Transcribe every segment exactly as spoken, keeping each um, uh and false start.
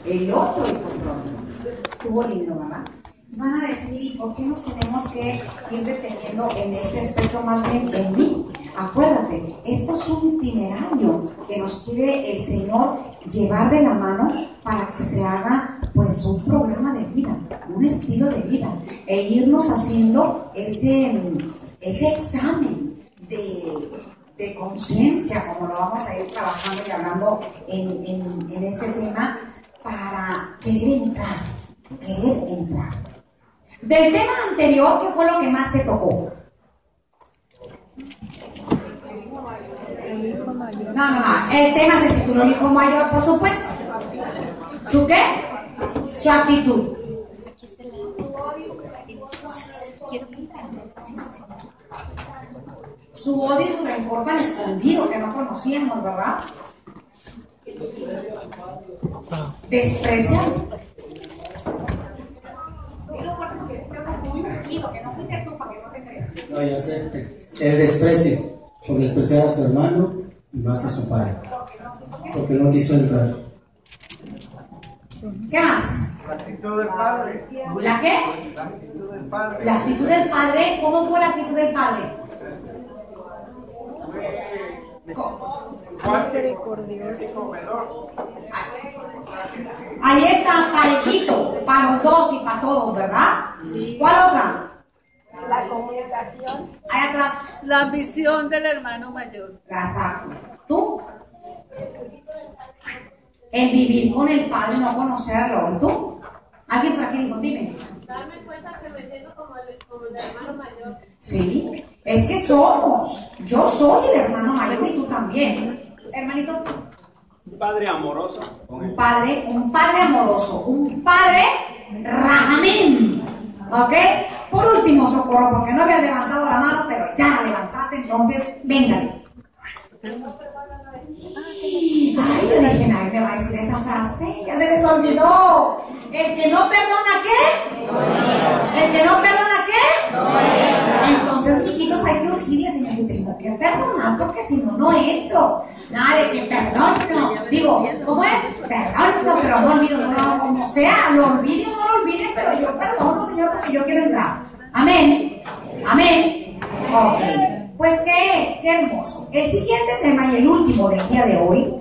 el otro hijo pródigo. Estuvo lindo, ¿verdad? Van a decir, ¿y por qué nos tenemos que ir deteniendo en este aspecto más bien en mí? Acuérdate, esto es un itinerario que nos quiere el Señor llevar de la mano para que se haga pues un programa de vida, un estilo de vida, e irnos haciendo ese, ese examen de, de conciencia, como lo vamos a ir trabajando y hablando en, en, en este tema, para querer entrar, querer entrar. Del tema anterior, ¿qué fue lo que más te tocó? No, no, no, el tema se tituló el hijo mayor, por supuesto. ¿Su qué? Su actitud. Su odio y su rencor tan escondido que no conocíamos, ¿verdad? Desprecian. No, ya sé. El desprecio, por despreciar a su hermano y más a su padre, porque no quiso entrar. ¿Qué más? La actitud del padre. ¿La qué? La actitud del padre. La actitud del padre. ¿Cómo fue la actitud del padre? Misericordioso. Ahí está, parejito, para los dos y para todos, ¿verdad? Sí. ¿Cuál otra? La comunicación. Ahí atrás. La visión del hermano mayor. Exacto. ¿Tú? El vivir con el padre, no conocerlo. ¿Y tú? ¿Alguien por aquí dijo? Dime. Darme cuenta que me siento como el, como el hermano mayor. Sí, es que somos. Yo soy el hermano mayor y tú también. Hermanito. Un padre amoroso. Un padre, un padre amoroso, un padre rajamín. ¿Ok? Por último, Socorro, porque no había levantado la mano, pero ya la levantaste, entonces, véngale. Ay, yo dije, nadie me va a decir esa frase, ya se les olvidó. El que no perdona, ¿qué? El que no perdona, ¿qué? Entonces, mijitos, hay que urgirle, Señor, yo tengo que perdonar, porque si no, no entro. Nada de que perdono, digo, ¿cómo es? Perdono, pero no olvido, no lo hago como sea, lo olvide o no lo olvide, pero yo perdono, Señor, porque yo quiero entrar. Amén, amén. Ok, pues qué, qué hermoso. El siguiente tema y el último del día de hoy,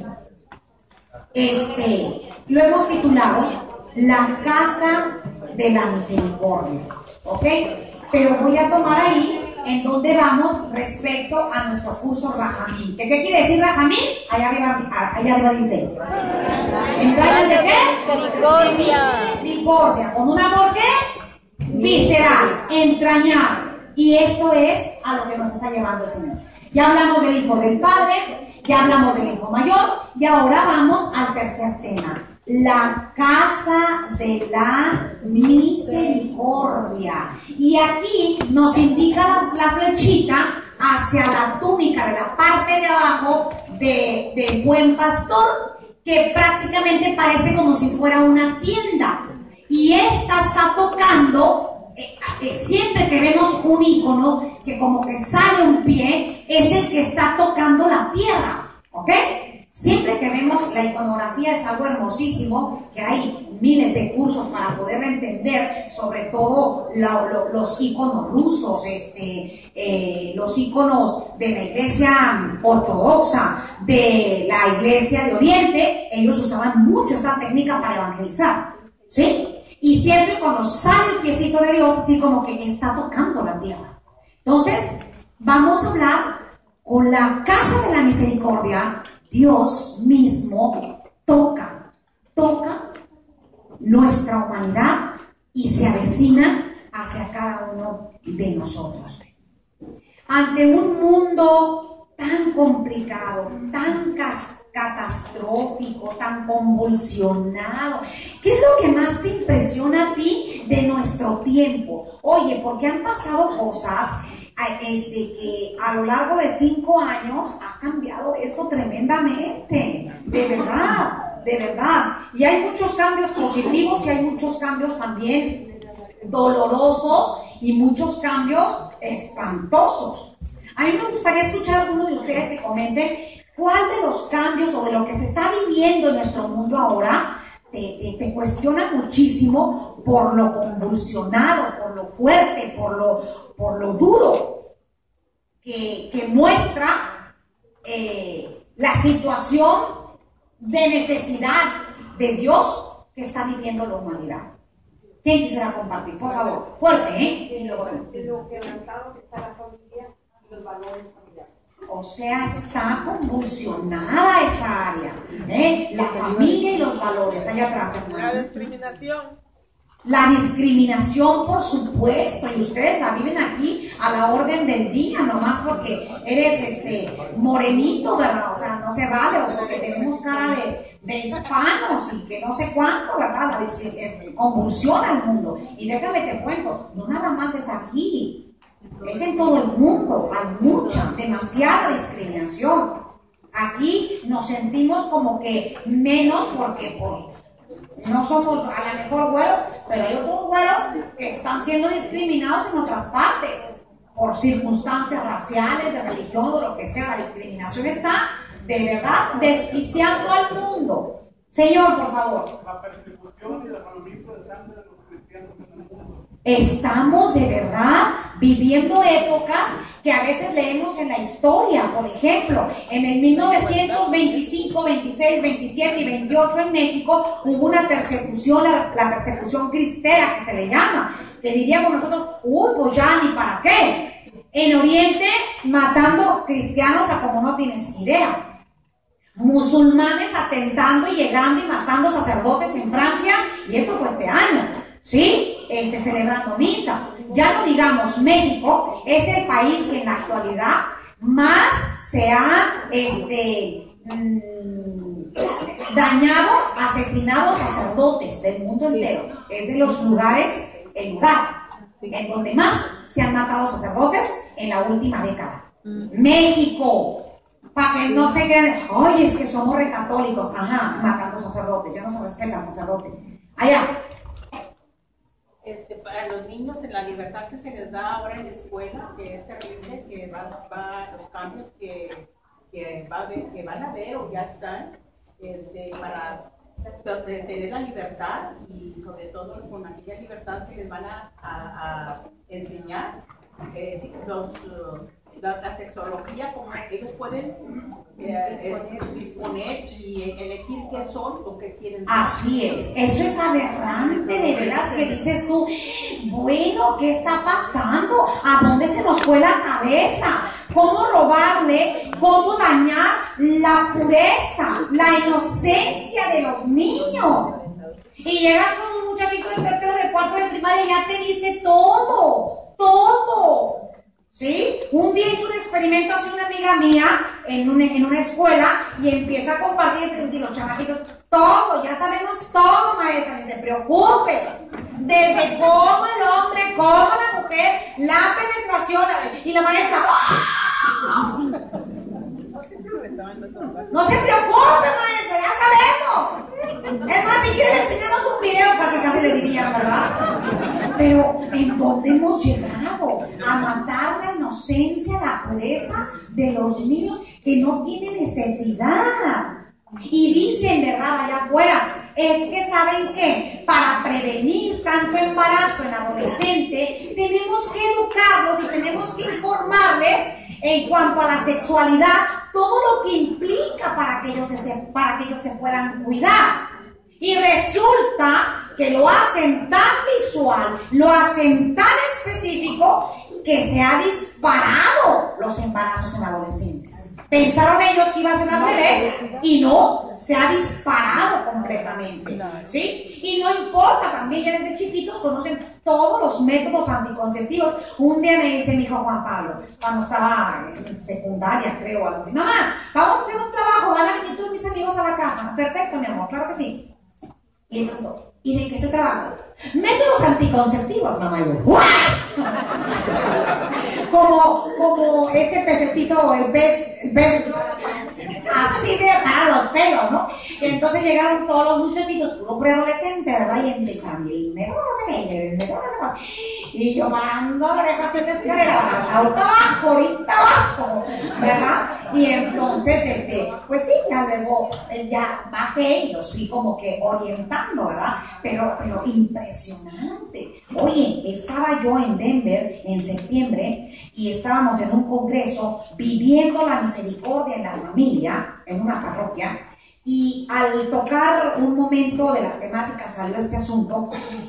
este, lo hemos titulado La Casa de la Misericordia, ¿ok? Pero voy a tomar ahí en donde vamos respecto a nuestro curso Rajamín. ¿Qué, qué quiere decir Rajamín? Allá arriba, allá arriba dice. ¿Entrañas de qué? Misericordia. Misericordia. ¿Con un amor qué? Visceral, entrañable. Y esto es a lo que nos está llevando el Señor. Ya hablamos del Hijo del Padre, ya hablamos del Hijo Mayor, y ahora vamos al tercer tema. La casa de la misericordia. Y aquí nos indica la, la flechita hacia la túnica de la parte de abajo de, del buen pastor, que prácticamente parece como si fuera una tienda. Y esta está tocando, eh, eh, siempre que vemos un icono que como que sale un pie, es el que está tocando la tierra, ¿ok? Siempre que vemos la iconografía es algo hermosísimo, que hay miles de cursos para poderla entender, sobre todo la, lo, los iconos rusos, este, eh, los iconos de la iglesia ortodoxa, de la iglesia de Oriente. Ellos usaban mucho esta técnica para evangelizar, ¿sí? Y siempre cuando sale el piecito de Dios, así como que está tocando la tierra. Entonces, vamos a hablar con la casa de la misericordia. Dios mismo toca, toca nuestra humanidad y se avecina hacia cada uno de nosotros. Ante un mundo tan complicado, tan catastrófico, tan convulsionado, ¿qué es lo que más te impresiona a ti de nuestro tiempo? Oye, porque han pasado cosas Este, que a lo largo de cinco años ha cambiado esto tremendamente, de verdad, de verdad. Y hay muchos cambios positivos y hay muchos cambios también dolorosos y muchos cambios espantosos. A mí me gustaría escuchar a alguno de ustedes que comenten cuál de los cambios o de lo que se está viviendo en nuestro mundo ahora te, te, te cuestiona muchísimo por lo convulsionado, por lo fuerte, por lo, por lo duro que, que muestra eh, la situación de necesidad de Dios que está viviendo la humanidad. ¿Quién quisiera compartir? Por favor, fuerte, ¿eh? Y luego, Lo quebrantado que está la familia y los valores familiares. o sea, está convulsionada esa área, ¿eh? La familia y los valores, allá atrás, hermano. La discriminación. La discriminación, por supuesto, y ustedes la viven aquí a la orden del día, nomás porque eres este morenito, ¿verdad? O sea, no se vale, o porque tenemos cara de, de hispanos y que no sé cuánto, ¿verdad? La discriminación convulsiona el mundo. Y déjame te cuento, no nada más es aquí, es en todo el mundo, hay mucha, demasiada discriminación. Aquí nos sentimos como que menos porque por... no somos a lo mejor güeros, pero hay otros güeros que están siendo discriminados en otras partes por circunstancias raciales, de religión, o lo que sea. La discriminación está de verdad desquiciando al mundo. Señor, por favor. La persecución y derramamiento de sangre de los cristianos en el mundo. Estamos de verdad viviendo épocas que a veces leemos en la historia. Por ejemplo, en el mil novecientos veinticinco, veintiséis, veintisiete y veintiocho en México hubo una persecución, la, la persecución cristera que se le llama, que diríamos nosotros, uy, pues ya ni para qué. En Oriente, matando cristianos a como no tienes idea. Musulmanes atentando y llegando y matando sacerdotes en Francia, y esto fue este año. ¿Sí? Este, celebrando misa. Ya no digamos, México es el país que en la actualidad más se ha este, mmm, dañado, asesinado sacerdotes del mundo Sí. entero. Es de los lugares, el lugar en donde más se han matado sacerdotes en la última década. Mm. México. Para que no se crean, oye, es que somos recatólicos. Ajá, matando sacerdotes, ya no se respeta al sacerdote. Allá. Este, para los niños, en la libertad que se les da ahora en la escuela, que es terrible, que va, va los cambios que, que, va a ver, que van a ver o ya están, este, para tener la libertad y sobre todo con aquella libertad que les van a, a, a enseñar, eh, los, la, la sexología, como ellos pueden eh, es, disponer y elegir qué son o qué quieren ser. Así es, eso es aberrante, de veras, que dices tú, bueno, ¿qué está pasando? ¿A dónde se nos fue la cabeza? ¿Cómo robarle? ¿Cómo dañar la pureza, la inocencia de los niños? Y llegas con un muchachito de tercero, de cuarto de primaria y ya te dice todo, todo. ¿Sí? Un día hizo un experimento, hace una amiga mía en una, en una escuela y empieza a compartir, y los chamacitos, todo, ya sabemos todo, maestra, ni se preocupe. Desde cómo el hombre, cómo la mujer, la penetración, y la maestra, ¡ah! No se preocupe, maestra, ya sabemos. Es más, si quiere le enseñamos un video, casi casi le diría, ¿verdad? Pero ¿en dónde hemos llegado? A matar la inocencia, la pureza de los niños que no tienen necesidad. Y dicen, ¿verdad?, allá afuera, es que ¿saben qué? Para prevenir tanto embarazo en adolescente, tenemos que educarlos y tenemos que informarles en cuanto a la sexualidad, todo lo que implica para que ellos se, para que ellos se puedan cuidar. Y resulta que lo hacen tan visual, lo hacen tan específico, que se ha disparado los embarazos en adolescentes. Pensaron ellos que iba a ser al revés y no, se ha disparado completamente, ¿sí? Y no importa, también ya desde chiquitos conocen todos los métodos anticonceptivos. Un día me dice mi hijo Juan Pablo, cuando estaba en secundaria, creo, algo así, mamá, vamos a hacer un trabajo, van a venir todos mis amigos a la casa. Perfecto, mi amor, claro que sí. Y le pregunto, ¿y de qué se trabaja? Métodos anticonceptivos, mamá. Y yo, ¡guau! como, como este pececito, el pez, el pez, Así se me paran los pelos, ¿no? Y entonces llegaron todos los muchachitos, puro preadolescente, ¿verdad? Y empezaron, y el mejor no sé qué, el mejor no sé cuál. Y yo parando orejas en la escalera, ahorita abajo, ahorita abajo, ¿verdad? Y entonces, este, pues sí, ya luego eh, ya bajé y los fui como que orientando, ¿verdad? Pero, pero impresionante. Oye, estaba yo en Denver en septiembre y estábamos en un congreso viviendo la misericordia en la familia, en una parroquia, y al tocar un momento de la temática salió este asunto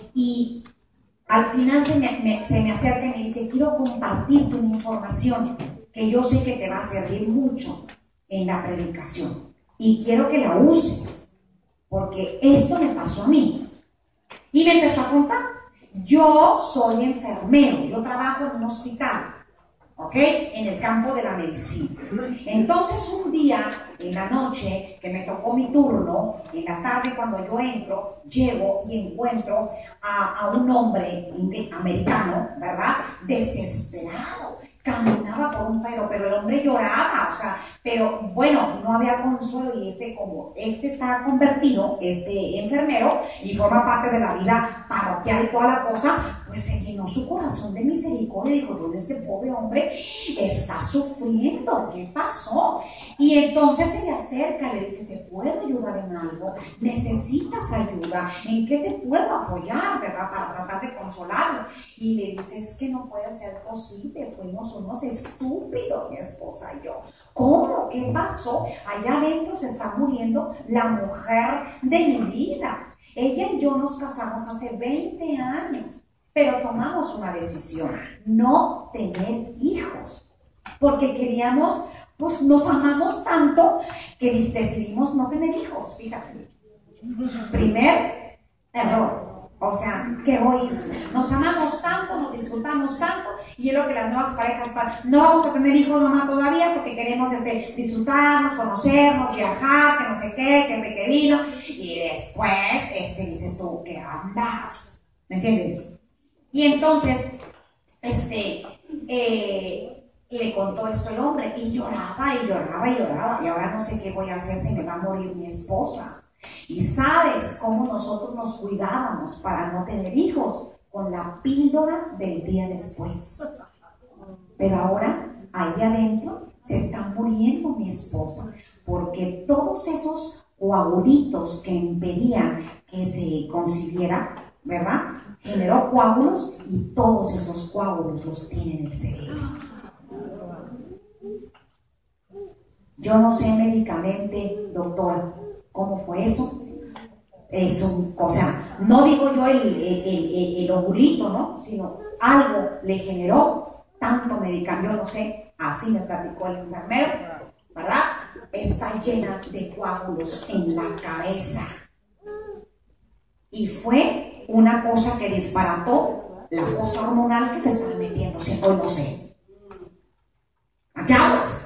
y al final se me, me, se me acerca y me dice, quiero compartirte una información que yo sé que te va a servir mucho en la predicación y quiero que la uses, porque esto me pasó a mí. Y me empezó a contar, yo soy enfermero, yo trabajo en un hospital, ¿ok? En el campo de la medicina. Entonces un día, en la noche, que me tocó mi turno, en la tarde cuando yo entro, llego y encuentro a, a un hombre americano, ¿verdad? Desesperado. Caminaba por un pero, pero el hombre lloraba, o sea, pero bueno, no había consuelo y este como, este está convertido, este enfermero, y forma parte de la vida parroquial y toda la cosa, pues se llenó su corazón de misericordia y dijo, bueno, este pobre hombre está sufriendo, ¿qué pasó? Y entonces se le acerca, le dice, ¿te puedo ayudar en algo? ¿Necesitas ayuda? ¿En qué te puedo apoyar, verdad? Para tratar de consolarlo. Y le dice, es que no puede ser posible, fuimos unos estúpidos, mi esposa y yo. ¿Cómo? ¿Qué pasó? Allá adentro se está muriendo la mujer de mi vida. Ella y yo nos casamos hace veinte años, pero tomamos una decisión, no tener hijos, porque queríamos, pues nos amamos tanto que decidimos no tener hijos, fíjate. Primer error. O sea, qué egoísmo. Nos amamos tanto, nos disfrutamos tanto, y es lo que las nuevas parejas están. No vamos a tener hijos, mamá, todavía, porque queremos este, disfrutarnos, conocernos, viajar, que no sé qué, que me que vino. Y después, este, dices tú, ¿qué andas? ¿Me entiendes? Y entonces, este, eh, le contó esto el hombre, y lloraba, y lloraba, y lloraba. Y ahora no sé qué voy a hacer, se me va a morir mi esposa. Y sabes cómo nosotros nos cuidábamos para no tener hijos, con la píldora del día después. Pero ahora, ahí adentro, se está muriendo mi esposa, porque todos esos coagulitos que impedían que se concibiera, ¿verdad? Generó coágulos y todos esos coágulos los tiene en el cerebro. Yo no sé médicamente, doctora, ¿cómo fue eso? Es un, o sea, no digo yo el, el, el, el ovulito, ¿no? Sino algo le generó tanto medicamento, yo no sé, así me platicó el enfermero, ¿verdad? Está llena de coágulos en la cabeza. Y fue una cosa que disparató la cosa hormonal que se estaba metiendo, si hoy no sé. ¿A qué hablas?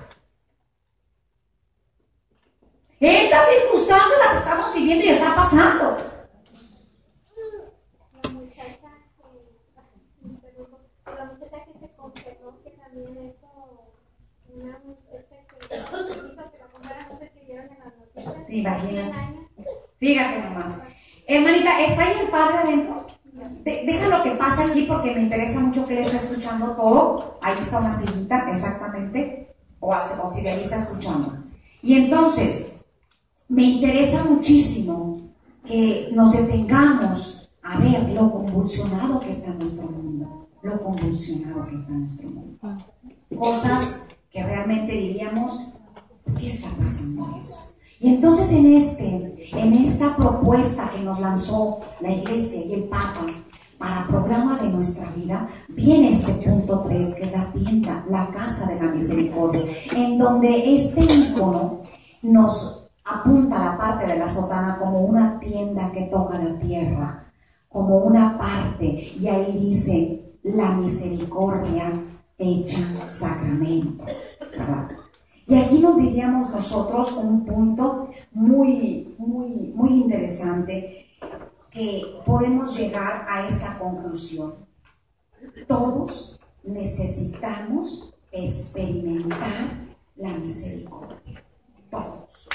Estas circunstancias las estamos viviendo y está pasando. La muchacha que, la muchacha que se confesó que también eso, una muchacha que hizo que la comprara, no sé si vieron en las noticias. ¿Te imaginas? Fíjate nomás. Hermanita, ¿está ahí el padre adentro? De, deja lo que pasa aquí porque me interesa mucho que él está escuchando todo. Ahí está una sillita, exactamente. O, o si de ahí está escuchando. Y entonces, me interesa muchísimo que nos detengamos a ver lo convulsionado que está nuestro mundo, lo convulsionado que está nuestro mundo. Cosas que realmente diríamos, ¿qué está pasando eso? Y entonces en, este, en esta propuesta que nos lanzó la Iglesia y el Papa para programa de nuestra vida, viene este punto tres, que es la tienda, la casa de la misericordia, en donde este ícono nos apunta a la parte de la sotana como una tienda que toca la tierra, como una parte, y ahí dice la misericordia hecha sacramento, ¿verdad? Y aquí nos diríamos nosotros un punto muy, muy, muy interesante, que podemos llegar a esta conclusión. Todos necesitamos experimentar la misericordia. todos.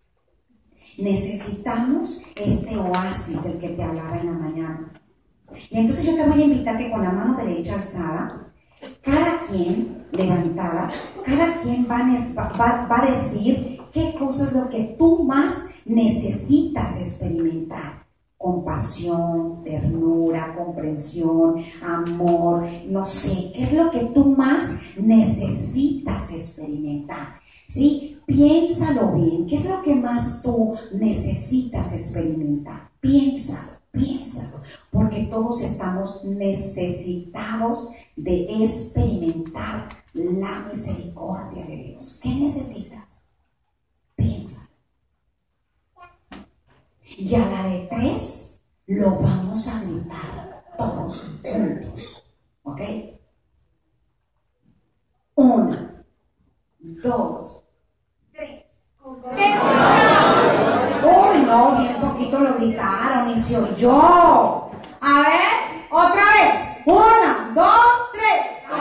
Necesitamos este oasis del que te hablaba en la mañana. Y entonces yo te voy a invitar que con la mano derecha alzada, cada quien levantada, cada quien va a, va, va a decir qué cosa es lo que tú más necesitas experimentar. Compasión, ternura, comprensión, amor, no sé, qué es lo que tú más necesitas experimentar, ¿sí? Piénsalo bien, qué es lo que más tú necesitas experimentar. Piénsalo, piénsalo, porque todos estamos necesitados de experimentar la misericordia de Dios. ¿Qué necesitas? Piensa. Y a la de tres lo vamos a gritar todos juntos, ¿ok? Una, dos, tres. Uy, no, bien poquito lo gritaron y se oyó. A ver, otra vez. Una, dos, tres.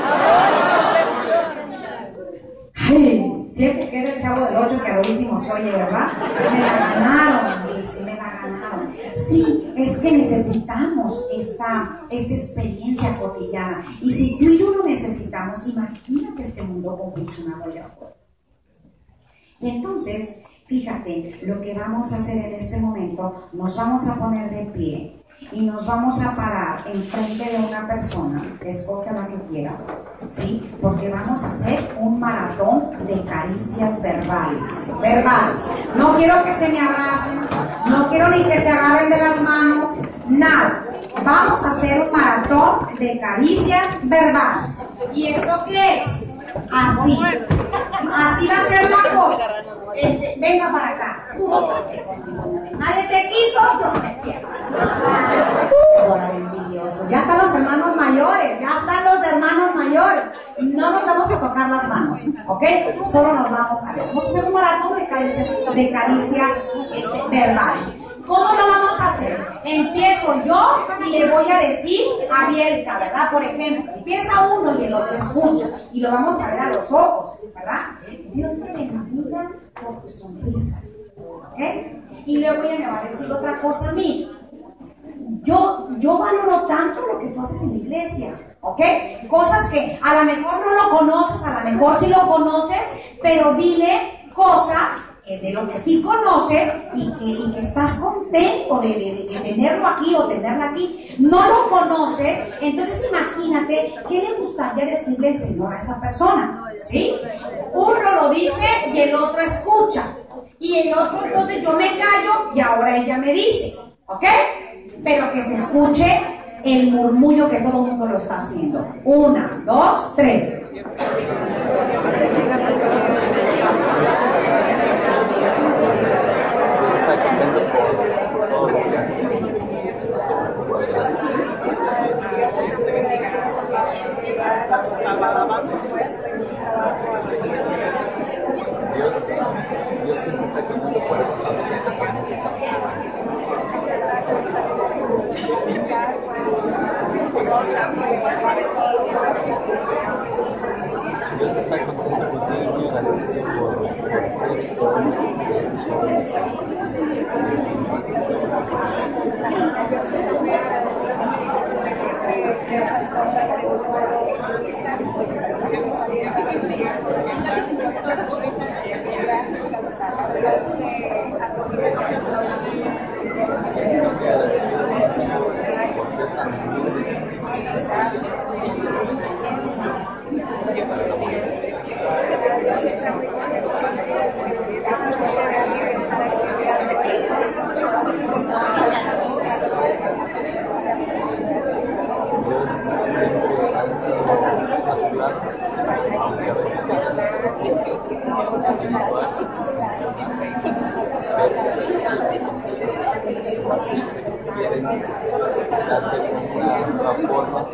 Ay, siempre que era el Chavo del Ocho que al último se oye, ¿verdad? Me la ganaron, dice, me la ganaron. Sí, es que necesitamos esta, esta experiencia cotidiana. Y si tú y yo lo necesitamos, imagínate este mundo convulsionado allá afuera. Y entonces, fíjate, lo que vamos a hacer en este momento, nos vamos a poner de pie y nos vamos a parar enfrente de una persona, escoge la que quieras, ¿sí? Porque vamos a hacer un maratón de caricias verbales, verbales. No quiero que se me abracen, no quiero ni que se agarren de las manos, nada. Vamos a hacer un maratón de caricias verbales. ¿Y esto qué es? Así, así va a ser la cosa. Este, venga para acá. Tú no te estés conmigo. Nadie te quiso, yo te quiero. Hora de envidiosos. Ya están los hermanos mayores, ya están los hermanos mayores. No nos vamos a tocar las manos, ¿ok? Solo nos vamos a ver. Vamos a hacer un maratón de caricias, de caricias este, verbales. ¿Cómo lo vamos a hacer? Empiezo yo y le voy a decir abierta, ¿verdad? Por ejemplo, empieza uno y el otro escucha y lo vamos a ver a los ojos, ¿verdad? Dios te bendiga por tu sonrisa, ¿ok? Y luego ella me va a decir otra cosa a mí. Yo, yo valoro tanto lo que tú haces en la iglesia, ¿ok? Cosas que a lo mejor no lo conoces, a lo mejor sí lo conoces, pero dile cosas de lo que sí conoces y que, y que estás contento de, de, de tenerlo aquí o tenerla aquí. No lo conoces, entonces imagínate qué le gustaría decirle el Señor a esa persona, ¿sí? Uno lo dice y el otro escucha, y el otro entonces yo me callo y ahora ella me dice, ¿ok? Pero que se escuche el murmullo que todo el mundo lo está haciendo. Una, dos, tres. Dios, Dios siempre está caminando por el Dios está contento contigo y agradecido por, por ser historia. Esas cosas que tú quieren darte una nueva forma.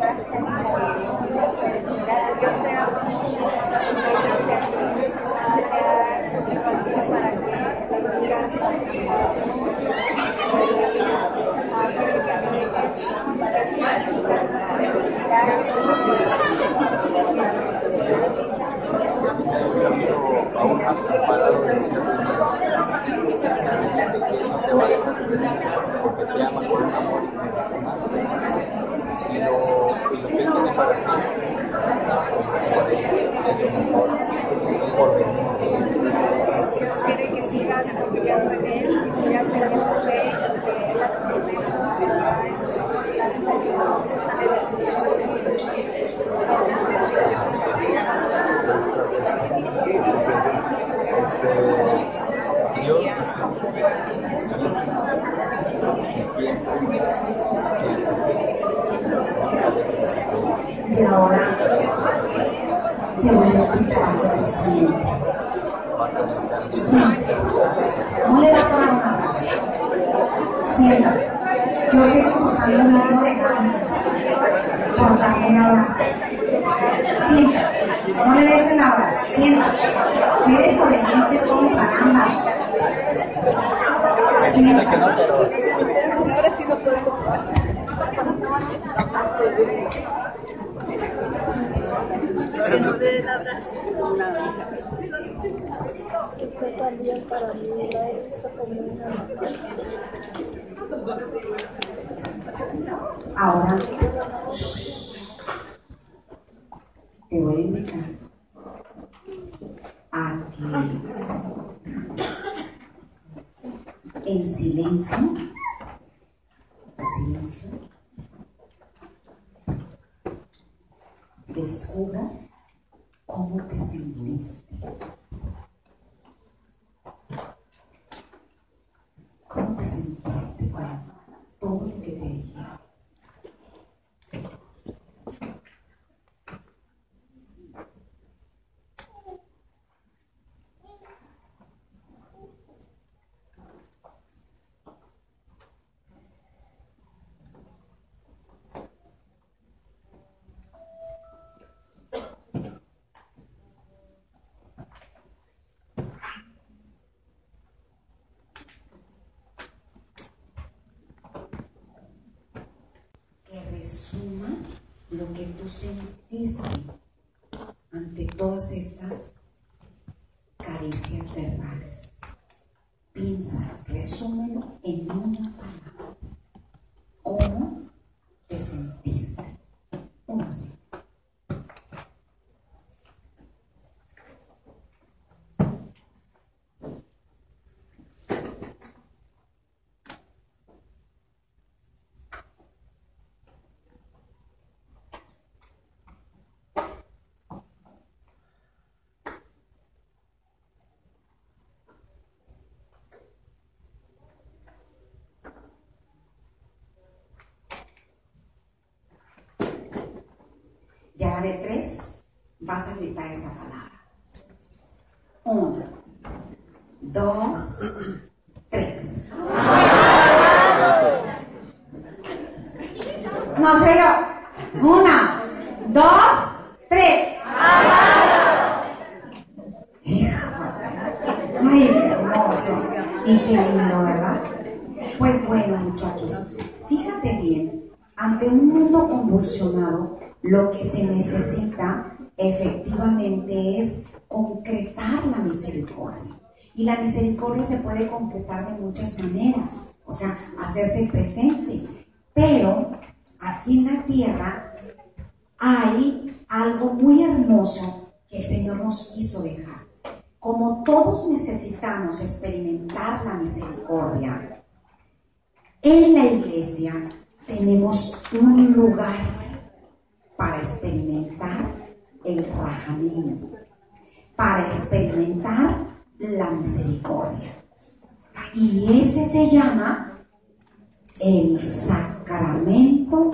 Aún has preparado porque te ama con un amor incondicional. Y lo, y lo que Él tiene para ti es lo mejor, un porvenir. Dios quiere que sigas confiando en Él, que sigas teniendo fe, que Él a su momento hará esas cosas, Este, Dios y siempre, Y ahora te voy a invitar a que te sientas. Siéntate. No le vas a dar un abrazo. Siéntate. Yo sé que se están llenando de ganas por darle un abrazo. Siéntate. No le des el abrazo. Siéntate. Que eres obediente son caramba. Siéntate. ahora sí no puedo. Que no dé el abrazo. Usted también para mí la he visto como una Ahora te voy a invitar a que en silencio, en silencio, descubras cómo te sentiste. ¿Cómo te sentiste con todo lo que te dijeron? Resuma lo que tú sentiste ante todas estas caricias verbales. Piensa, resúmelo en una palabra. ¿Cómo te sentiste? Una sola. Y a la de tres vas a gritar esa palabra. Uno, dos, tres. No sé yo. Una, dos, tres. Hijo. Ay, qué hermoso. Y qué lindo, ¿verdad? Pues bueno, muchachos, fíjate bien, ante un mundo convulsionado, lo que se necesita efectivamente es concretar la misericordia. Y la misericordia se puede concretar de muchas maneras, o sea, hacerse presente. Pero aquí en la tierra hay algo muy hermoso que el Señor nos quiso dejar. Como todos necesitamos experimentar la misericordia, en la iglesia tenemos un lugar para experimentar el rajamín, para experimentar la misericordia. Y ese se llama el sacramento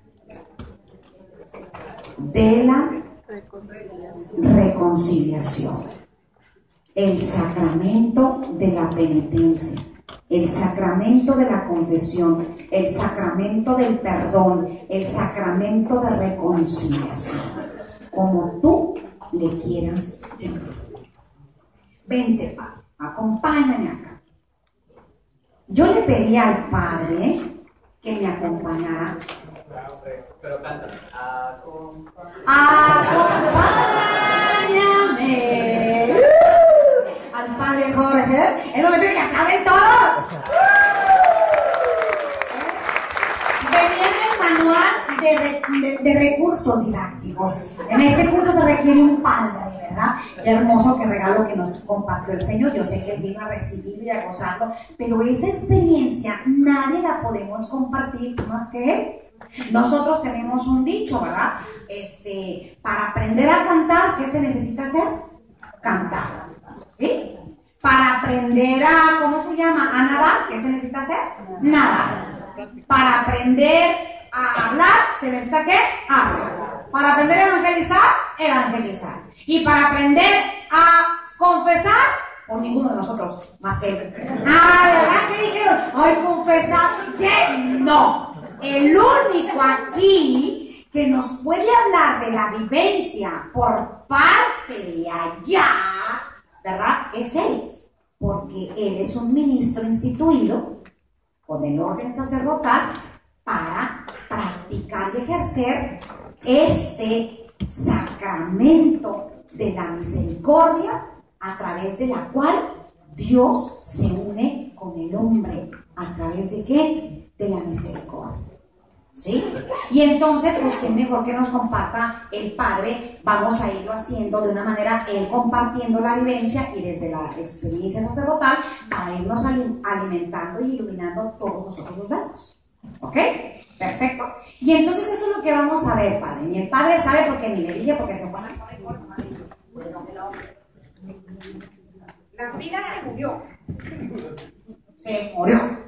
de la reconciliación, el sacramento de la penitencia, el sacramento de la confesión, el sacramento del perdón, el sacramento de reconciliación, como tú le quieras llamar. Vente, Padre, acompáñame acá. Yo le pedí al Padre que me acompañara. Pero canta. Acompáñame. Al Padre Jorge. Es lo que te que aplauden todos. manual de, re, de, de recursos didácticos. En este curso se requiere un padre, ¿verdad? Qué hermoso que regalo que nos compartió el Señor. Yo sé que Él vino a recibirlo y a gozarlo, pero esa experiencia nadie la podemos compartir más que Él. Nosotros tenemos un dicho, ¿verdad? Este, para aprender a cantar, ¿qué se necesita hacer? Cantar, ¿sí? Para aprender a, ¿cómo se llama? A nadar, ¿qué se necesita hacer? Nadar. Para aprender a hablar, ¿se necesita qué? Hablar. Para aprender a evangelizar, evangelizar. Y para aprender a confesar, por ninguno de nosotros, más que Él. Ah, ¿verdad que dijeron? Ay, confesar, ¿qué? No. El único aquí que nos puede hablar de la vivencia por parte de allá, ¿verdad? Es Él, porque Él es un ministro instituido con el orden sacerdotal para practicar y ejercer este sacramento de la misericordia, a través de la cual Dios se une con el hombre. ¿A través de qué? De la misericordia. ¿Sí? Y entonces, pues, ¿quién mejor que nos comparta el Padre? Vamos a irlo haciendo de una manera, Él compartiendo la vivencia y desde la experiencia sacerdotal, para irnos alimentando y iluminando todos nosotros los lados. ¿Ok? Perfecto. Y entonces eso es lo que vamos a ver, Padre. Y el Padre sabe porque ni le dije, porque se fue a La vida se murió. Se murió.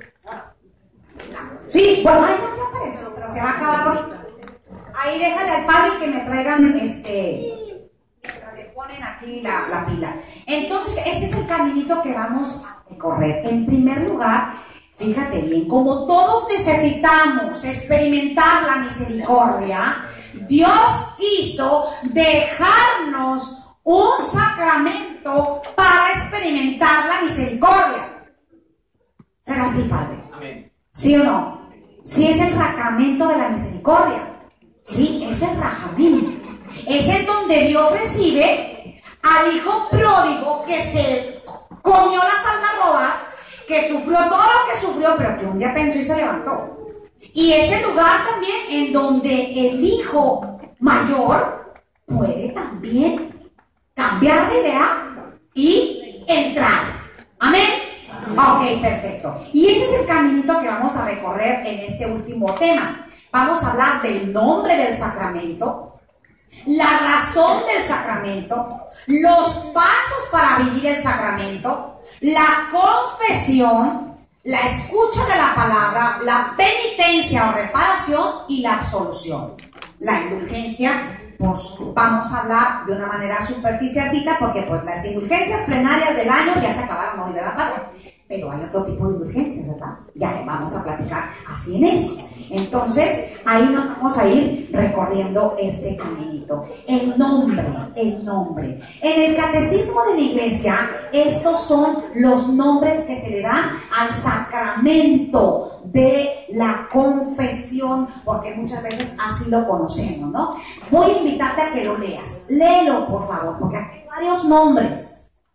Sí, bueno, ahí ya apareció, pero se va a acabar ahorita. Ahí déjale al Padre que me traigan este. Le ponen aquí la, la pila. Entonces, ese es el caminito que vamos a recorrer. En primer lugar, fíjate bien, como todos necesitamos experimentar la misericordia, Dios quiso dejarnos un sacramento para experimentar la misericordia. ¿Será así, Padre? Amén. ¿Sí o no? Sí, es el sacramento de la misericordia. Sí, es el rajamín. Es en donde Dios recibe al hijo pródigo que se comió las algarrobas, que sufrió todo lo que sufrió, pero que un día pensó y se levantó. Y es el lugar también en donde el hijo mayor puede también cambiar de idea y entrar. Amén. Ok, perfecto. Y ese es el caminito que vamos a recorrer en este último tema. Vamos a hablar del nombre del sacramento, la razón del sacramento, los pasos para vivir el sacramento, la confesión, la escucha de la palabra, la penitencia o reparación y la absolución. La indulgencia, pues vamos a hablar de una manera superficialcita porque pues las indulgencias plenarias del año ya se acabaron hoy, ¿verdad, Padre? Pero hay otro tipo de indulgencias, ¿verdad? Ya vamos a platicar así en eso. Entonces, ahí nos vamos a ir recorriendo este caminito. El nombre, el nombre. En el catecismo de la iglesia, estos son los nombres que se le dan al sacramento de la confesión, porque muchas veces así lo conocemos, ¿no? Voy a invitarte a que lo leas. Léelo, por favor, porque aquí hay varios nombres.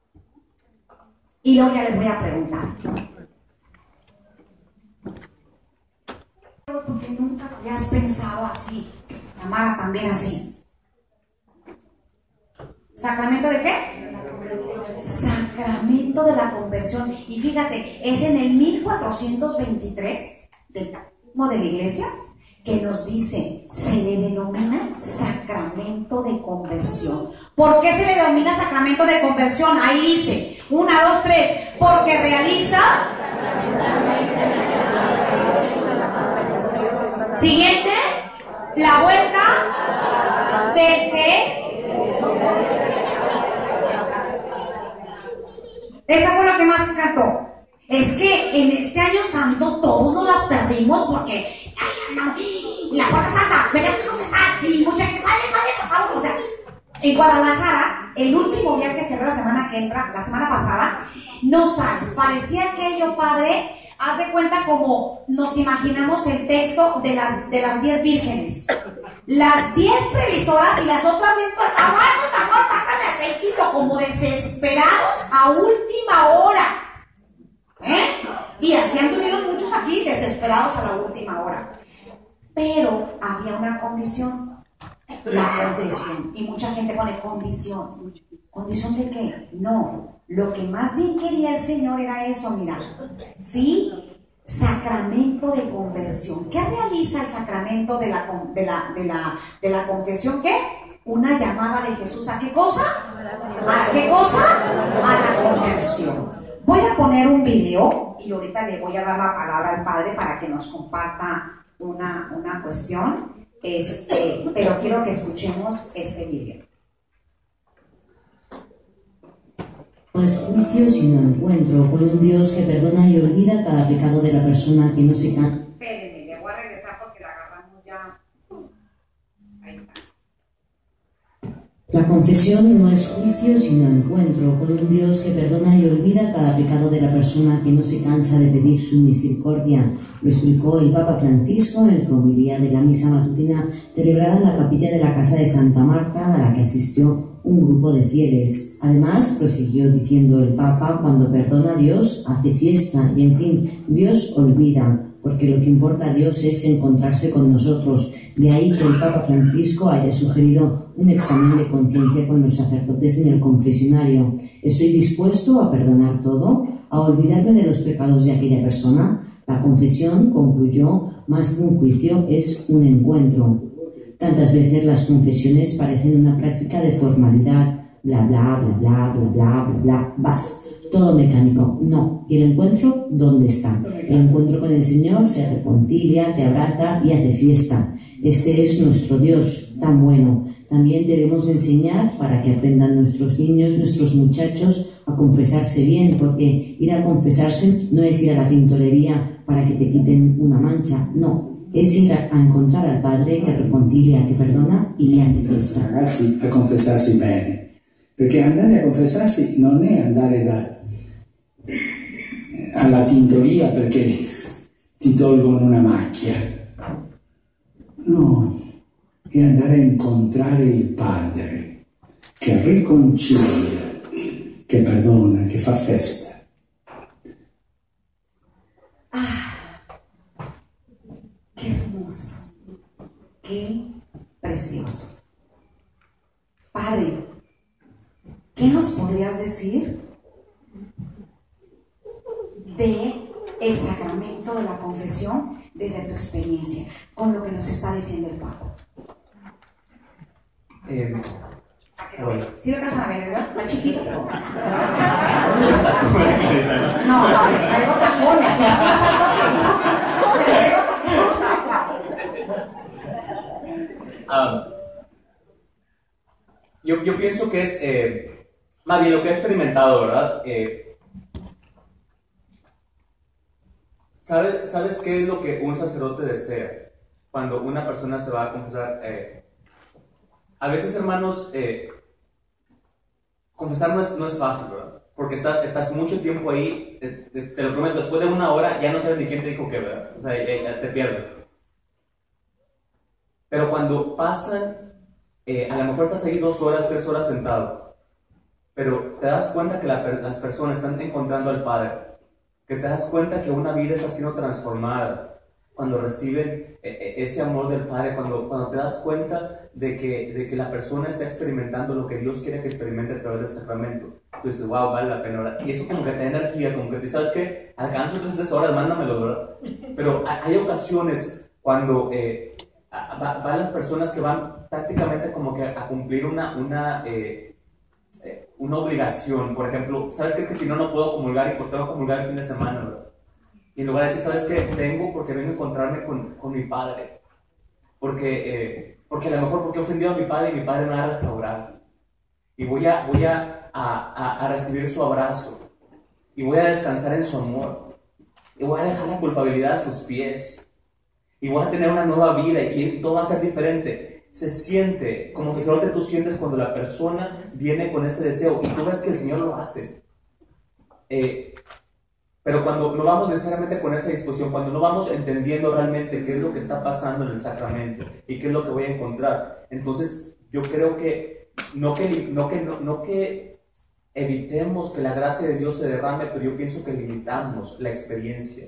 Y luego ya les voy a preguntar. Porque nunca lo habías pensado así, que se llamara también así. ¿Sacramento de qué? Sacramento de la conversión. Y fíjate, es en el mil cuatrocientos veintitrés del Catecismo de la Iglesia que nos dice, se le denomina sacramento de conversión. ¿Por qué se le denomina sacramento de conversión? Ahí dice, una, dos, tres, porque realiza... Siguiente, la vuelta del que... Esa fue la que más me encantó. Es que en este año santo todos nos las perdimos porque ay, la puerta santa, venimos a confesar y mucha gente, vale, vale, por favor. O sea, en Guadalajara, el último día que cerró la semana que entra, la semana pasada, no sabes, parecía aquello, Padre, haz de cuenta como nos imaginamos el texto de las de las diez vírgenes. Las diez previsoras y las otras diez, por favor, por favor, pásame aceitito, como desesperados a última hora. ¿Eh? Y así anduvieron muchos aquí desesperados a la última hora. pero había una condición, la confesión. Y mucha gente pone condición. ¿Condición de qué? No, lo que más bien quería el Señor era eso, mira, ¿sí? Sacramento de conversión. ¿Qué realiza el sacramento de la, de la, de la, de la confesión? ¿Qué? Una llamada de Jesús. ¿A qué cosa? ¿A qué cosa? A la conversión. Voy a poner un video y ahorita le voy a dar la palabra al Padre para que nos comparta una, una cuestión, este, pero quiero que escuchemos este video. No es juicio sino encuentro con un Dios que perdona y olvida cada pecado de la persona que no se cansa. Espérenme, le voy a regresar porque la agarramos ya. Ahí está. La confesión no es juicio sino encuentro con un Dios que perdona y olvida cada pecado de la persona que no se cansa de pedir su misericordia. Lo explicó el Papa Francisco en su homilía de la misa matutina celebrada en la capilla de la Casa de Santa Marta, a la que asistió un grupo de fieles. Además, prosiguió diciendo el Papa, cuando perdona a Dios, hace fiesta y, en fin, Dios olvida, porque lo que importa a Dios es encontrarse con nosotros. De ahí que el Papa Francisco haya sugerido un examen de conciencia con los sacerdotes en el confesionario. ¿Estoy dispuesto a perdonar todo? ¿A olvidarme de los pecados de aquella persona? La confesión, concluyó, más que un juicio, es un encuentro. Tantas veces las confesiones parecen una práctica de formalidad, bla, bla, bla, bla, bla, bla, bla, bla, vas, todo mecánico. No. ¿Y el encuentro dónde está? El encuentro con el Señor se reconcilia, te abraza y hace fiesta. Este es nuestro Dios tan bueno. También debemos enseñar para que aprendan nuestros niños, nuestros muchachos, a confesarse bien, porque ir a confesarse no es ir a la tintorería para que te quiten una mancha, no. Es ir a, a encontrar al Padre che reconcilia, che perdona e niente fiesta. Ragazzi, a confessarsi bene, perché andare a confessarsi non è andare da, alla tintoria perché ti tolgono una macchia, no, è andare a incontrare il Padre che riconcilia, che perdona, che fa festa. Qué hermoso, qué precioso. Padre, ¿qué nos podrías decir de el sacramento de la confesión desde tu experiencia, con lo que nos está diciendo el Papa? Eh, bueno. Sí lo alcanzan a ver, ¿verdad? Está chiquito, pero... No, padre, traigo tapones, te da más alto que yo. Traigo tapones. Um, yo, yo pienso que es, eh, más bien lo que he experimentado, ¿verdad? Eh, ¿sabes, ¿Sabes qué es lo que un sacerdote desea cuando una persona se va a confesar? Eh, a veces, hermanos, eh, confesar no es, no es fácil, ¿verdad? Porque estás, estás mucho tiempo ahí, es, es, te lo prometo, después de una hora ya no sabes ni quién te dijo qué, ¿verdad? O sea, ya, ya te pierdes. Pero cuando pasan, eh, a lo mejor estás ahí dos horas, tres horas sentado, pero te das cuenta que la, las personas están encontrando al Padre, que te das cuenta que una vida está siendo transformada cuando reciben eh, ese amor del Padre, cuando, cuando te das cuenta de que, de que la persona está experimentando lo que Dios quiere que experimente a través del sacramento. Tú dices, wow, vale la pena, ¿verdad? Y eso como que te da energía, como que te sabes que alcanzo tres, tres horas, mándamelo, ¿verdad? Pero hay ocasiones cuando... Eh, van las personas que van prácticamente como que a cumplir una, una, eh, eh, una obligación. Por ejemplo, ¿sabes qué? Es que si no, no puedo comulgar y pues tengo que comulgar el fin de semana, ¿verdad? Y en lugar de decir, ¿sabes qué? Vengo porque vengo a encontrarme con, con mi Padre. Porque, eh, porque a lo mejor porque he ofendido a mi Padre y mi Padre me ha restaurado. Y voy a, voy a, a, a recibir su abrazo. Y voy a descansar en su amor. Y voy a dejar la culpabilidad a sus pies. Y voy a tener una nueva vida y todo va a ser diferente. Se siente, como sacerdote tú sientes cuando la persona viene con ese deseo y tú ves que el Señor lo hace. Eh, pero cuando no vamos necesariamente con esa disposición, cuando no vamos entendiendo realmente qué es lo que está pasando en el sacramento y qué es lo que voy a encontrar, entonces yo creo que no que, no que, no, no que evitemos que la gracia de Dios se derrame, pero yo pienso que limitamos la experiencia.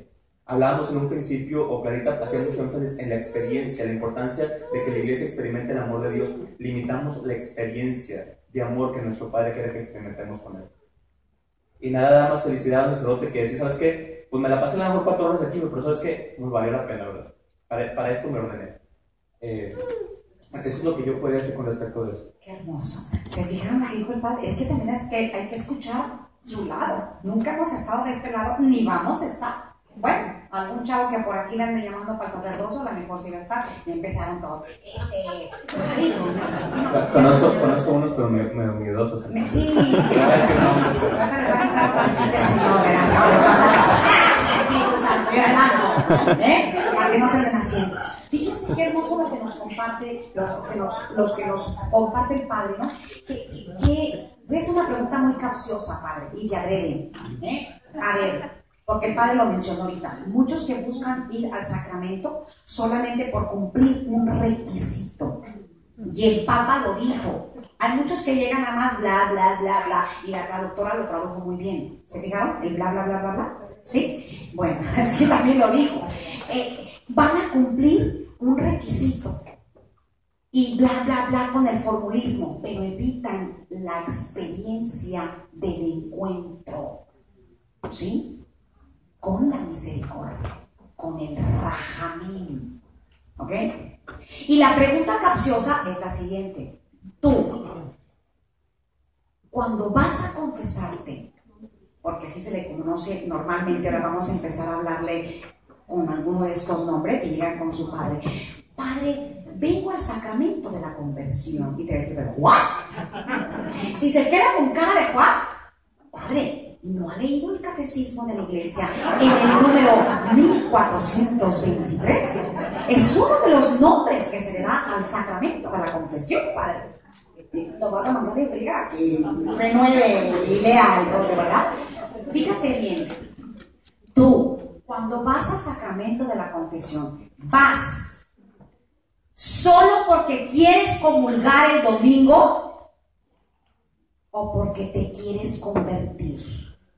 Hablábamos en un principio, o Clarita hacía mucho énfasis en la experiencia, la importancia de que la iglesia experimente el amor de Dios. Limitamos la experiencia de amor que nuestro Padre quiere que experimentemos con Él. Y nada da más felicidad al sacerdote que decir, ¿sabes qué? Pues me la pasé a lo mejor cuatro horas aquí, pero ¿sabes qué? Me valió la pena, ¿verdad? Para, para esto me ordené. Eh, eso es lo que yo podría decir con respecto de eso. Qué hermoso. ¿Se fijaron lo que dijo el padre? Es que también es que hay que escuchar su lado. Nunca hemos estado de este lado, ni vamos a estar. Bueno, algún chavo que por aquí le ande llamando para el sacerdocio, a lo mejor sí va a estar. Y empezaron todos. Este. Ay, no, no. Conozco, conozco unos, pero me, me miedosos. Me, sí. No voy a decir nombres, pero. Ahorita les va a quitar las franquicias, señor, verás. Espíritu Santo, yo hermano. ¿Eh? Para que no se anden haciendo. Fíjense qué hermoso lo que nos comparte, lo que nos, los que nos comparte el padre, ¿no? Que, que, que es una pregunta muy capciosa, padre, y de adrede. ¿Eh? A ver. Porque el padre lo mencionó ahorita, muchos que buscan ir al sacramento solamente por cumplir un requisito. Y el Papa lo dijo. Hay muchos que llegan a más bla, bla, bla, bla. Y la, la doctora lo tradujo muy bien. ¿Se fijaron? El bla, bla, bla, bla, bla. ¿Sí? Bueno, así también lo dijo. Eh, van a cumplir un requisito. Y bla, bla, bla con el formulismo. Pero evitan la experiencia del encuentro. ¿Sí? Con la misericordia, con el rajamín, ¿ok? Y la pregunta capciosa es la siguiente. Tú, cuando vas a confesarte, porque así se le conoce normalmente, ahora vamos a empezar a hablarle con alguno de estos nombres y llegan con su padre. Padre, vengo al sacramento de la conversión. Y te dice, ¿what? Si se queda con cara de ¿what? Padre, ¿no ha leído el catecismo de la iglesia en el número mil cuatrocientos veintitrés? Es uno de los nombres que se le da al sacramento de la confesión, padre. Lo vas a mandar en friga que renueve y lea el rollo, ¿verdad? Fíjate bien, tú, cuando vas al sacramento de la confesión, vas solo porque quieres comulgar el domingo o porque te quieres convertir.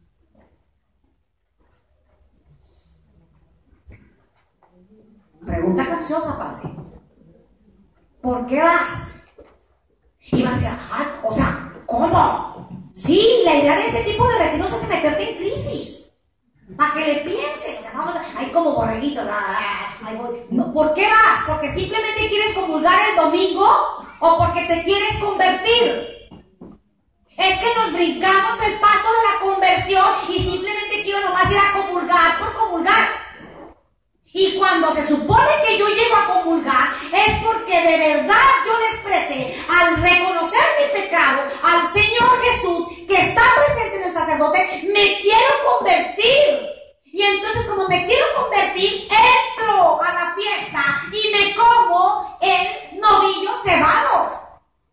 Pregunta capciosa, padre. ¿Por qué vas? Y vas a decir, ay, o sea, ¿cómo? Sí, la idea de ese tipo de retiros es meterte en crisis. Para que le piensen. O sea, no, hay como borreguitos. No, ¿por qué vas? ¿Porque simplemente quieres comulgar el domingo o porque te quieres convertir? Es que nos brincamos el paso de la conversión y simplemente quiero nomás ir a comulgar por comulgar. Y cuando se supone que yo llego a comulgar es porque de verdad yo le expresé al reconocer mi pecado al Señor Jesús que está presente en el sacerdote, me quiero convertir. Y entonces como me quiero convertir, entro a la fiesta y me como el novillo cebado.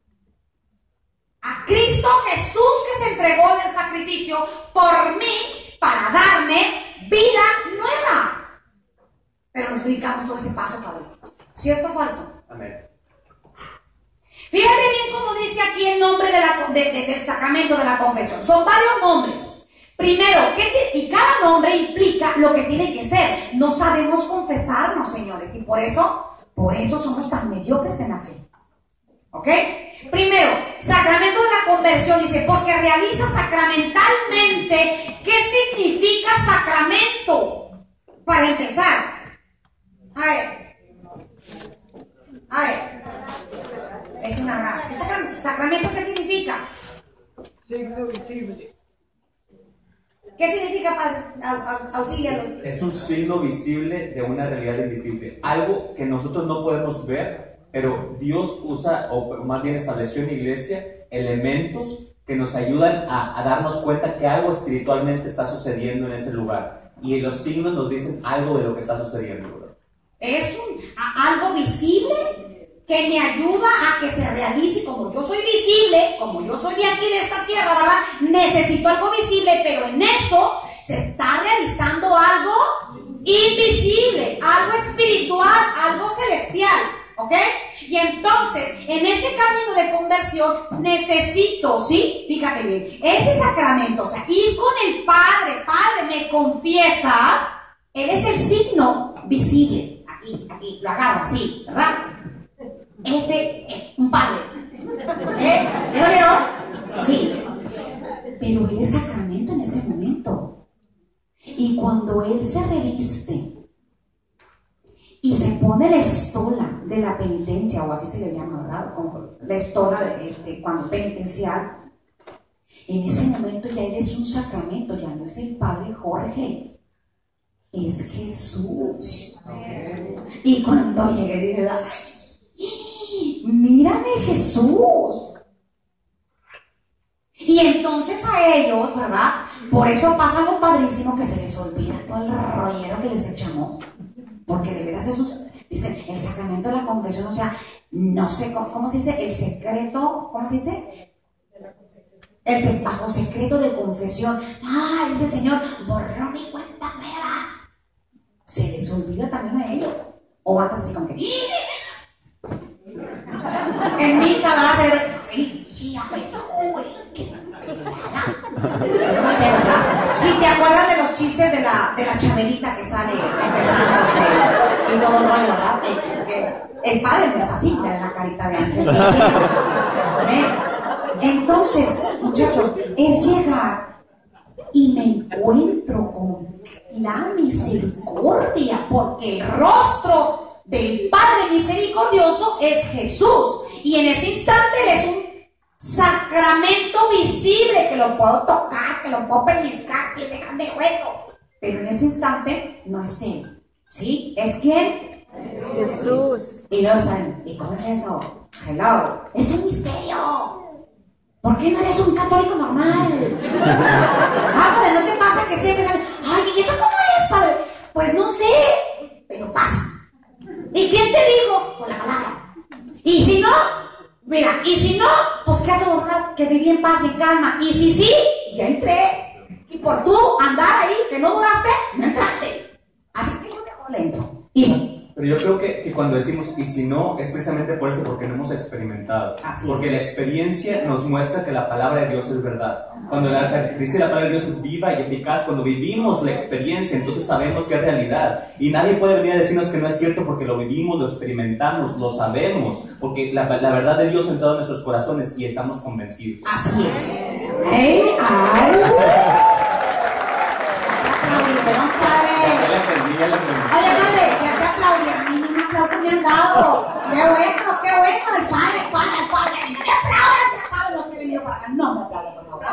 A Cristo Jesús que se entregó del sacrificio por mí para darme vida nueva. Pero nos brincamos todo ese paso, padre. ¿Cierto o falso? Amén. Fíjate bien cómo dice aquí el nombre de la, de, de, del sacramento de la confesión. Son varios nombres. Primero, ¿qué tiene? Y cada nombre implica lo que tiene que ser. No sabemos confesarnos, señores. Y por eso, por eso somos tan mediocres en la fe. ¿Ok? Primero, sacramento de la conversión. Dice, porque realiza sacramentalmente. ¿Qué significa sacramento? Para empezar. A ver, a ver, es una raza. ¿Este sacramento qué significa? Signo visible. ¿Qué significa, padre? Auxílianos. Es, es un signo visible de una realidad invisible. Algo que nosotros no podemos ver, pero Dios usa, o más bien estableció en la iglesia, elementos que nos ayudan a, a darnos cuenta que algo espiritualmente está sucediendo en ese lugar. Y los signos nos dicen algo de lo que está sucediendo, ¿verdad? Es un, a, algo visible que me ayuda a que se realice. Como yo soy visible, como yo soy de aquí, de esta tierra, ¿verdad? Necesito algo visible, pero en eso se está realizando algo invisible, algo espiritual, algo celestial, ¿ok? Y entonces, en este camino de conversión, necesito, ¿sí? Fíjate bien, ese sacramento, o sea, ir con el Padre, Padre, me confiesa. Él es el signo visible. Aquí, aquí, lo agarro así, ¿verdad? Este es un padre. ¿Eh? ¿Ya lo vieron? Sí. Pero Él es sacramento en ese momento. Y cuando Él se reviste y se pone la estola de la penitencia, o así se le llama, ¿verdad? Como la estola de este, cuando penitencial, en ese momento ya Él es un sacramento, ya no es el Padre Jorge, es Jesús. Y cuando llegue y diga, mírame Jesús. Y entonces a ellos, ¿verdad? Por eso pasa lo padrísimo que se les olvida todo el rollero que les echamos. Porque de veras Jesús dice, el sacramento de la confesión, o sea, no sé cómo, cómo se dice, el secreto, ¿cómo se dice? El se- bajo secreto de confesión. Ay, dice el Señor, borrón y cuenta nueva. Se les olvida también a ellos. O antes así como que en misa, ¿verdad? Se no sé, ¿verdad? Si te acuerdas de los chistes de la, de la Chabelita que sale empezándose y todo el rollo, ¿verdad? Eh, eh, el padre no es así, mira la carita de ángel. ¿Eh? Entonces, muchachos, es llegar y me encuentro con la misericordia, porque el rostro del Padre misericordioso es Jesús, y en ese instante Él es un sacramento visible, que lo puedo tocar, que lo puedo pellizcar, si me carne de hueso, pero en ese instante no es Él, ¿sí? ¿Es quién? Jesús. Y luego saben, ¿y cómo es eso? Hello, es un misterio. ¿Por qué no eres un católico normal? Ah, padre, ¿no te pasa que siempre salen, ay, ¿y eso cómo es, padre? Pues no sé, pero pasa. ¿Y quién te dijo? Por la palabra. Y si no, mira, y si no, pues quédate dormido, que viví en paz y calma. Y si sí, ya entré. Y por tú andar ahí, que no dudaste, no entraste. Así que yo mejor le entro. Y bueno. Pero yo creo que, que cuando decimos y si no, es precisamente por eso, porque no hemos experimentado. Así porque es. la experiencia nos muestra que la palabra de Dios es verdad. Cuando la, la, dice la palabra de Dios es viva y eficaz, cuando vivimos la experiencia, entonces sabemos que es realidad. Y nadie puede venir a decirnos que no es cierto porque lo vivimos, lo experimentamos, lo sabemos. Porque la, la verdad de Dios ha entrado en nuestros corazones y estamos convencidos. Así es. ¡Ey! ¡Ay! Aplaudieron, padre. Ya le entendí, ya le entendí. Oye, padre, ya te aplaudí. A mí no me aplauso me han dado. ¡Qué bueno, qué bueno! El padre, el padre, el padre. A mí no me aplaudan. Ya saben los que he venido por acá. No me aplaudan, por favor.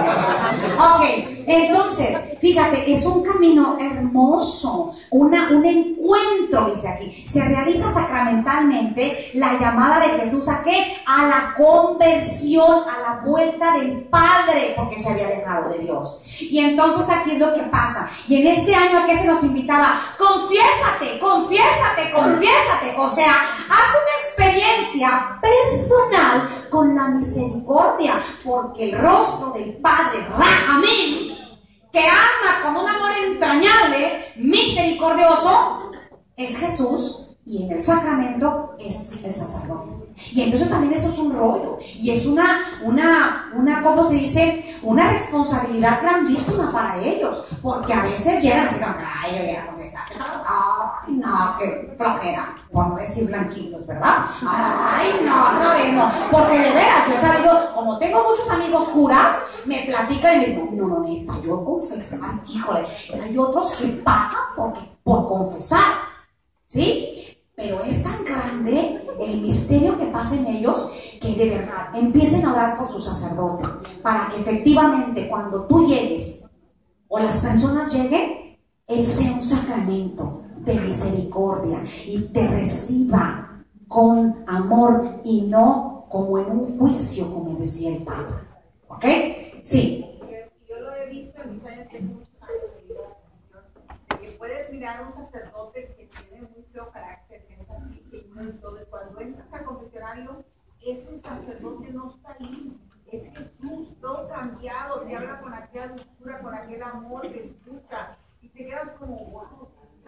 Ok, entonces, fíjate, es un camino hermoso, una, un encuentro, dice aquí. Se realiza sacramentalmente la llamada de Jesús ¿a qué? A la conversión, a la vuelta del Padre, porque se había dejado de Dios. Y entonces aquí es lo que pasa. Y en este año, ¿a qué se nos invitaba? Confiésate, confiésate, confiésate. O sea, haz una experiencia personal con la misericordia, porque el rostro del Padre Rahamim, que ama con un amor entrañable, misericordioso, es Jesús, y en el sacramento es el sacerdote. Y entonces también eso es un rollo, y es una, una, una, ¿cómo se dice? Una responsabilidad grandísima para ellos, porque a veces llegan así como, ay, yo voy a confesar, ay, no, qué flojera, por no decir blanquitos, ¿verdad? Ay, no, otra vez no, porque de veras, yo he sabido, como tengo muchos amigos curas, me platican y me dicen, no, no, neta, yo confesar, híjole, hay otros que pagan porque, por confesar, ¿sí? Pero es tan grande el misterio que pasa en ellos que de verdad empiecen a orar por su sacerdote para que efectivamente cuando tú llegues o las personas lleguen, él sea un sacramento de misericordia y te reciba con amor y no como en un juicio, como decía el Papa. ¿Ok? Sí. Yo lo he visto en mis años, que muchos años de vida, que puedes mirar a un sacerdote que tiene muy feo carácter, que es así, que y todo, cuando entras al confesionario, ese sacerdote no está ahí, es Jesús, todo cambiado, te habla con aquella dulzura, con aquel amor, te escucha, y te quedas como, wow.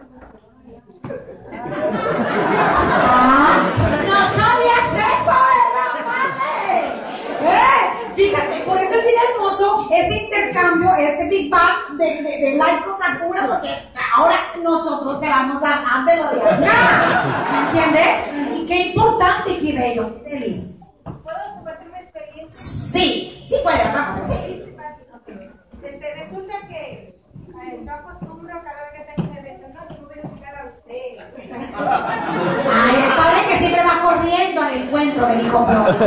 Ah, no sabías eso, ¿verdad, padre? ¿Eh? Fíjate, por eso es bien hermoso ese intercambio, este Big Bang de, de, de laicos a curas, porque ahora no estamos hablando de lo de acá. ¿Me entiendes? Y qué importante y qué bello. Feliz. ¿Puedo compartir mi experiencia? Sí, sí puede, ¿verdad? Sí. Este, resulta que eh, yo acostumbro cada vez que tengo un evento, no, yo voy a buscar a usted. Ay, el padre que siempre va corriendo al encuentro del hijo pródigo.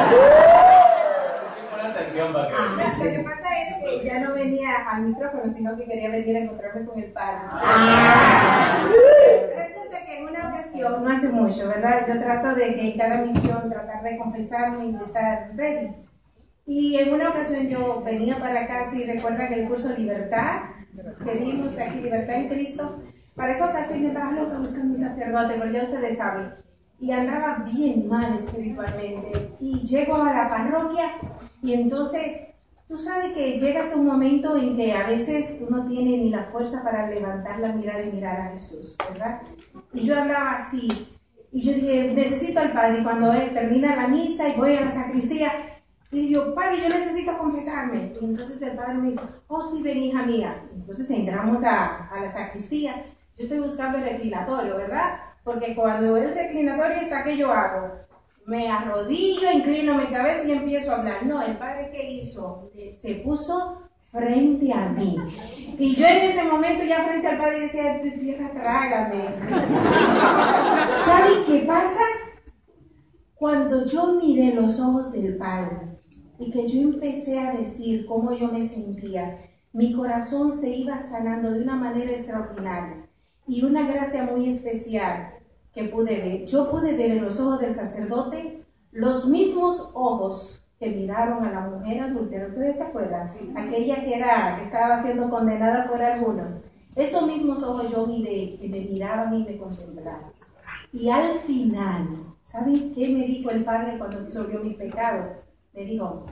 Atención, para que... Ah, Lo que pasa es que ya no venía al micrófono, sino que quería venir a encontrarme con el padre. Ah. Resulta que en una ocasión, no hace mucho, ¿verdad? Yo trato de que en cada misión tratar de confesarme y de estar ready. Y en una ocasión yo venía para acá, si recuerdan el curso Libertad, que dimos aquí, Libertad en Cristo. Para esa ocasión yo estaba loca buscando un sacerdote, pero ya ustedes saben. Y andaba bien mal espiritualmente. Y llego a la parroquia y entonces, tú sabes que llegas a un momento en que a veces tú no tienes ni la fuerza para levantar la mirada y mirar a Jesús, ¿verdad? Y yo andaba así. Y yo dije, necesito al Padre. Y cuando él termina la misa y voy a la sacristía, y yo, Padre, yo necesito confesarme. Y entonces el Padre me dice, oh sí, ven, hija mía. Entonces entramos a, a la sacristía. Yo estoy buscando el reclinatorio, ¿verdad? Porque cuando el reclinatorio está, ¿qué yo hago? Me arrodillo, inclino mi cabeza y empiezo a hablar. No, el Padre, ¿qué hizo? Se puso frente a mí. Y yo en ese momento ya frente al Padre decía, tierra, trágame. ¿Sabe qué pasa? Cuando yo miré los ojos del Padre y que yo empecé a decir cómo yo me sentía, mi corazón se iba sanando de una manera extraordinaria y una gracia muy especial que pude ver. Yo pude ver en los ojos del sacerdote los mismos ojos que miraron a la mujer adúltera. ¿Ustedes se acuerdan? Aquella que, era, que estaba siendo condenada por algunos. Esos mismos ojos yo miré, que me miraban y me contemplaban. Y al final, ¿saben qué me dijo el Padre cuando absolvió mis pecados? Me dijo,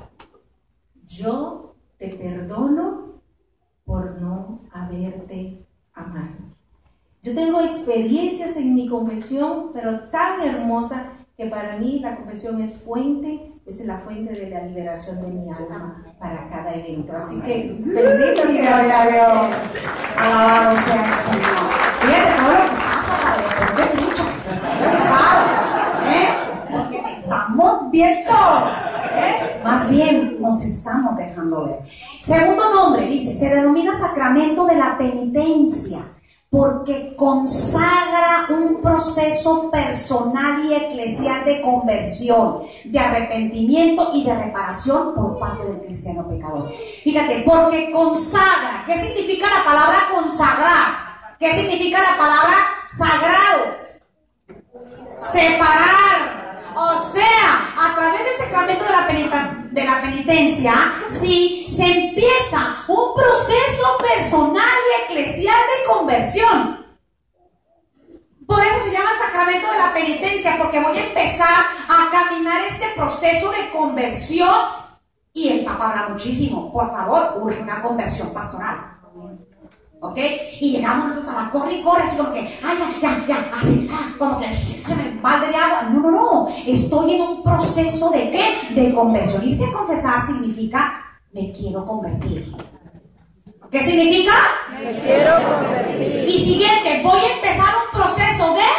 yo te perdono por no haberte amado. Yo tengo experiencias en mi confesión, pero tan hermosa que para mí la confesión es fuente, es la fuente de la liberación de mi alma para cada evento. Así que, bendito sea Dios. Alabado sea el Señor. Fíjate todo lo que pasa para después de mucho. Qué pesado, ¿eh? Porque te estamos viendo, ¿eh? Más bien nos estamos dejando ver. Segundo nombre, dice, se denomina sacramento de la penitencia, porque consagra un proceso personal y eclesial de conversión, de arrepentimiento y de reparación por parte del cristiano pecador. Fíjate, porque consagra. ¿Qué significa la palabra consagrar? ¿Qué significa la palabra sagrado? Separar. O sea, a través del sacramento de la, peniten- de la penitencia, sí, se empieza un proceso personal y eclesial de conversión. Por eso se llama el sacramento de la penitencia, porque voy a empezar a caminar este proceso de conversión. Y el Papa habla muchísimo, por favor, urge una conversión pastoral. ¿Ok? Y llegamos nosotros a la corre y corre, así como que, ay, ya, ya, ya, así, ah, como que se me balde de agua. No, no, no, estoy en un proceso de ¿qué? De conversión. Irse a confesar significa, me quiero convertir. ¿Qué significa? Me quiero convertir. Y siguiente, voy a empezar un proceso de...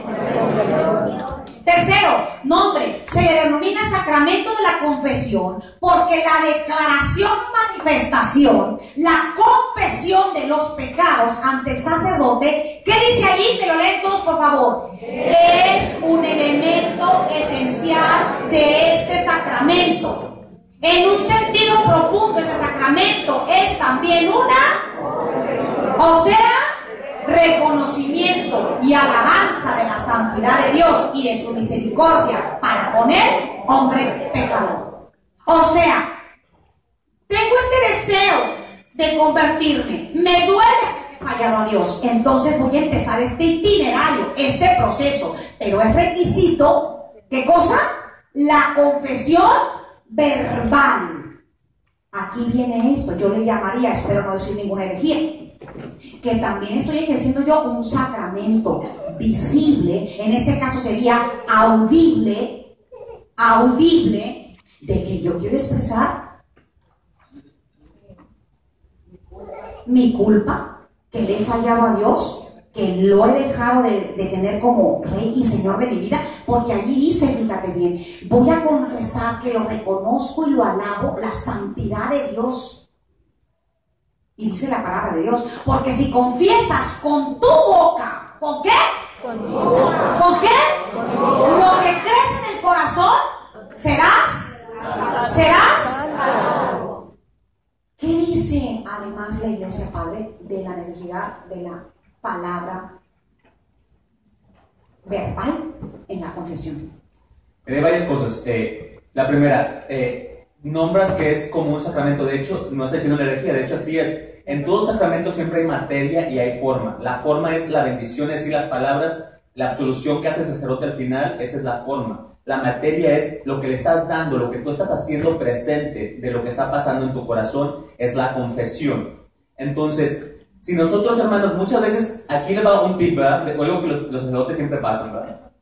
Tercero, nombre, se le denomina sacramento de la confesión porque la declaración, manifestación, la confesión de los pecados ante el sacerdote, ¿qué dice ahí? Me lo leen todos, por favor. Es un elemento esencial de este sacramento. En un sentido profundo, ese sacramento es también una, o sea, reconocimiento y alabanza de la santidad de Dios y de su misericordia para con el hombre pecador. O sea, tengo este deseo de convertirme, me duele haber fallado a Dios, entonces voy a empezar este itinerario, este proceso, pero es requisito, ¿qué cosa? La confesión verbal. Aquí viene esto, yo le llamaría, espero no decir ninguna herejía, que también estoy ejerciendo yo un sacramento visible, en este caso sería audible, audible, de que yo quiero expresar mi culpa, que le he fallado a Dios, que lo he dejado de, de tener como rey y señor de mi vida, porque allí dice, fíjate bien, voy a confesar que lo reconozco y lo alabo, la santidad de Dios. Y dice la palabra de Dios, porque si confiesas con tu boca, ¿con qué? Con tu boca. ¿Con qué? Con tu boca. Lo que crees en el corazón, serás, serás. ¿Qué dice además la Iglesia, Padre, de la necesidad de la palabra verbal en la confesión? Hay varias cosas. Eh, la primera, eh, nombras que es como un sacramento. De hecho, no está diciendo la herejía, de hecho así es. En todo sacramento siempre hay materia y hay forma. La forma es la bendición, es decir, las palabras, la absolución que hace el sacerdote al final, esa es la forma. La materia es lo que le estás dando, lo que tú estás haciendo presente de lo que está pasando en tu corazón, es la confesión. Entonces, si nosotros, hermanos, muchas veces, aquí le va un tip, ¿verdad? De algo que los, los sacerdotes siempre pasan, ¿verdad?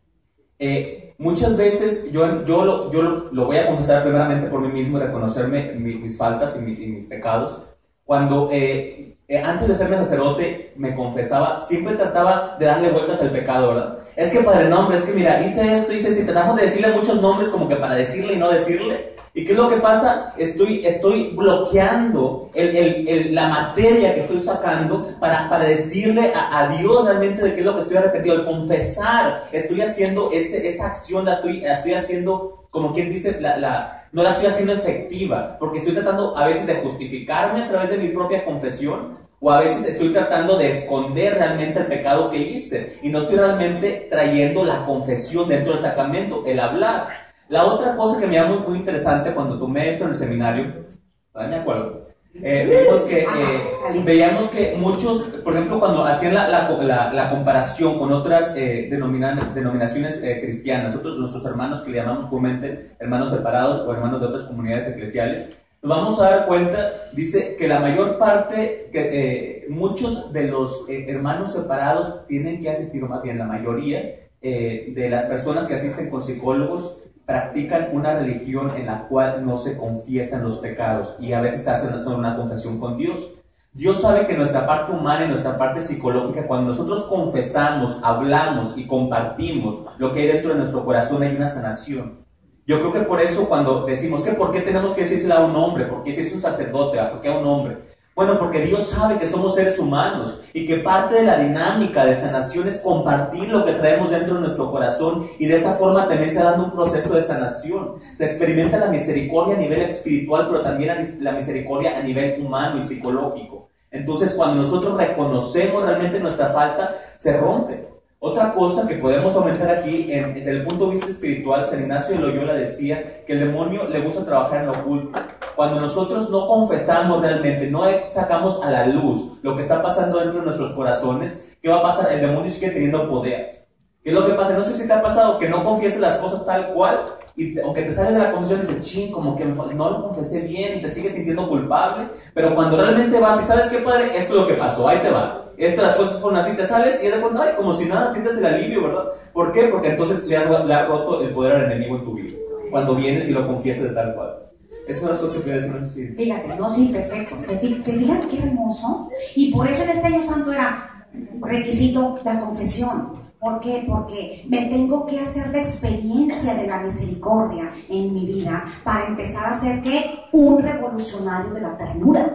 Eh, muchas veces yo, yo, lo, yo lo, lo voy a confesar primeramente por mí mismo y reconocerme mi, mis faltas y, mi, y mis pecados. Cuando eh, eh, antes de serme sacerdote me confesaba, siempre trataba de darle vueltas al pecado, ¿verdad? Es que, padre, no, hombre, es que mira, hice esto, hice esto, y tratamos de decirle muchos nombres como que para decirle y no decirle. ¿Y qué es lo que pasa? Estoy, estoy bloqueando el, el, el, la materia que estoy sacando para, para decirle a, a Dios realmente de qué es lo que estoy arrepentido. Al confesar, estoy haciendo ese, esa acción, la estoy, la estoy haciendo, como quien dice, la, la, no la estoy haciendo efectiva, porque estoy tratando a veces de justificarme a través de mi propia confesión, o a veces estoy tratando de esconder realmente el pecado que hice, y no estoy realmente trayendo la confesión dentro del sacramento, el hablar. La otra cosa que me llama muy, muy interesante cuando tomé esto en el seminario, todavía me acuerdo, eh, vimos que, eh, veíamos que muchos, por ejemplo, cuando hacían la, la, la, la comparación con otras eh, denomina, denominaciones eh, cristianas, otros, nuestros hermanos que le llamamos comúnmente hermanos separados o hermanos de otras comunidades eclesiales, nos vamos a dar cuenta, dice que la mayor parte, que eh, muchos de los eh, hermanos separados tienen que asistir, o más bien la mayoría eh, de las personas que asisten con psicólogos, practican una religión en la cual no se confiesan los pecados y a veces hacen una confesión con Dios. Dios sabe que nuestra parte humana y nuestra parte psicológica, cuando nosotros confesamos, hablamos y compartimos lo que hay dentro de nuestro corazón, hay una sanación. Yo creo que por eso cuando decimos que ¿por qué tenemos que decírselo a un hombre? Porque si es un sacerdote, ¿por qué a un hombre? Bueno, porque Dios sabe que somos seres humanos y que parte de la dinámica de sanación es compartir lo que traemos dentro de nuestro corazón, y de esa forma también se da un proceso de sanación. Se experimenta la misericordia a nivel espiritual, pero también la misericordia a nivel humano y psicológico. Entonces, cuando nosotros reconocemos realmente nuestra falta, se rompe. Otra cosa que podemos aumentar aquí, en, desde el punto de vista espiritual, San Ignacio de Loyola decía que el demonio le gusta trabajar en lo oculto. Cuando nosotros no confesamos realmente, no sacamos a la luz lo que está pasando dentro de nuestros corazones, ¿qué va a pasar? El demonio sigue teniendo poder. ¿Qué es lo que pasa? No sé si te ha pasado que no confieses las cosas tal cual, y te, aunque te sales de la confesión dices, ching, como que no lo confesé bien y te sigues sintiendo culpable, pero cuando realmente vas y sabes qué, padre, esto es lo que pasó, ahí te va. Estas las cosas fueron así, te sales y de cuenta, ay, como si nada, sientes el alivio, ¿verdad? ¿Por qué? Porque entonces le has, le has roto el poder al enemigo en tu vida, cuando vienes y lo confiesas de tal cual. Esas son las cosas que quería decir, no sé si... Fíjate, no, sí, perfecto. ¿Se fijan qué hermoso? Y por eso en este año santo era requisito la confesión. ¿Por qué? Porque me tengo que hacer la experiencia de la misericordia en mi vida para empezar a ser, ¿qué? Un revolucionario de la ternura.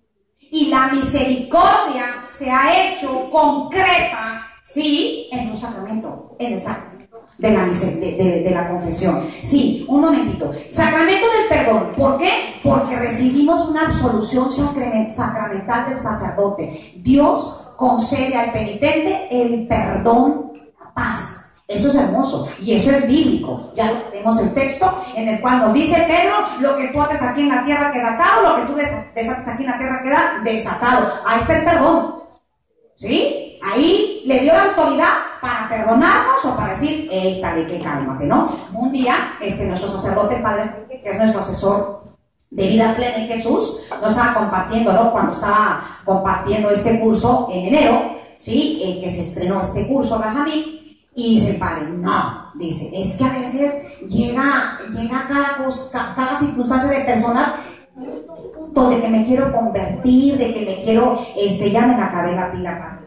Y la misericordia se ha hecho concreta, sí, en un sacramento, en el sacramento de la, de, de, de la confesión. Sí, un momentito. Sacramento del perdón. ¿Por qué? Porque recibimos una absolución sacramental del sacerdote. Dios concede al penitente el perdón, la paz. Eso es hermoso y eso es bíblico. Ya tenemos el texto en el cual nos dice Pedro: lo que tú haces aquí en la tierra queda atado, lo que tú desates aquí en la tierra queda desatado. Ahí está el perdón, ¿sí? Ahí le dio la autoridad para perdonarnos o para decir, eh, dale, que cálmate, ¿no? Un día, este, nuestro sacerdote, el padre, que es nuestro asesor de vida plena en Jesús, nos estaba compartiendo, ¿no? Cuando estaba compartiendo este curso en enero, ¿sí? Eh, que se estrenó este curso, Benjamín. Y dice el padre, no, dice, es que a veces llega, llega cada, cosa, cada circunstancia de personas de que me quiero convertir, de que me quiero, este, ya me acabé la pila, padre, rápido,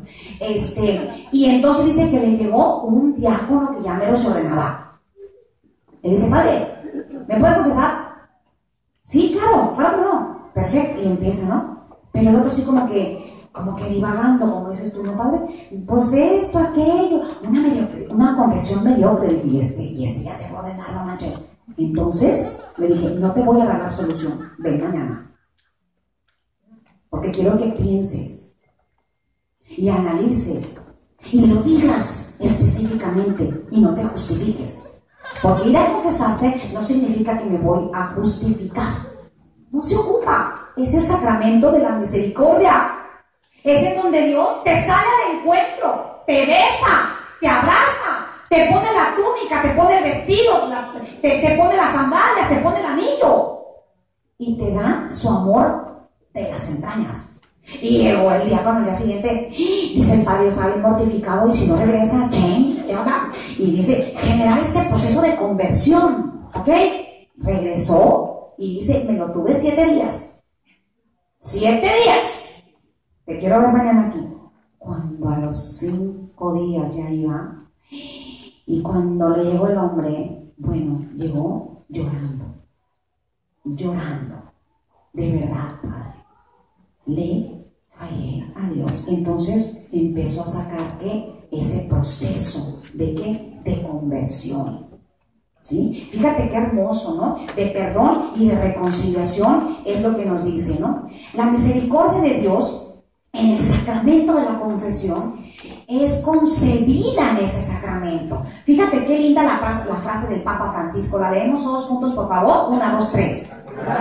Este, y entonces dice que le llegó un diácono que ya mero se ordenaba. Él dice, padre, ¿me puede confesar? Sí, claro, claro que no. Perfecto, y empieza, ¿no? Pero el otro sí como que, como que divagando, como dices tú, ¿no, padre? Pues esto, aquello, una, mediocre, una confesión mediocre. Y este, y este ya se va a ordenar, no manches. Entonces le dije, no te voy a dar la absolución, ven mañana. Porque quiero que pienses y analices y lo digas específicamente y no te justifiques. Porque ir a confesarse no significa que me voy a justificar. No se ocupa. Es el sacramento de la misericordia. Es en donde Dios te sale al encuentro, te besa, te abraza, te pone la túnica, te pone el vestido, la, te, te pone las sandalias, te pone el anillo y te da su amor de las entrañas. Y llegó el diácono al día siguiente, dice el padre, estaba bien mortificado, y si no regresa, change, y dice, generar este proceso de conversión, ¿ok? Regresó y dice, me lo tuve siete días. Siete días. Te quiero ver mañana aquí. Cuando a los cinco días ya iba, y cuando le llegó el hombre, bueno, llegó llorando, llorando, de verdad, padre. Le fallé a Dios. Entonces empezó a sacar ¿qué? Ese proceso de ¿qué? De conversión. ¿Sí? Fíjate qué hermoso, ¿no? De perdón y de reconciliación es lo que nos dice, ¿no? La misericordia de Dios en el sacramento de la confesión es concebida en este sacramento. Fíjate qué linda la frase, la frase del Papa Francisco. La leemos todos juntos, por favor. Una, dos, tres.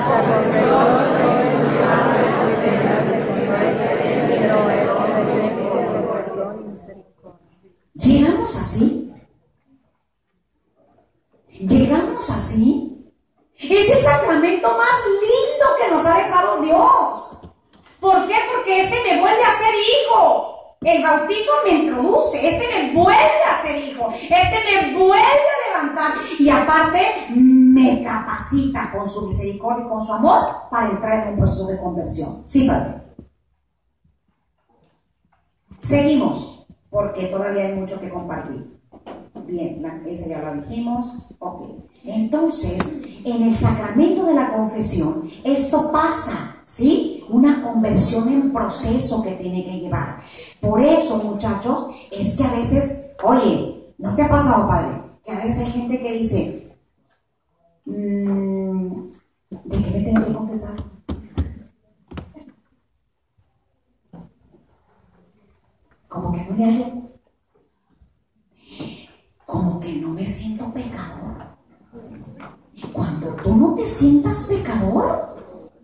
¿Llegamos así? ¿Llegamos así? Es el sacramento más lindo que nos ha dejado Dios. ¿Por qué? Porque este me vuelve a ser hijo. El bautizo me introduce, este me vuelve a ser hijo, este me vuelve a levantar y aparte me capacita con su misericordia y con su amor para entrar en un proceso de conversión. Sí, padre. Seguimos, porque todavía hay mucho que compartir. Bien, esa ya la dijimos. Ok. Entonces, en el sacramento de la confesión, esto pasa, ¿sí? Una conversión en proceso que tiene que llevar. Por eso, muchachos, es que a veces, oye, ¿no te ha pasado, padre? Que a veces hay gente que dice, mmm, ¿de qué me tengo que confesar? Como que no le hallo. Como que no me siento pecador. Cuando tú no te sientas pecador,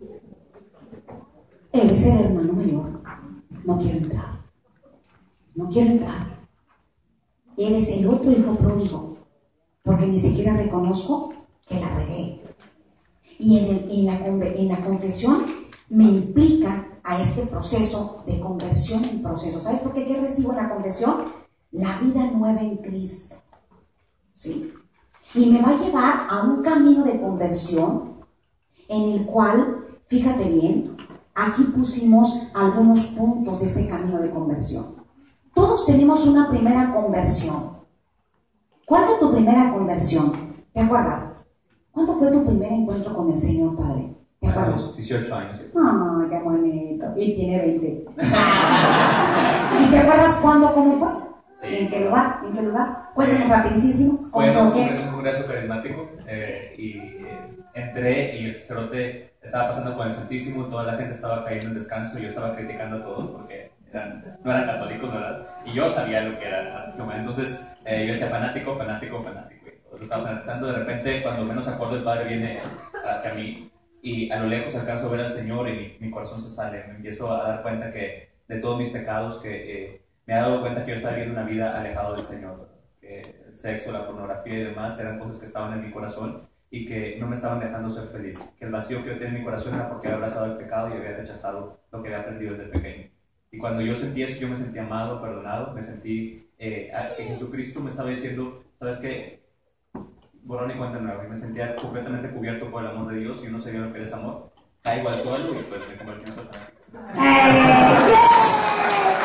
eres el hermano mayor. No quiero entrar. No quiero entrar. Eres el otro hijo pródigo, porque ni siquiera reconozco que la regué. Y en, el, en, la, en la confesión me implica a este proceso de conversión en proceso. ¿Sabes por qué? ¿Qué recibo en la confesión? La vida nueva en Cristo. ¿Sí? Y me va a llevar a un camino de conversión en el cual, fíjate bien, aquí pusimos algunos puntos de este camino de conversión. Todos tenemos una primera conversión. ¿Cuál fue tu primera conversión? ¿Te acuerdas? ¿Cuándo fue tu primer encuentro con el Señor, Padre? ¿Te acuerdas? A los dieciocho años. Ah, qué bonito. Y tiene veinte. ¿Y te acuerdas cuándo, cómo fue? Sí. ¿En qué lugar? ¿En qué lugar? Cuéntanos Eh, rapidísimo. Fue en un, congreso, un congreso carismático eh, y eh, entré y el sacerdote estaba pasando con el Santísimo, toda la gente estaba cayendo en descanso y yo estaba criticando a todos porque eran, no eran católicos, ¿verdad? Y yo sabía lo que era la religión. Entonces eh, yo decía fanático, fanático, fanático. Y todo lo estaba fanatizando. De repente, cuando menos acuerdo, el Padre viene hacia mí y a lo lejos alcanzo a ver al Señor y mi, mi corazón se sale. Me empiezo a dar cuenta que de todos mis pecados que... Eh, me he dado cuenta que yo estaba viviendo una vida alejado del Señor, que el sexo, la pornografía y demás eran cosas que estaban en mi corazón y que no me estaban dejando ser feliz, que el vacío que yo tenía en mi corazón era porque había abrazado el pecado y había rechazado lo que había aprendido desde pequeño. Y cuando yo sentí eso, yo me sentí amado, perdonado, me sentí eh, que Jesucristo me estaba diciendo, ¿sabes qué? Borrón y cuenta nueva, y me sentía completamente cubierto por el amor de Dios y yo no sabía lo que era ese amor. Caigo al suelo y pues me convertí en otra persona.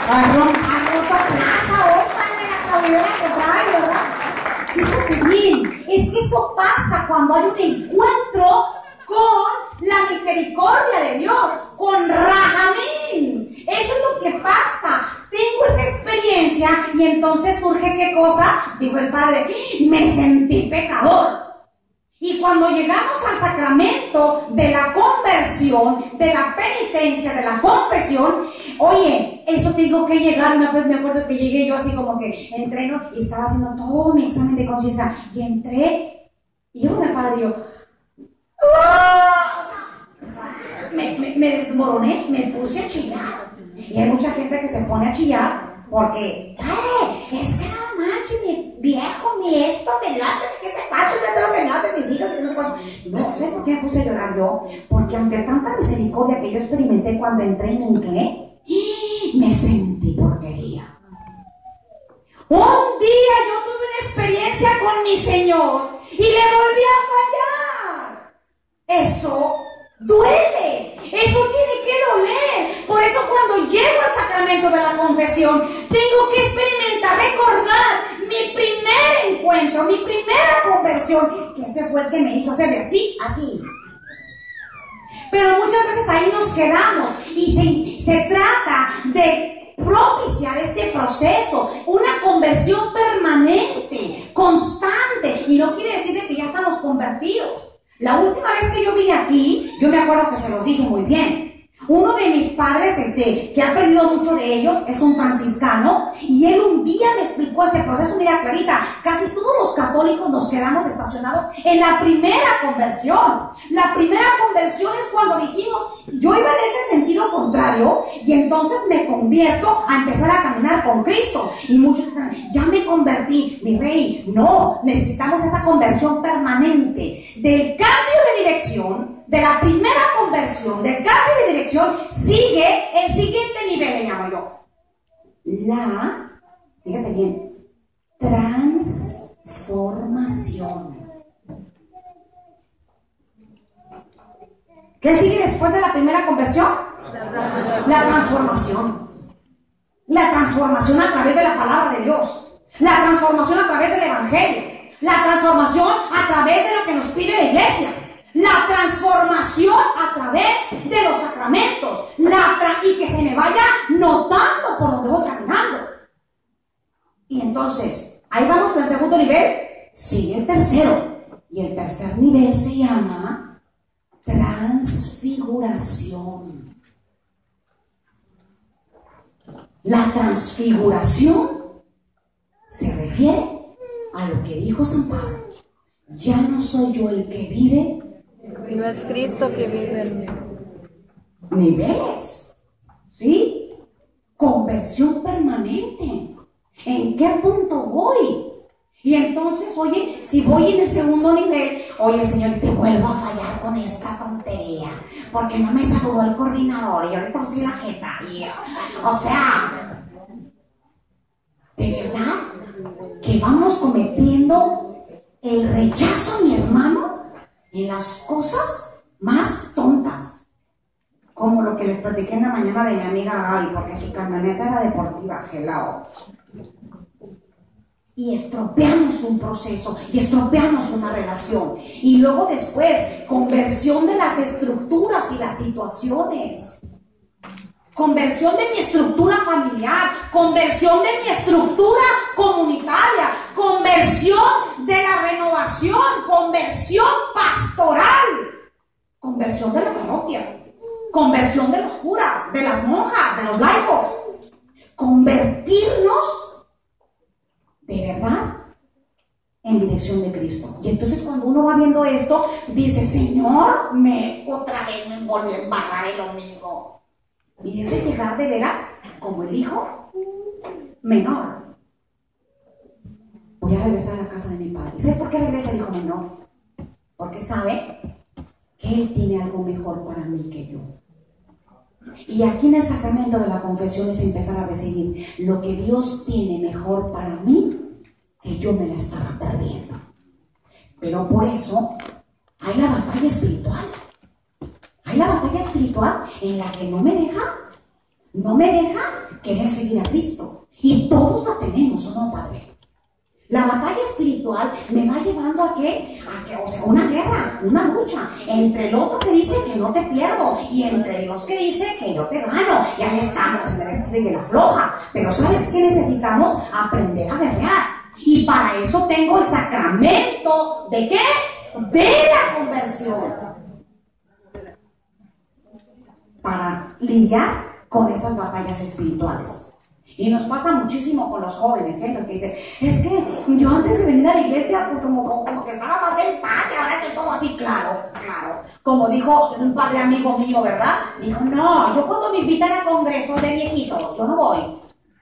Ha roto plaza hoy, padre, la cabellera que trae, ¿verdad? Fíjate bien, es que eso pasa cuando hay un encuentro con la misericordia de Dios, con Rajamín. Eso es lo que pasa. Tengo esa experiencia y entonces surge ¿qué cosa? Dijo el padre, me sentí pecador. Y cuando llegamos al sacramento de la conversión, de la penitencia, de la confesión, oye, eso tengo que llegar. Una vez me acuerdo que llegué yo así como que entreno y estaba haciendo todo mi examen de conciencia y entré y yo con el padre y yo me, me, me desmoroné, me puse a chillar. Y hay mucha gente que se pone a chillar porque, padre, es que no manches, mi viejo, mi esto, me late, que se parte, no lo que me hacen mis hijos, y no sé cuánto. No, ¿sabes por qué me puse a llorar yo? Porque ante tanta misericordia que yo experimenté cuando entré y me hinqué, me sentí porquería. Un día yo tuve una experiencia con mi Señor y le volví a fallar. Eso duele, eso tiene que doler. Por eso cuando llego al sacramento de la confesión, tengo que experimentar, recordar mi primer encuentro, mi primera conversión, que ese fue el que me hizo hacer de así, así. Pero muchas veces ahí nos quedamos y se, se trata de propiciar este proceso, una conversión permanente, constante, y no quiere decir de que ya estamos convertidos. La última vez que yo vine aquí, yo me acuerdo que se los dije muy bien. Uno de mis padres, este, que ha aprendido mucho de ellos, es un franciscano, y él un día me explicó este proceso. Mira, Clarita, casi todos los católicos nos quedamos estacionados en la primera conversión. La primera conversión es cuando dijimos, yo iba en ese sentido contrario, y entonces me convierto a empezar a caminar con Cristo. Y muchos dicen, ya me convertí, mi rey. No, necesitamos esa conversión permanente. Del cambio de dirección, de la primera conversión, del cambio de dirección, sigue el siguiente nivel, le llamo yo. La, fíjate bien, transformación. ¿Qué sigue después de la primera conversión? La transformación. La transformación a través de la palabra de Dios. La transformación a través del Evangelio. La transformación a través de lo que nos pide la iglesia. La transformación a través de los sacramentos, la tra- y que se me vaya notando por donde voy caminando. Y entonces, ahí vamos con el segundo nivel, sigue el tercero. Y el tercer nivel se llama transfiguración. La transfiguración se refiere a lo que dijo San Pablo. Ya no soy yo el que vive, sino es Cristo que vive en mí. Niveles, ¿sí? Conversión permanente. ¿En qué punto voy? Y entonces, oye, si voy en el segundo nivel, oye, Señor, te vuelvo a fallar con esta tontería, porque no me saludó el coordinador y ahorita usé la jeta. Y, o sea, de verdad que vamos cometiendo el rechazo a mi hermano en las cosas más tontas, como lo que les platiqué en la mañana de mi amiga Gaby, porque su camioneta era deportiva, gelado. Y estropeamos un proceso, y estropeamos una relación. Y luego después, conversión de las estructuras y las situaciones. Conversión de mi estructura familiar, conversión de mi estructura comunitaria, conversión de la renovación, conversión pastoral, conversión de la parroquia, conversión de los curas, de las monjas, de los laicos. Convertirnos de verdad en dirección de Cristo. Y entonces cuando uno va viendo esto, dice, Señor, me otra vez me volví a embarrar en lo mismo. Y es de llegar de veras como el hijo menor. Voy a regresar a la casa de mi padre. ¿Sabes por qué regresa el hijo menor? Porque sabe que él tiene algo mejor para mí que yo. Y aquí en el sacramento de la confesión es empezar a recibir lo que Dios tiene mejor para mí, que yo me la estaba perdiendo. Pero por eso hay la batalla espiritual. Hay la batalla espiritual en la que no me deja, no me deja querer seguir a Cristo. Y todos la tenemos, ¿o no, Padre? La batalla espiritual me va llevando a qué, a que, o sea, una guerra, una lucha entre el otro que dice que no te pierdo y entre Dios que dice que yo te gano. Y ahí estamos en el estilo de la floja. Pero ¿sabes qué necesitamos? Aprender a guerrear. Y para eso tengo el sacramento ¿de qué? De la conversión. Para lidiar con esas batallas espirituales. Y nos pasa muchísimo con los jóvenes, ¿eh? Lo que dicen, es que yo antes de venir a la iglesia, pues como, como, como que estaba más en paz y ahora estoy todo así, claro, claro. Como dijo un padre amigo mío, ¿verdad? Dijo, no, yo cuando me invitan a congresos de viejitos, yo no voy.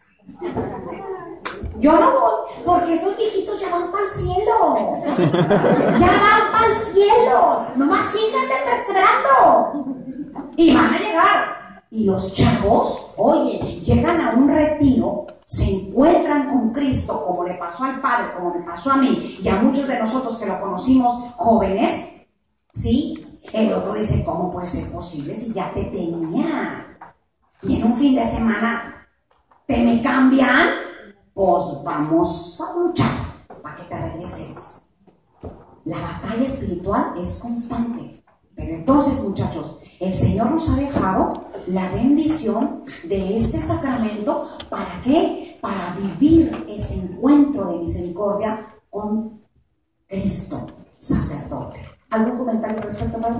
Yo no voy, porque esos viejitos ya van para el cielo. Ya van para el cielo. Nomás síganle perseverando. Y van a llegar. Y los chavos, oye, llegan a un retiro, se encuentran con Cristo, como le pasó al Padre, como le pasó a mí, y a muchos de nosotros que lo conocimos jóvenes, ¿sí? El otro dice, ¿cómo puede ser posible si ya te tenía? Y en un fin de semana, ¿te me cambian? Pues vamos a luchar para que te regreses. La batalla espiritual es constante. Pero entonces, muchachos, el Señor nos ha dejado la bendición de este sacramento. ¿Para qué? Para vivir ese encuentro de misericordia con Cristo, sacerdote. ¿Algún comentario al respecto, Pablo?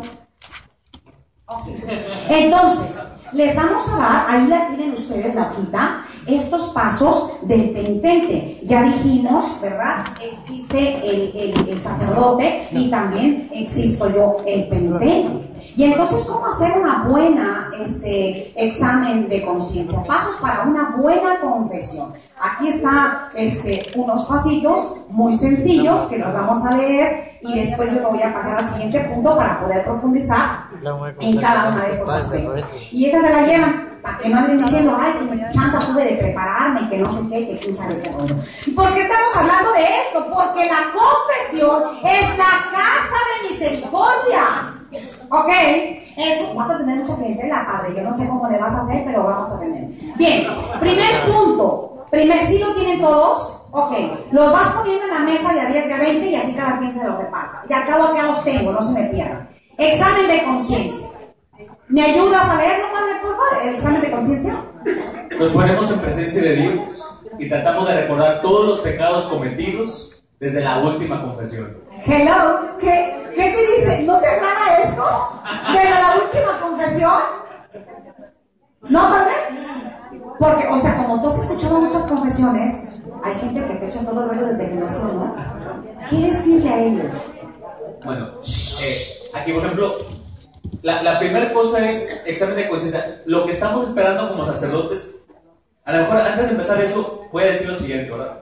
Okay. Entonces, les vamos a dar, ahí la tienen ustedes la hojita, estos pasos del penitente. Ya dijimos, ¿verdad? Existe el, el, el sacerdote y también existo yo, el penitente. Y entonces, ¿cómo hacer una buena este, examen de conciencia? Pasos para una buena confesión. Aquí están este, unos pasitos muy sencillos que los vamos a leer y después yo me voy a pasar al siguiente punto para poder profundizar en cada uno de esos aspectos. Y esa se la llevan, para que no anden diciendo, ay, que mi chance tuve de prepararme, que no sé qué, que quién sabe qué rollo. ¿Por qué estamos hablando de esto? Porque la confesión es la casa de misericordia. ¿Ok? Eso, vas a tener mucha gente, la padre, yo no sé cómo le vas a hacer, pero vamos a tener. Bien, primer punto. Primer, ¿sí lo tienen todos? Ok, los vas poniendo en la mesa de a diez, de a veinte y así cada quien se lo reparta. Y al cabo acá los tengo, no se me pierdan. Examen de conciencia. ¿Me ayudas a leerlo, padre, por favor? ¿El examen de conciencia? Nos ponemos en presencia de Dios y tratamos de recordar todos los pecados cometidos desde la última confesión. Hello, ¿qué, qué te dice? ¿No te agrada esto? ¿Desde la última confesión? ¿No, padre? Porque, o sea, como tú has escuchado muchas confesiones, hay gente que te echa todo el rollo desde que nació, ¿no? ¿Qué decirle a ellos? Bueno, eh, aquí, por ejemplo, la, la primera cosa es examen de conciencia. Lo que estamos esperando como sacerdotes, a lo mejor antes de empezar eso, voy a decir lo siguiente, ¿verdad?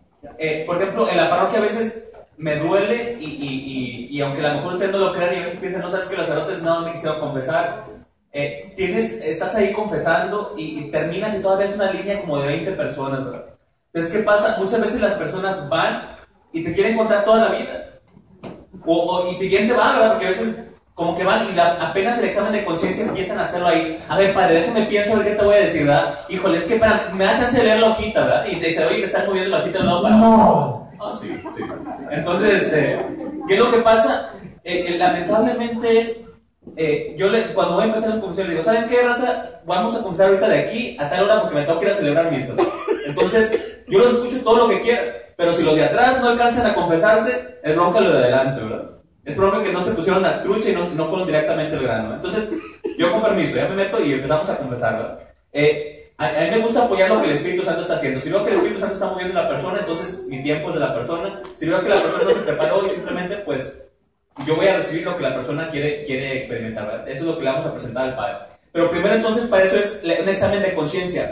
Eh, por ejemplo, en la parroquia a veces me duele y, y, y, y aunque a lo mejor ustedes no lo crean y a veces piensan, no sabes que los sacerdotes no me quisieron confesar. Eh, tienes, estás ahí confesando y, y terminas y todavía es una línea como de veinte personas, ¿verdad? Entonces, ¿qué pasa? Muchas veces las personas van y te quieren contar toda la vida. O, o, y siguiente van, ¿verdad? Porque a veces como que van y la, apenas el examen de conciencia empiezan a hacerlo ahí. A ver, padre, déjame pienso a ver qué te voy a decir, ¿verdad? Híjole, es que para, me da chance de leer la hojita, ¿verdad? Y te dice, oye, que están moviendo la hojita de un lado para otro. No. Ah, sí, sí. Entonces, este, ¿qué es lo que pasa? Eh, eh, lamentablemente es... Eh, yo le, cuando voy a empezar la confesión le digo, ¿saben qué, raza? Vamos a confesar ahorita de aquí a tal hora porque me toca ir a celebrar misa. Entonces, yo los escucho todo lo que quieran, pero si los de atrás no alcanzan a confesarse, es bronca lo de adelante, ¿verdad? Es bronca que no se pusieron la trucha y no, no fueron directamente al grano. Entonces, yo con permiso, ya me meto y empezamos a confesar, ¿verdad? Eh, a, a mí me gusta apoyar lo que el Espíritu Santo está haciendo. Si veo que el Espíritu Santo está moviendo a la persona, entonces mi tiempo es de la persona. Si veo que la persona no se preparó y simplemente, pues... yo voy a recibir lo que la persona quiere, quiere experimentar, ¿verdad? Eso es lo que le vamos a presentar al Padre. Pero primero entonces para eso es un examen de conciencia.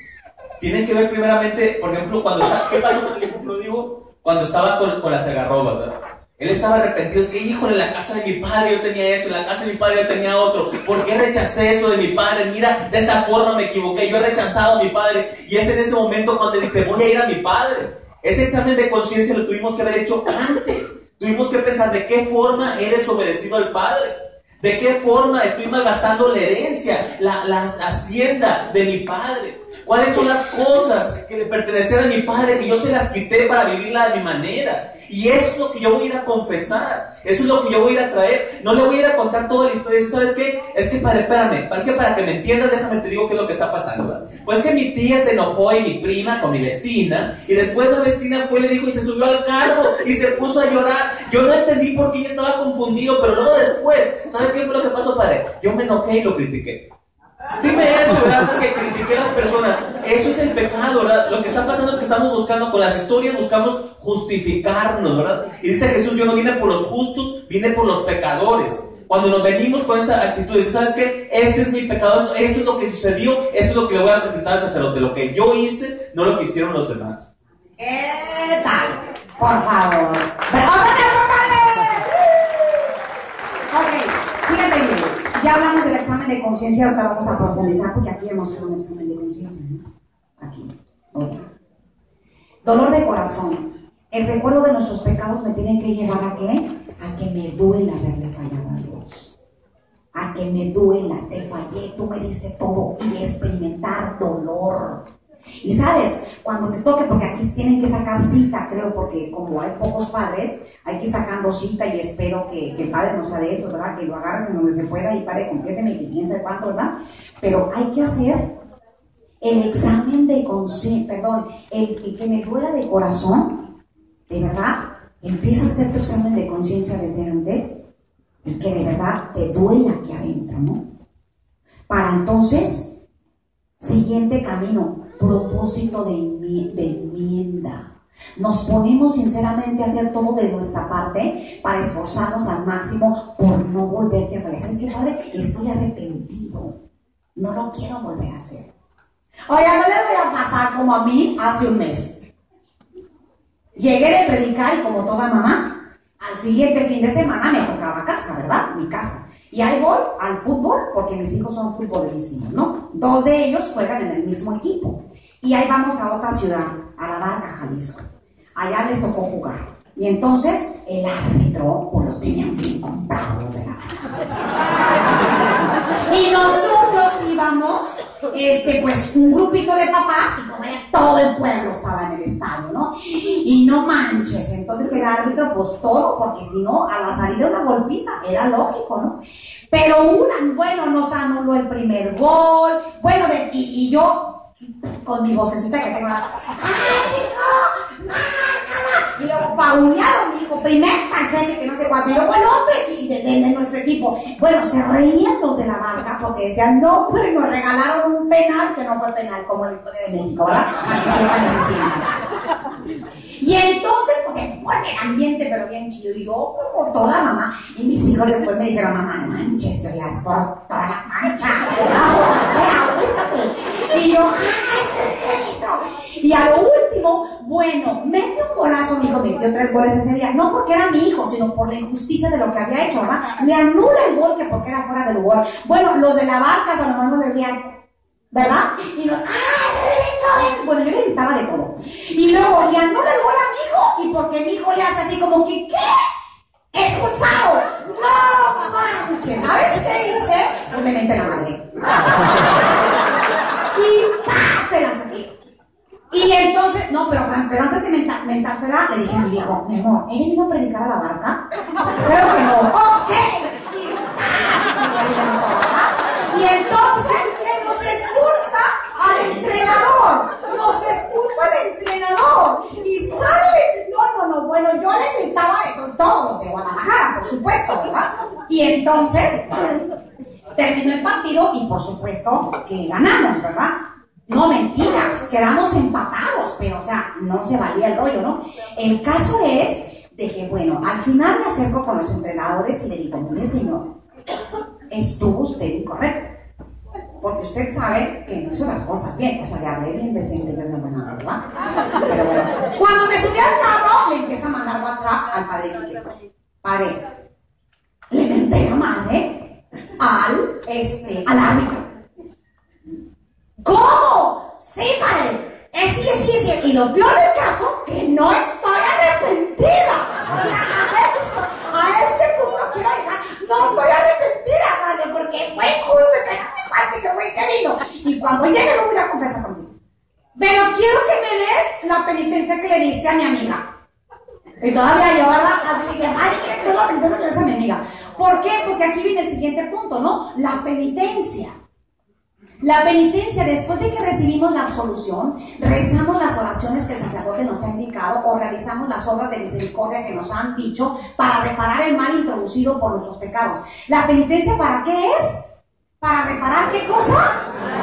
Tienen que ver primeramente, por ejemplo, cuando está, ¿qué pasó con el ejemplo? Digo, cuando estaba con, con las algarrobas, ¿verdad? Él estaba arrepentido, es que híjole, en la casa de mi padre yo tenía esto, en la casa de mi padre yo tenía otro. ¿Por qué rechacé eso de mi padre? Mira, de esta forma me equivoqué, yo he rechazado a mi padre. Y es en ese momento cuando dice, voy a ir a mi padre. Ese examen de conciencia lo tuvimos que haber hecho antes. Tuvimos que pensar de qué forma eres obedecido al Padre, de qué forma estoy malgastando la herencia, la, la hacienda de mi Padre. ¿Cuáles son las cosas que le pertenecían a mi padre que yo se las quité para vivirla de mi manera? Y eso es lo que yo voy a ir a confesar. Eso es lo que yo voy a ir a traer. No le voy a ir a contar toda la historia. ¿Sabes qué? Es que, padre, espérame. Es que para que me entiendas, déjame te digo qué es lo que está pasando, ¿verdad? Pues que mi tía se enojó y mi prima con mi vecina. Y después la vecina fue, le dijo y se subió al carro y se puso a llorar. Yo no entendí por qué ella estaba confundido. Pero luego después, ¿sabes qué fue lo que pasó, padre? Yo me enojé y lo critiqué. Dime eso, ¿verdad? ¿Sabes que critiqué a las personas? Eso es el pecado, ¿verdad? Lo que está pasando es que estamos buscando, con las historias buscamos justificarnos, ¿verdad? Y dice Jesús, yo no vine por los justos, vine por los pecadores. Cuando nos venimos con esa actitud, dice, ¿sabes qué? Este es mi pecado, esto, esto es lo que sucedió, esto es lo que le voy a presentar al sacerdote. Lo que yo hice, no lo que hicieron los demás. ¿Qué tal? Por favor. ¡Otra cosa, padre! Ok, fíjate bien. Ya hablamos del examen de conciencia, ahorita vamos a profundizar porque aquí hemos hecho un examen de conciencia, ¿no? Aquí. Okay. Dolor de corazón. El recuerdo de nuestros pecados me tiene que llevar a qué? A que me duela haberle fallado a Dios. A que me duela, te fallé, tú me diste todo, y experimentar dolor. Y sabes, cuando te toque, porque aquí tienen que sacar cita, creo, porque como hay pocos padres, hay que ir sacando cita, y espero que, que el padre no sea de eso, ¿verdad? Que lo agarres en donde se pueda y padre, confiéseme que quién sabe cuánto, ¿verdad? Pero hay que hacer el examen de conciencia, perdón, el, el que me duela de corazón, de verdad, empieza a hacer tu examen de conciencia desde antes, y que de verdad te duela aquí adentro, ¿no? Para entonces, siguiente camino, propósito de, enmi- de enmienda. Nos ponemos sinceramente a hacer todo de nuestra parte para esforzarnos al máximo por no volverte a fallar. ¿Sabes qué, padre? Estoy arrepentido. No lo quiero volver a hacer. Oiga, no les voy a pasar como a mí hace un mes. Llegué de predicar y como toda mamá, al siguiente fin de semana me tocaba casa, ¿verdad? Mi casa. Y ahí voy al fútbol, porque mis hijos son futbolísimos, ¿no? Dos de ellos juegan en el mismo equipo. Y ahí vamos a otra ciudad, a La Barca, Jalisco. Allá les tocó jugar. Y entonces el árbitro, pues lo tenían bien comprado los de La Barca. Y nosotros íbamos, este, pues un grupito de papás, y pues allá todo el pueblo estaba en el estadio, ¿no? Y no manches, entonces el árbitro, pues todo, porque si no, a la salida una golpiza, era lógico, ¿no? Pero una, bueno, nos anuló el primer gol, bueno, de, y, y yo, con mi vocecita que tengo, ¡árbitro! ¡Márcala! Y luego faunearon, me dijo, primer tarjeta que no sé cuánto, y luego el otro de, de, de nuestro equipo. Bueno, se reían los de La Barca porque decían, no, pero nos regalaron un penal que no fue penal, como la historia de México, ¿verdad? Para que sepan y se sientan. Y entonces, pues se pone el ambiente, pero bien chido. Y yo, como toda mamá, y mis hijos después me dijeron, mamá, no manches, esto ya es por toda la mancha, no, o sea, cuéntate. Y yo, ¡ay, y a lo último, bueno, mete un golazo, mi hijo metió tres goles ese día, no porque era mi hijo, sino por la injusticia de lo que había hecho, ¿verdad? Le anula el gol que porque era fuera de lugar. Bueno, los de La Barca a lo mejor nos decían, ¿verdad? Y nos, ¡ah, bueno, yo le gritaba de todo. Y luego le anula el gol a mi hijo, y porque mi hijo le hace así como que, ¿qué? ¡Expulsado! ¡No manches! ¿Sabes qué hice? Pues le menté la madre. Y ¡pah! Se la saqué. Y entonces, no, pero, pero antes de menta, mentársela, le dije a mi viejo, mi amor, ¿he venido a predicar a La Barca? Creo que no. ¡Ok! Y entonces, él nos expulsa al entrenador. Nos expulsa al entrenador. Y sale. No, no, no. Bueno, yo le gritaba de todos los de Guadalajara, por supuesto, ¿verdad? Y entonces, terminó el partido y por supuesto que ganamos, ¿verdad? No, mentiras, quedamos empatados, pero o sea, no se valía el rollo, ¿no? El caso es de que, bueno, al final me acerco con los entrenadores y le digo, mire señor, estuvo usted incorrecto, porque usted sabe que no hizo las cosas bien, o sea, le hablé bien decente, yo no buena, ¿verdad? Pero bueno, cuando me subí al carro, le empiezo a mandar WhatsApp al padre Quique. Padre, le menté la madre al, este, al árbitro. ¿Cómo? Sí, padre. Es sí, es sí, es sí. Y lo peor del caso, que no estoy arrepentida. O sea, a, esto, a este punto quiero llegar. No estoy arrepentida, padre, porque fue injusto que no te cuente que fue que vino. Y cuando llegue me voy a confesar contigo. Y todavía yo, ¿verdad? Así le dije, ay, ¿qué es la penitencia que le hace a mi amiga? ¿Por qué? Porque aquí viene el siguiente punto, ¿no? La penitencia. La penitencia, después de que recibimos la absolución, rezamos las oraciones que el sacerdote nos ha indicado o realizamos las obras de misericordia que nos han dicho para reparar el mal introducido por nuestros pecados. ¿La penitencia para qué es? ¿Para reparar qué cosa?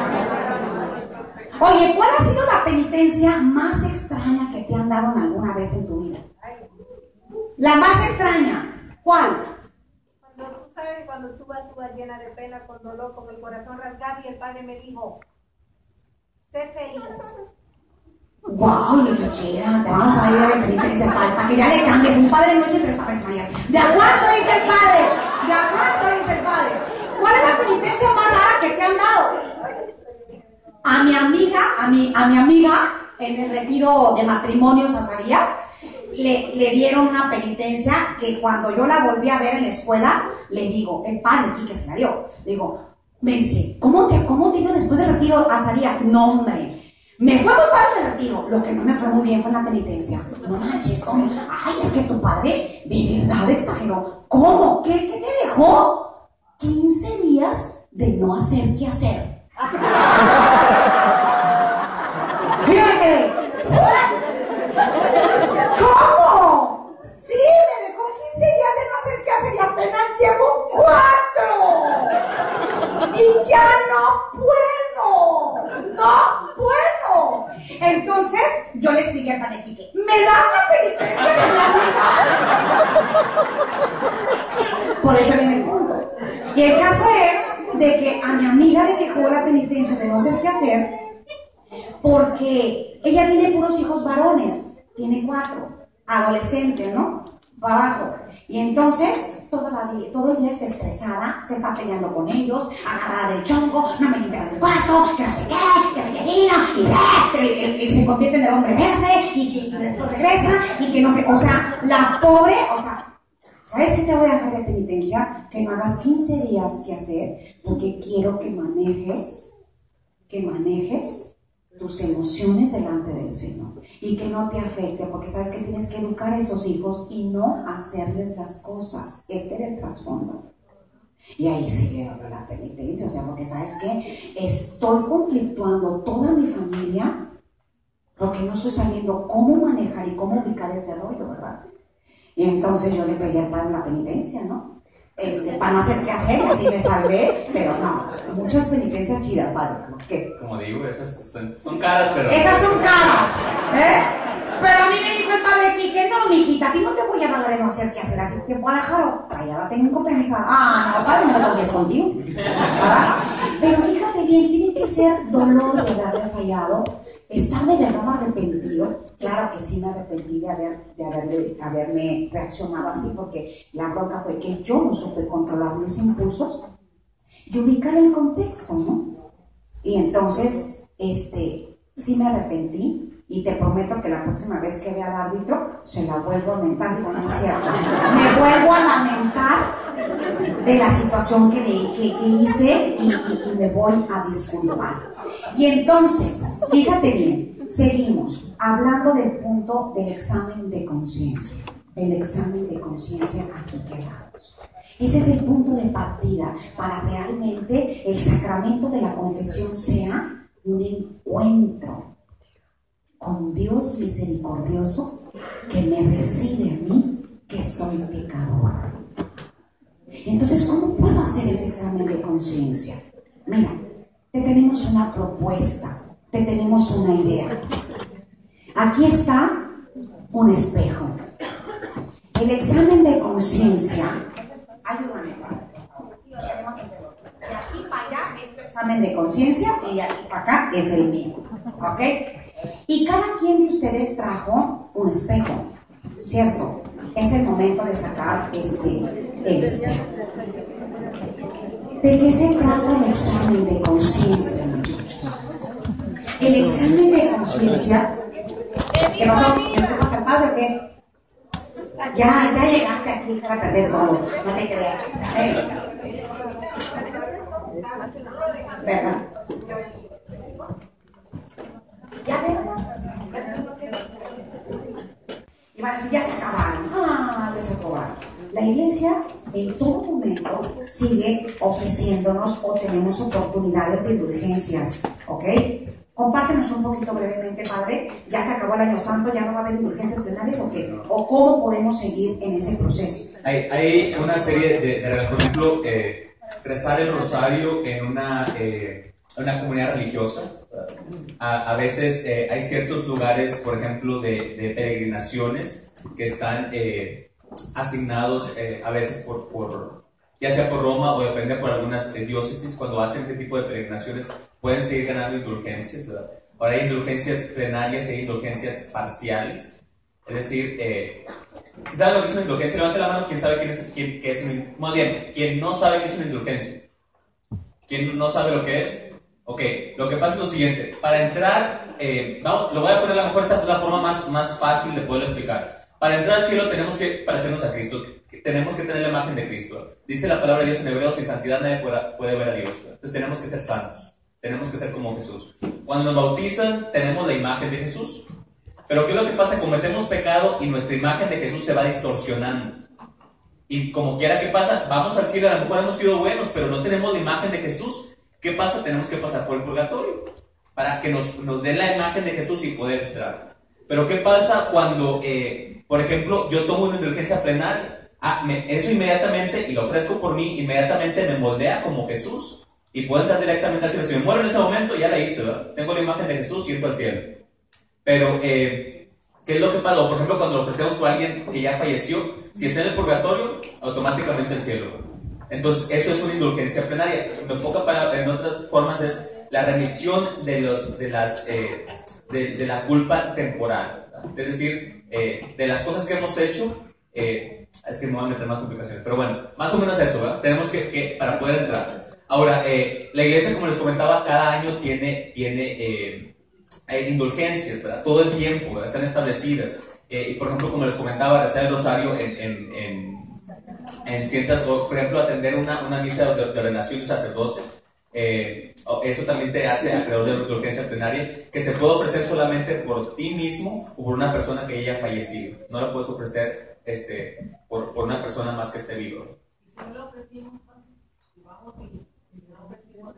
Oye, ¿cuál ha sido la penitencia más extraña que te han dado en alguna vez en tu vida? La más extraña, ¿cuál? ¿Sabes? Cuando tú vas, tú vas llena de pena, con dolor, con el corazón rasgado, y el Padre me dijo, sé feliz. ¡Guau, qué chida! Te vamos a dar idea de penitencias para, para que ya le cambies un Padre Nuestro y tres Aves María. ¿De a cuánto dice el Padre? ¿De a cuánto dice el Padre? ¿Cuál es la penitencia más rara que te han dado? A mi amiga, a mi, a mi amiga, en el retiro de matrimonios Azarías, Le, le dieron una penitencia que cuando yo la volví a ver en la escuela, le digo, el padre aquí que se la dio, le digo, me dice, ¿cómo te, cómo te dio después del retiro Azarías? No, hombre, me fue muy padre el retiro, lo que no me fue muy bien fue la penitencia. No manches, ¿cómo? Ay, es que tu padre de verdad exageró. ¿Cómo? ¿Qué, qué te dejó? quince días de no hacer qué hacer. Y yo me quedé, ¿cómo? Sí, me dejó quince días de no hacer qué hacer y apenas llevo cuatro. Y ya no puedo. No puedo. Entonces, yo le expliqué al padre Quique, ¿me das la penitencia de mi amiga? Por eso viene el punto. Y el caso es de que a mi amiga le dejó la penitencia de no hacer qué hacer porque ella tiene puros hijos varones. Tiene cuatro, adolescentes, ¿no? Va abajo. Y entonces, toda la día, todo el día está estresada, se está peleando con ellos, agarrada del chongo, no me limpiaron el cuarto, que no sé qué, que no que vino, y, y, y, y se convierte en el hombre verde, y que y después regresa, y que no sé, o sea, la pobre, o sea, ¿sabes qué te voy a dejar de penitencia? Que no hagas quince días que hacer, porque quiero que manejes, que manejes tus emociones delante del Señor y que no te afecte, porque sabes que tienes que educar a esos hijos y no hacerles las cosas. Este era el trasfondo. Y ahí sigue la penitencia, o sea, porque sabes que estoy conflictuando toda mi familia porque no estoy sabiendo cómo manejar y cómo ubicar ese rollo, ¿verdad? Y entonces yo le pedí al Padre la penitencia, ¿no? Este, para no hacer qué hacer, y así me salvé, pero no, muchas penitencias chidas, Padre. ¿Qué? Como digo, esas son, son caras, pero... Esas son caras, ¿eh? Pero a mí me dijo el Padre Quique, no, mijita, a ti no te voy a mandar a no hacer qué hacer, a ti te voy a dejar otra, ya la tengo pensada. Ah, no, Padre, no me confíes contigo, ¿verdad? Pero fíjate bien, tiene que ser dolor de haberle fallado, estar de verdad arrepentido. Claro que sí me arrepentí de, haber, de haberle, haberme reaccionado así, porque la bronca fue que yo no supe controlar mis impulsos y ubicar el contexto, ¿no? Y entonces, este, sí me arrepentí y te prometo que la próxima vez que vea al árbitro se la vuelvo a mentar. Digo, no es cierto, me vuelvo a lamentar de la situación que, le, que, que hice y, y, y me voy a disculpar. Y entonces, fíjate bien, seguimos hablando del punto del examen de conciencia. El examen de conciencia, aquí quedamos. Ese es el punto de partida para realmente el sacramento de la confesión sea un encuentro con Dios misericordioso que me recibe a mí, que soy pecador. Entonces, ¿cómo puedo hacer ese examen de conciencia? Mira, te tenemos una propuesta, te tenemos una idea. Aquí está un espejo. El examen de conciencia, ayúdame, lo tenemos entre los dos. De aquí para allá es tu examen de conciencia y de aquí para acá es el mío, ¿ok? Y cada quien de ustedes trajo un espejo, ¿cierto? Es el momento de sacar este, el espejo. ¿De qué se trata el examen de conciencia, muchachos? El examen de conciencia, ¿que nosotros nos al Padre o qué? Ya, ya llegaste aquí para perder todo, no te creas. ¿Eh? ¿Verdad? ¿Ya ven? Y van a decir, ya se acabaron. Ah, ya se acabaron. La iglesia en todo momento sigue ofreciéndonos o tenemos oportunidades de indulgencias, ¿ok? Compártenos un poquito brevemente, Padre. ¿Ya se acabó el año santo? ¿Ya no va a haber indulgencias plenarias o qué? ¿O cómo podemos seguir en ese proceso? Hay, hay una serie de, de, de por ejemplo, eh, rezar el rosario en una, eh, una comunidad religiosa. A, a veces eh, hay ciertos lugares, por ejemplo, de, de peregrinaciones que están eh, asignados eh, a veces por, por, ya sea por Roma o depende por algunas eh, diócesis. Cuando hacen este tipo de peregrinaciones pueden seguir ganando indulgencias, ¿verdad? Ahora hay indulgencias plenarias y hay indulgencias parciales. Es decir, eh, si saben lo que es una indulgencia, levante la mano quien sabe quién es, quién, qué es una, más bien, quien no sabe qué es una indulgencia. ¿Quién no sabe lo que es? Ok, lo que pasa es lo siguiente. Para entrar, eh, vamos, lo voy a poner a lo mejor, esta es la forma más, más fácil de poderlo explicar. Para entrar al cielo tenemos que parecernos a Cristo, tenemos que tener la imagen de Cristo. Dice la palabra de Dios en Hebreos, sin santidad nadie puede, puede ver a Dios. Entonces tenemos que ser santos, tenemos que ser como Jesús. Cuando nos bautizan tenemos la imagen de Jesús. Pero ¿qué es lo que pasa? Cometemos pecado y nuestra imagen de Jesús se va distorsionando. Y como quiera que pasa, vamos al cielo, a lo mejor hemos sido buenos, pero no tenemos la imagen de Jesús. ¿Qué pasa? Tenemos que pasar por el purgatorio para que nos, nos den la imagen de Jesús y poder entrar. Pero ¿qué pasa cuando, eh, por ejemplo, yo tomo una indulgencia plenaria? Ah, me, eso inmediatamente, y lo ofrezco por mí, inmediatamente me moldea como Jesús y puedo entrar directamente al cielo. Si me muero en ese momento, ya la hice, ¿verdad? Tengo la imagen de Jesús y entro al cielo. Pero, eh, ¿qué es lo que pasa? Por ejemplo, cuando lo ofrecemos por alguien que ya falleció, si está en el purgatorio, automáticamente al cielo. Entonces, eso es una indulgencia plenaria. En, poca para, en otras formas es la remisión de, los, de, las, eh, de, de la culpa temporal, ¿verdad? Es decir, eh, de las cosas que hemos hecho, eh, es que me voy a meter más complicaciones, pero bueno, más o menos eso, ¿verdad? Tenemos que, que para poder entrar. Ahora, eh, la iglesia, como les comentaba, cada año tiene, tiene eh, hay indulgencias, ¿verdad? Todo el tiempo, ¿verdad? Están establecidas. Eh, y por ejemplo, como les comentaba, rezar el rosario en, en, en, en ciertas, o por ejemplo, atender una, una misa de, de ordenación de un sacerdote. Eh, eso también te hace alrededor de una indulgencia plenaria que se puede ofrecer solamente por ti mismo o por una persona que haya fallecido. No la puedes ofrecer este, por, por una persona más que esté viva. Si no lo ofrecimos, vamos y no ofrecimos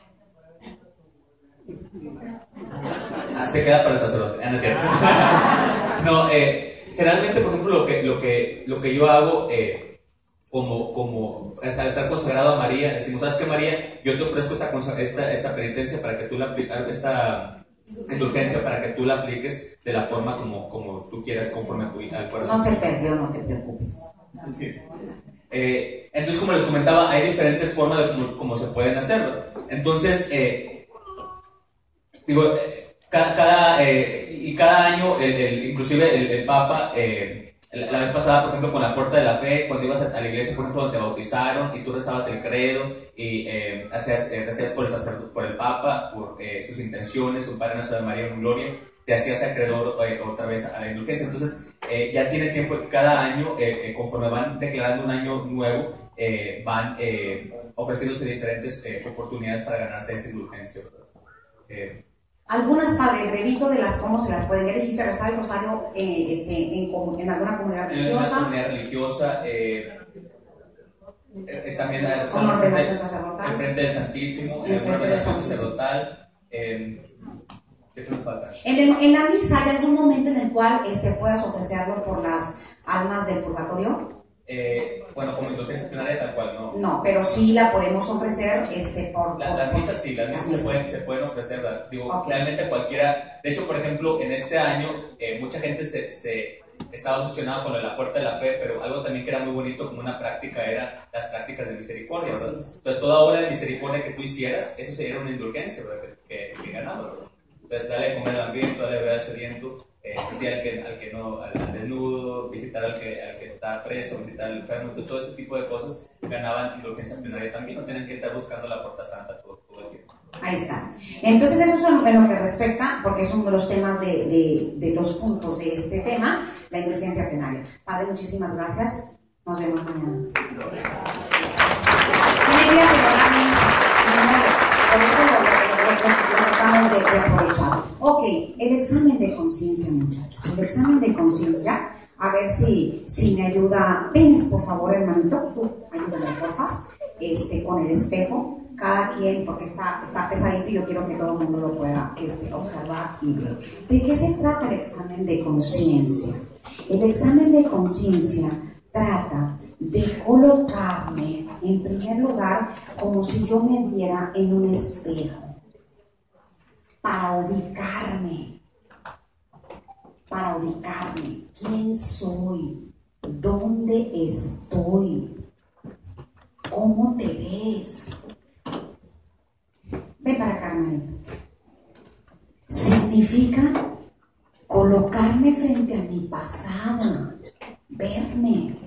Ah, se queda para el sacerdote. Ah, no es cierto. No, eh, generalmente, por ejemplo, lo que, lo que, lo que yo hago eh, como, como al estar consagrado a María, decimos, ¿sabes qué, María? Yo te ofrezco esta, esta, esta penitencia para que tú la esta indulgencia para que tú la apliques de la forma como, como tú quieras, conforme a tu, al corazón. No se perdió, no te preocupes. Sí. Eh, entonces, como les comentaba, hay diferentes formas de cómo, cómo se pueden hacerlo. Entonces, eh, digo, eh, cada, cada eh, y cada año, el, el, inclusive el, el Papa, eh, la, la vez pasada, por ejemplo, con la Puerta de la Fe, cuando ibas a, a la iglesia, por ejemplo, donde te bautizaron y tú rezabas el credo y eh, hacías, eh, hacías por el sacerdote, por el Papa, por eh, sus intenciones, un Padre Nuestro de María en Gloria, te hacías acreedor eh, otra vez a la indulgencia. Entonces, eh, ya tiene tiempo que cada año, eh, eh, conforme van declarando un año nuevo, eh, van eh, ofreciéndose diferentes eh, oportunidades para ganarse esa indulgencia. Eh, Algunas, padre, brevito de las cómo se las pueden. Ya dijiste rezar el rosario eh, este, en, en alguna comunidad religiosa. En una comunidad religiosa, eh, eh, también con ordenación sacerdotal. En frente del Santísimo, en una ordenación sacerdotal. Eh, ¿Qué te me falta? En, el, en la misa, ¿hay algún momento en el cual este, puedas ofrecerlo por las almas del purgatorio? Eh, bueno, como indulgencia plenaria tal cual, ¿no? No, pero sí la podemos ofrecer este, por... La, por, la misa sí, las misas se pueden, se pueden ofrecer, ¿verdad? Digo, okay. Realmente cualquiera... De hecho, por ejemplo, en este año, eh, mucha gente se, se estaba obsesionada con la Puerta de la Fe, pero algo también que era muy bonito como una práctica era las prácticas de misericordia, ¿verdad? Entonces, toda obra de misericordia que tú hicieras, eso sería una indulgencia, ¿verdad? Que, que, que ganaba, ¿verdad? Entonces, dale a comer al hambriento, dale a beber al sediento, eh, sí, al que, al que no, al, al desnudo, visitar al que, al que está preso, visitar al enfermo. Entonces, todo ese tipo de cosas ganaban indulgencia plenaria también, no tenían que estar buscando la puerta santa todo, todo el tiempo. Ahí está. Entonces, eso es en lo que respecta, porque es uno de los temas de, de, de los puntos de este tema, la indulgencia plenaria. Padre, muchísimas gracias. Nos vemos mañana. Tiene que celebrar misa. Por eso lo, lo, lo, lo tratamos de, de aprovechar. Ok, el examen de conciencia, muchachos. El examen de conciencia, A ver si, si me ayuda. Venes, por favor, hermanito. Tú, ayúdame, porfa. Este, con el espejo. Cada quien, porque está, está pesadito y yo quiero que todo el mundo lo pueda este, observar y ver. ¿De qué se trata el examen de conciencia? El examen de conciencia trata de colocarme, en primer lugar, como si yo me viera en un espejo, para ubicarme, para ubicarme. ¿Quién soy? ¿Dónde estoy? ¿Cómo te ves? Ven para acá, hermanito. Significa colocarme frente a mi pasado, verme,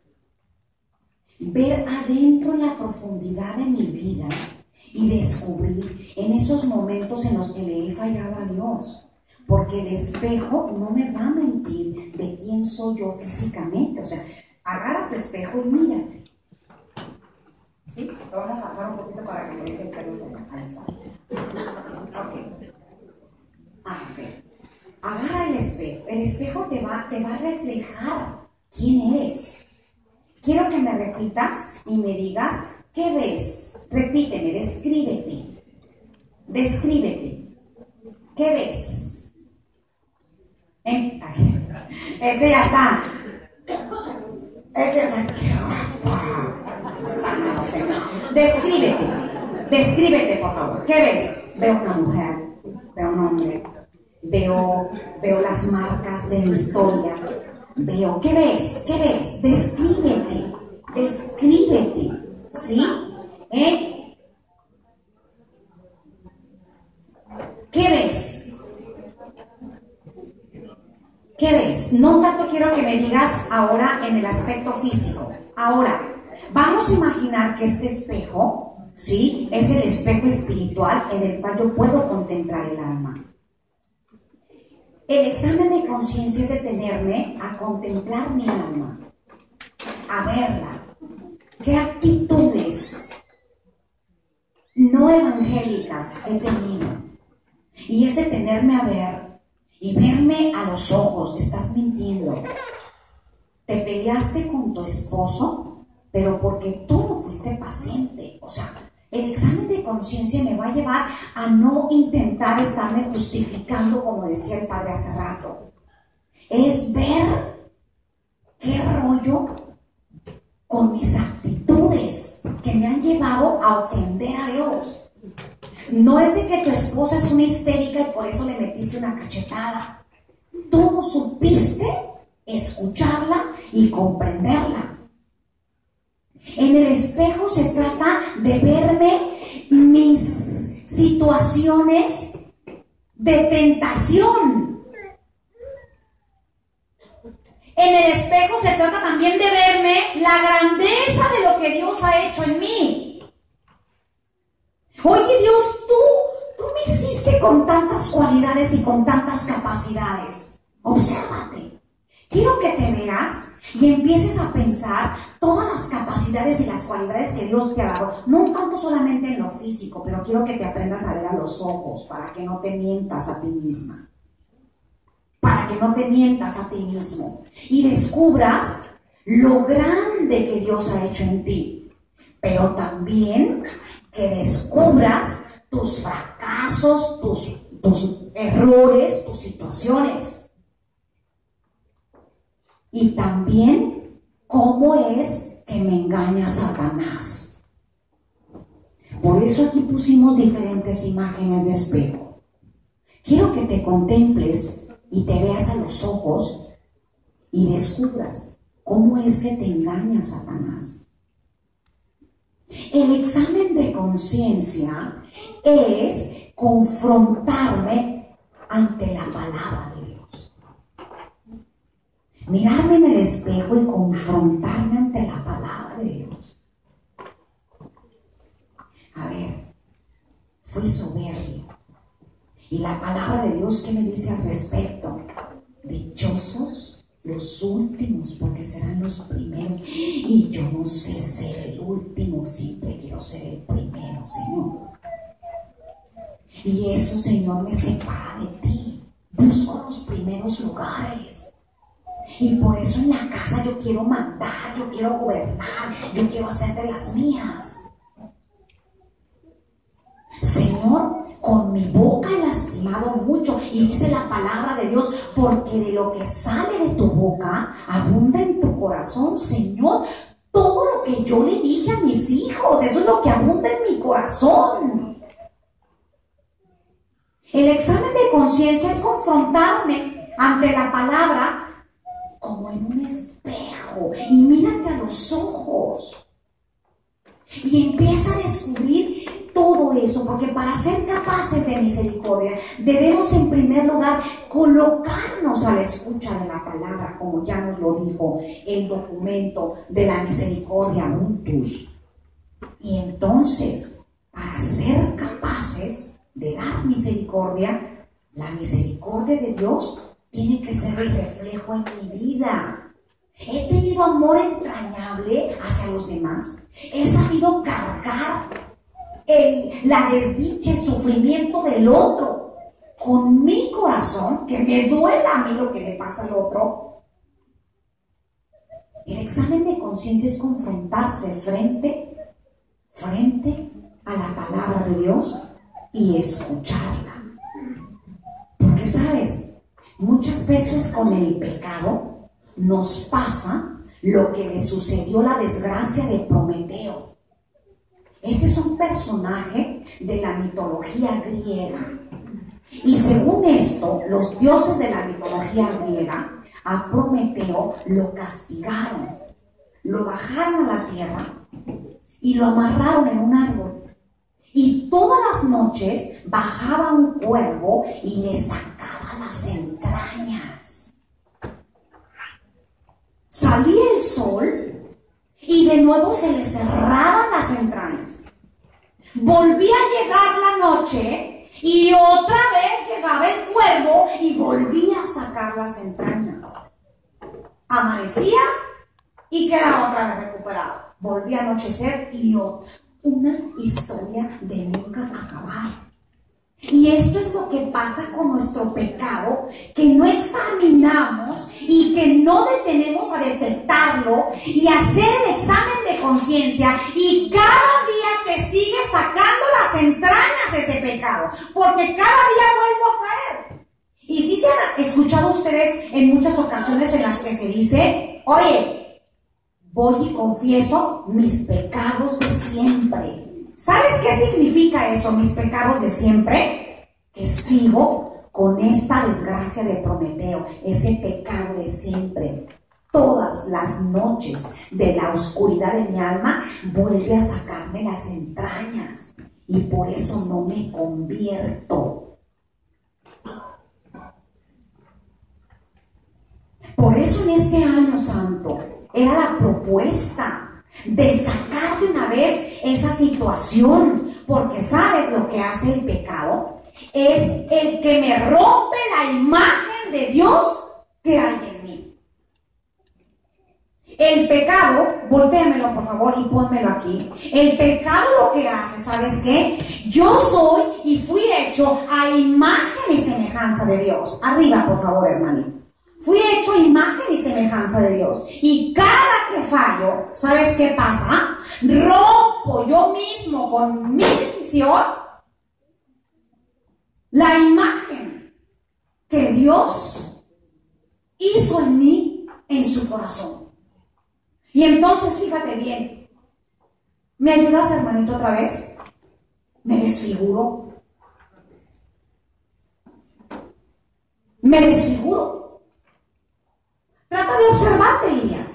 ver adentro la profundidad de mi vida y descubrir en esos momentos en los que le he fallado a Dios. Porque el espejo no me va a mentir de quién soy yo físicamente. O sea, agarra tu espejo y mírate. ¿Sí? Lo vamos a bajar un poquito para que lo dejes ver. Ahí está. Ok. Ah, ok. Agarra el espejo. El espejo te va, te va a reflejar quién eres. Quiero que me repitas y me digas, ¿qué ves? Repíteme, descríbete. Descríbete. ¿Qué ves? ¿Eh? Ay, este ya está. Este ya está. ¡Qué guapa! Sana, Señor. Descríbete. Descríbete, por favor. ¿Qué ves? Veo una mujer. Veo un hombre. Veo, veo las marcas de mi historia. Veo, ¿qué ves? ¿Qué ves? Descríbete. Descríbete. ¿Sí? ¿Eh? ¿Qué ves? ¿Qué ves? No tanto quiero que me digas ahora en el aspecto físico. Ahora, vamos a imaginar que este espejo, ¿sí?, es el espejo espiritual en el cual yo puedo contemplar el alma. El examen de conciencia es detenerme a contemplar mi alma, a verla. ¿Qué actitudes no evangélicas he tenido? Y es detenerme a ver y verme a los ojos. Estás mintiendo. Te peleaste con tu esposo, pero porque tú no fuiste paciente. O sea, el examen de conciencia me va a llevar a no intentar estarme justificando, como decía el padre hace rato. Es ver qué rollo con mis actitudes que me han llevado a ofender a Dios. No es de que tu esposa es una histérica y por eso le metiste una cachetada. Tú no supiste escucharla y comprenderla. En el espejo se trata de verme mis situaciones de tentación. En el espejo se trata también de verme la grandeza de lo que Dios ha hecho en mí. Oye, Dios, tú, tú me hiciste con tantas cualidades y con tantas capacidades. Obsérvate. Quiero que te veas y empieces a pensar todas las capacidades y las cualidades que Dios te ha dado. No tanto solamente en lo físico, pero quiero que te aprendas a ver a los ojos para que no te mientas a ti misma. Para que no te mientas a ti mismo. Y descubras lo grande que Dios ha hecho en ti. Pero también que descubras tus fracasos, tus, tus errores, tus situaciones. Y también cómo es que me engaña Satanás. Por eso aquí pusimos diferentes imágenes de espejo. Quiero que te contemples y te veas a los ojos y descubras cómo es que te engaña Satanás. El examen de conciencia es confrontarme ante la palabra de Dios. Mirarme en el espejo y confrontarme ante la palabra de Dios. A ver, fui soberbio. Y la palabra de Dios, ¿qué me dice al respecto? Dichosos los últimos, porque serán los primeros. Y yo no sé ser el último, siempre quiero ser el primero, Señor. Y eso, Señor, me separa de ti. Busco los primeros lugares. Y por eso en la casa yo quiero mandar, yo quiero gobernar, yo quiero hacer de las mías. Señor, con mi boca he lastimado mucho. Y dice la palabra de Dios, porque de lo que sale de tu boca abunda en tu corazón, Señor. Todo lo que yo le dije a mis hijos, eso es lo que abunda en mi corazón. El examen de conciencia es confrontarme ante la palabra como en un espejo y mírate a los ojos y empieza a descubrir todo eso, porque para ser capaces de misericordia debemos en primer lugar colocarnos a la escucha de la palabra, como ya nos lo dijo el documento de la misericordia Untus. Y entonces, para ser capaces de dar misericordia, la misericordia de Dios tiene que ser el reflejo en mi vida. He tenido amor entrañable hacia los demás. He sabido cargar el, la desdicha, el sufrimiento del otro con mi corazón, que me duela a mí lo que le pasa al otro. El examen de conciencia es confrontarse frente, frente a la palabra de Dios y escucharla. Porque, ¿sabes? Muchas veces con el pecado nos pasa lo que le sucedió la desgracia de Prometeo. Este es un personaje de la mitología griega. Y según esto, los dioses de la mitología griega a Prometeo lo castigaron. Lo bajaron a la tierra y lo amarraron en un árbol. Y todas las noches bajaba un cuervo y le sacaba las entrañas. Salía el sol y de nuevo se le cerraban las entrañas. Volvía a llegar la noche y otra vez llegaba el cuervo y volvía a sacar las entrañas. Amanecía y quedaba otra vez recuperado. Volvía a anochecer y otra. Una historia de nunca acabar. Y esto es lo que pasa con nuestro pecado, que no examinamos y que no detenemos a detectarlo y hacer el examen de conciencia, y cada día te sigue sacando las entrañas ese pecado, porque cada día vuelvo a caer. Y sí se han escuchado ustedes en muchas ocasiones en las que se dice, oye, voy y confieso mis pecados de siempre. ¿Sabes qué significa eso, mis pecados de siempre? Que sigo con esta desgracia de Prometeo, ese pecado de siempre. Todas las noches de la oscuridad de mi alma vuelve a sacarme las entrañas y por eso no me convierto. Por eso en este año santo era la propuesta de sacar de una vez esa situación, porque ¿sabes lo que hace el pecado? Es el que me rompe la imagen de Dios que hay en mí. El pecado, voltéamelo por favor y pónmelo aquí. El pecado lo que hace, ¿sabes qué? Yo soy y fui hecho a imagen y semejanza de Dios. Arriba, por favor, hermanito. Fui hecho a imagen y semejanza de Dios. Y cada que fallo, ¿sabes qué pasa? Rompo yo mismo con mi decisión la imagen que Dios hizo en mí, en su corazón. Y entonces, fíjate bien. ¿Me ayudas, hermanito, otra vez? Me desfiguro. Me desfiguro. Trata de observarte, Lidia.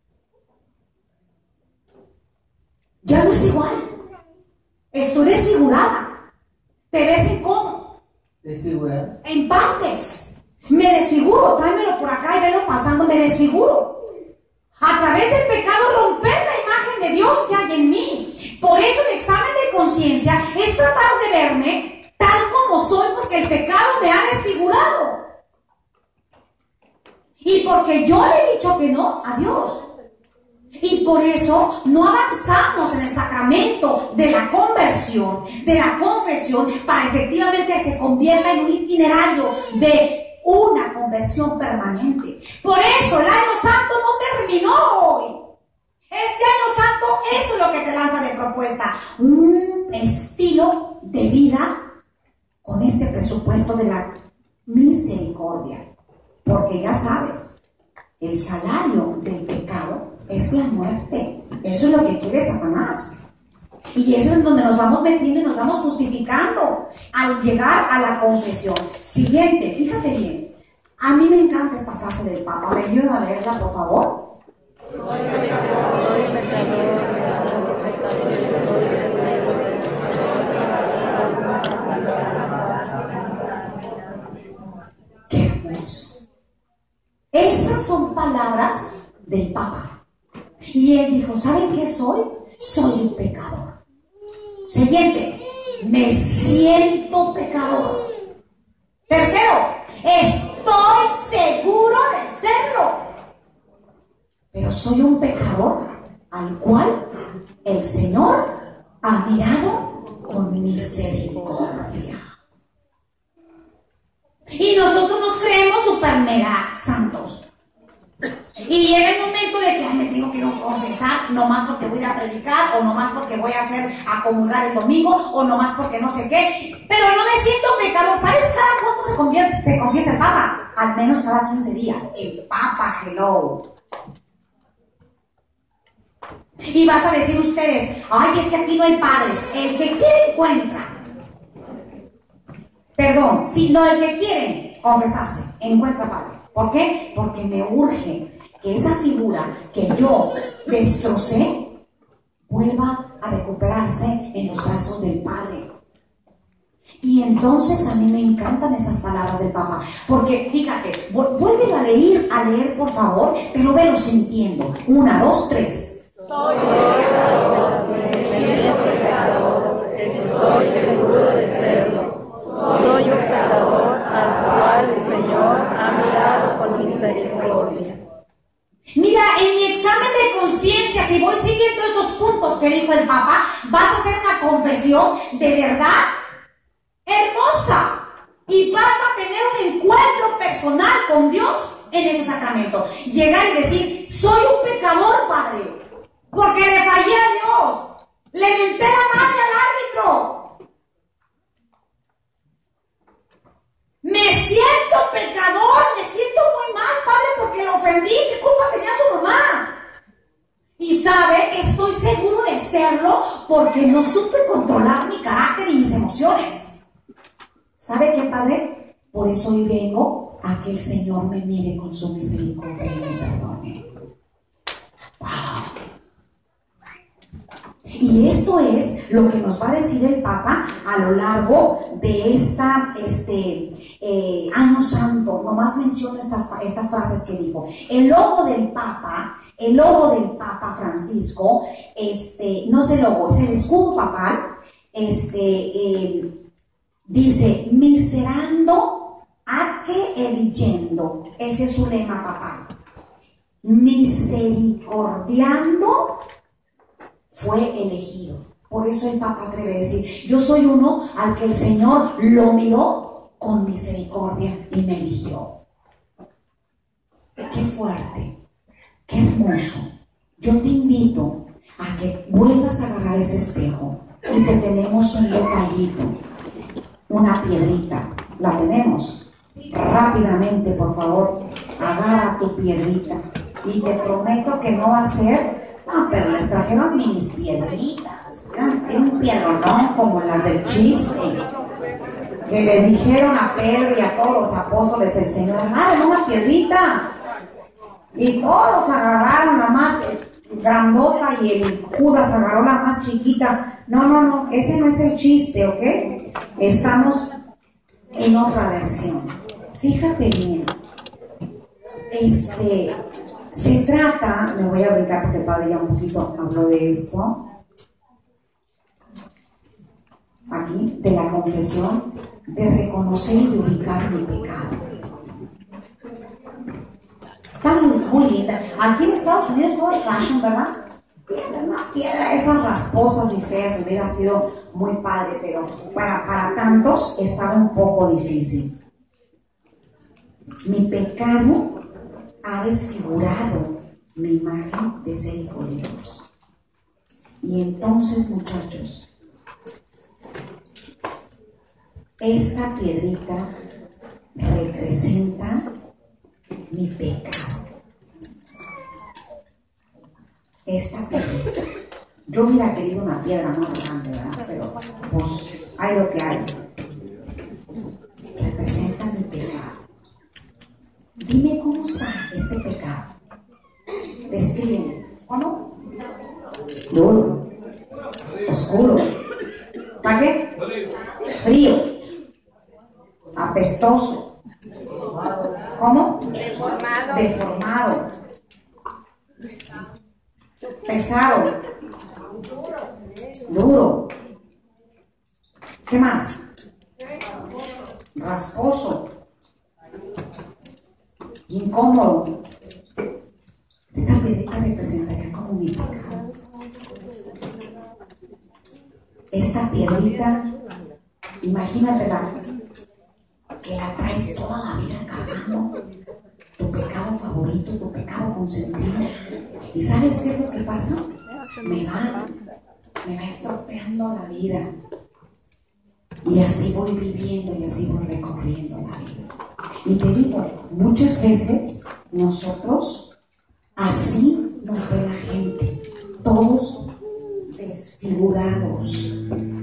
Ya no es igual. Estoy desfigurada. ¿Te ves en cómo? Desfigurada. En partes. Me desfiguro. Tráemelo por acá y velo pasando. Me desfiguro. A través del pecado romper la imagen de Dios que hay en mí. Por eso el examen de conciencia es tratar de verme tal como soy, porque el pecado me ha desfigurado. Y porque yo le he dicho que no a Dios. Y por eso no avanzamos en el sacramento de la conversión, de la confesión, para efectivamente que se convierta en un itinerario de una conversión permanente. Por eso el año santo no terminó hoy. Este año santo, eso es lo que te lanza de propuesta. Un estilo de vida con este presupuesto de la misericordia. Porque ya sabes, el salario del pecado es la muerte. Eso es lo que quiere Satanás. Y eso es en donde nos vamos metiendo y nos vamos justificando al llegar a la confesión. Siguiente, fíjate bien. A mí me encanta esta frase del Papa. ¿Me ayudan a leerla, por favor? Soy pecador, soy pecador, qué hermoso. Esas son palabras del Papa. Y él dijo, ¿saben qué soy? Soy un pecador. Siguiente, me siento pecador. Tercero, estoy seguro de serlo. Pero soy un pecador al cual el Señor ha mirado con misericordia. Y nosotros nos creemos super mega santos. Y llega el momento de que ay, me tengo que confesar, no más porque voy a predicar, o no más porque voy a hacer a comulgar el domingo, o no más porque no sé qué. Pero no me siento pecador. ¿Sabes cada cuánto se, convierte, se confiesa el Papa? Al menos cada quince días. El Papa, hello. Y vas a decir ustedes, ay, es que aquí no hay padres. El que quiere encuentra. Perdón, si no, el que quiere confesarse, encuentra padre. ¿Por qué? Porque me urge que esa figura que yo destrocé vuelva a recuperarse en los brazos del Padre. Y entonces a mí me encantan esas palabras del Papa, porque fíjate, vuélvelo a leer, a leer por favor, pero velo sintiendo. Una, dos, tres. Soy pecador, me siento pecador, estoy seguro de serlo. Soy un pecador al cual el Señor ha mirado con misericordia. Mira, en mi examen de conciencia, si voy siguiendo estos puntos que dijo el Papa, vas a hacer una confesión de verdad hermosa y vas a tener un encuentro personal con Dios en ese sacramento. Llegar y decir, soy un pecador, Padre, porque le fallé a Dios, le menté la madre al árbitro. Me siento pecador, me siento muy mal, Padre, porque lo ofendí. ¿Qué culpa tenía su mamá? Y sabe, estoy seguro de serlo porque no supe controlar mi carácter y mis emociones. ¿Sabe qué, Padre? Por eso hoy vengo a que el Señor me mire con su misericordia y me perdone. ¡Wow! Y esto es lo que nos va a decir el Papa a lo largo de esta, este eh, año santo. Nomás menciono estas, estas frases que dijo. El logo del Papa, el logo del Papa Francisco, este, no es el logo, es el escudo papal, este, eh, dice, miserando adque eligiendo. Ese es su lema papal. Misericordiando fue elegido. Por eso el Papa atreve a decir, yo soy uno al que el Señor lo miró con misericordia y me eligió. Qué fuerte, qué hermoso. Yo te invito a que vuelvas a agarrar ese espejo y te tenemos un detallito, una piedrita. ¿La tenemos? Rápidamente, por favor, agarra tu piedrita y te prometo que no va a ser... No, pero les trajeron minis piedritas. Era un piedronón como la del chiste. Que le dijeron a Pedro y a todos los apóstoles el Señor, agarren una piedrita. Y todos agarraron la más grandota y el Judas agarró la más chiquita. No, no, no, ese no es el chiste, ¿ok? Estamos en otra versión. Fíjate bien. Este... Se trata, me voy a brincar porque el Padre ya un poquito habló de esto, aquí, de la confesión, de reconocer y de ubicar mi pecado. Está muy, muy linda. Aquí en Estados Unidos todo es fashion, ¿verdad? Una piedra, esas rasposas y feas, hubiera sido muy padre, pero para, para tantos estaba un poco difícil. Mi pecado ha desfigurado mi imagen de ser hijo de Dios. Y entonces, muchachos, esta piedrita representa mi pecado. Esta piedrita. Yo hubiera querido una piedra más grande, ¿verdad? Pero pues hay lo que hay. Representa mi pecado. Dime cómo está este pecado. Descríbeme. ¿Cómo? Duro. Oscuro. ¿Para qué? Frío. Apestoso. ¿Cómo? Deformado. Deformado. Pesado. Duro. ¿Qué más? Rasposo. Incómodo. Esta piedrita representaría como mi pecado. Esta piedrita, imagínatela, que la traes toda la vida cargando, tu pecado favorito, tu pecado consentido. ¿Y sabes qué es lo que pasa? Me va, me va estropeando la vida. Y así voy viviendo y así voy recorriendo la vida. Y te digo, muchas veces nosotros así nos ve la gente, todos desfigurados.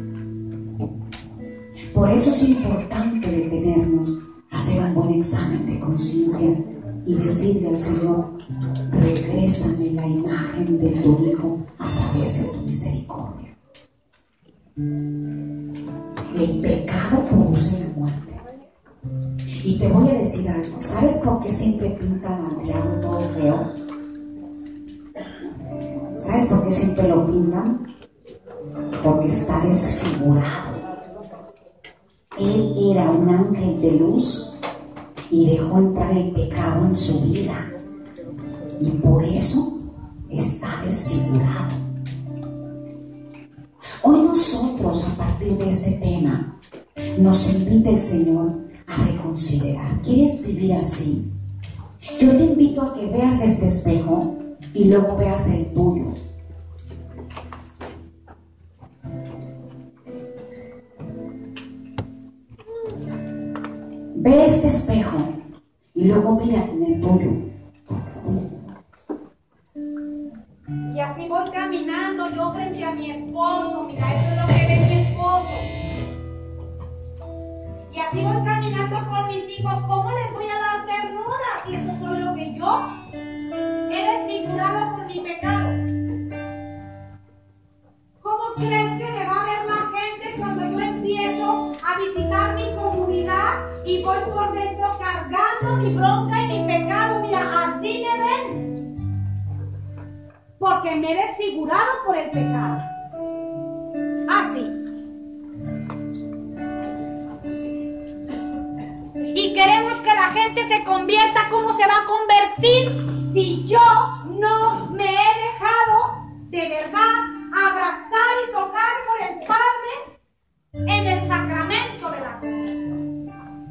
Por eso es importante detenernos, hacer un buen examen de conciencia y decirle al Señor: regrésame la imagen de tu Hijo a través de tu misericordia. El pecado produce la muerte. Y te voy a decir algo. ¿Sabes por qué siempre pintan al diablo todo feo? ¿Sabes por qué siempre lo pintan? Porque está desfigurado. Él era un ángel de luz y dejó entrar el pecado en su vida. Y por eso está desfigurado. Hoy nosotros, a partir de este tema, nos invita el Señor a reconsiderar. ¿Quieres vivir así? Yo te invito a que veas este espejo y luego veas el tuyo. Ve este espejo y luego mírate en el tuyo. Y así voy caminando yo frente a mi esposo. Mira, esto es lo que ve mi esposo. Y así voy caminando con mis hijos. ¿Cómo les voy a dar ternura si eso es lo que yo he desfigurado por mi pecado? ¿Cómo crees que me va a ver la gente cuando yo empiezo a visitar mi comunidad y voy por dentro cargando mi bronca y mi pecado? Mira, así me ven. Porque me he desfigurado por el pecado. Así. Y queremos que la gente se convierta. ¿Cómo se va a convertir si yo no me he dejado de verdad abrazar y tocar por el Padre en el sacramento de la confesión?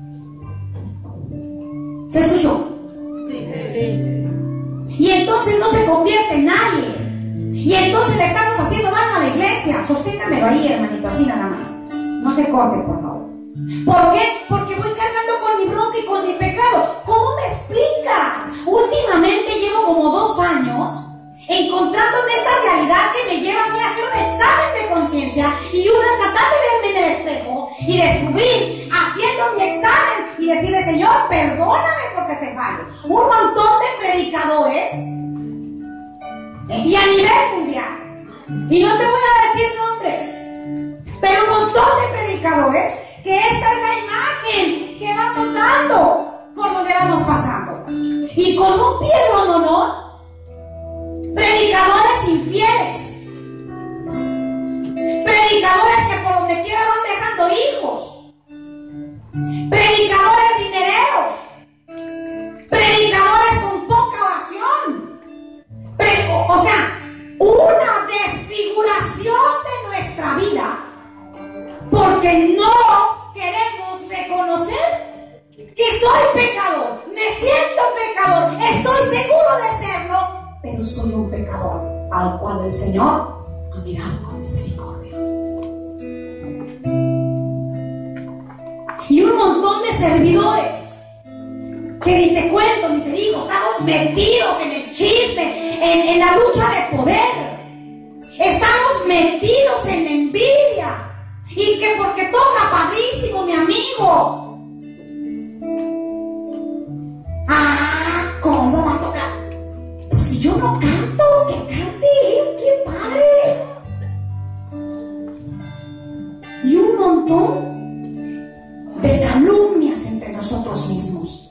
¿Se escuchó? Sí. Sí. Y entonces no se convierte en nadie. Y entonces le estamos haciendo daño a la iglesia. Sosténgamelo ahí, hermanito, así nada más. No se corte, por favor. ¿Por qué? Porque voy cargando con mi bronca y con mi pecado. ¿Cómo me explicas? Últimamente llevo como dos años encontrándome esta realidad que me lleva a mí a hacer un examen de conciencia y una tratar de verme en el espejo y descubrir, haciendo mi examen y decirle: Señor, perdóname porque te fallo. Un montón de predicadores y a nivel mundial, y no te voy a decir nombres, pero un montón de predicadores que esta es la imagen que vamos dando por donde vamos pasando, y con un pie de honor. Predicadores infieles, predicadores que por donde quiera van dejando hijos, predicadores dinereros, predicadores con poca oración, Pre o sea, una desfiguración de nuestra vida, porque no queremos reconocer que soy pecador, me siento pecador, estoy seguro de serlo, pero soy un pecador al cual el Señor ha mirado con misericordia. Y un montón de servidores que ni te cuento ni te digo, estamos metidos en el chisme, en, en la lucha de poder, estamos metidos en la envidia, y que porque toca padrísimo mi amigo, ah, ¿cómo va a tocar? Pues si yo no canto, que cante él, qué padre. Y un montón de calumnias entre nosotros mismos.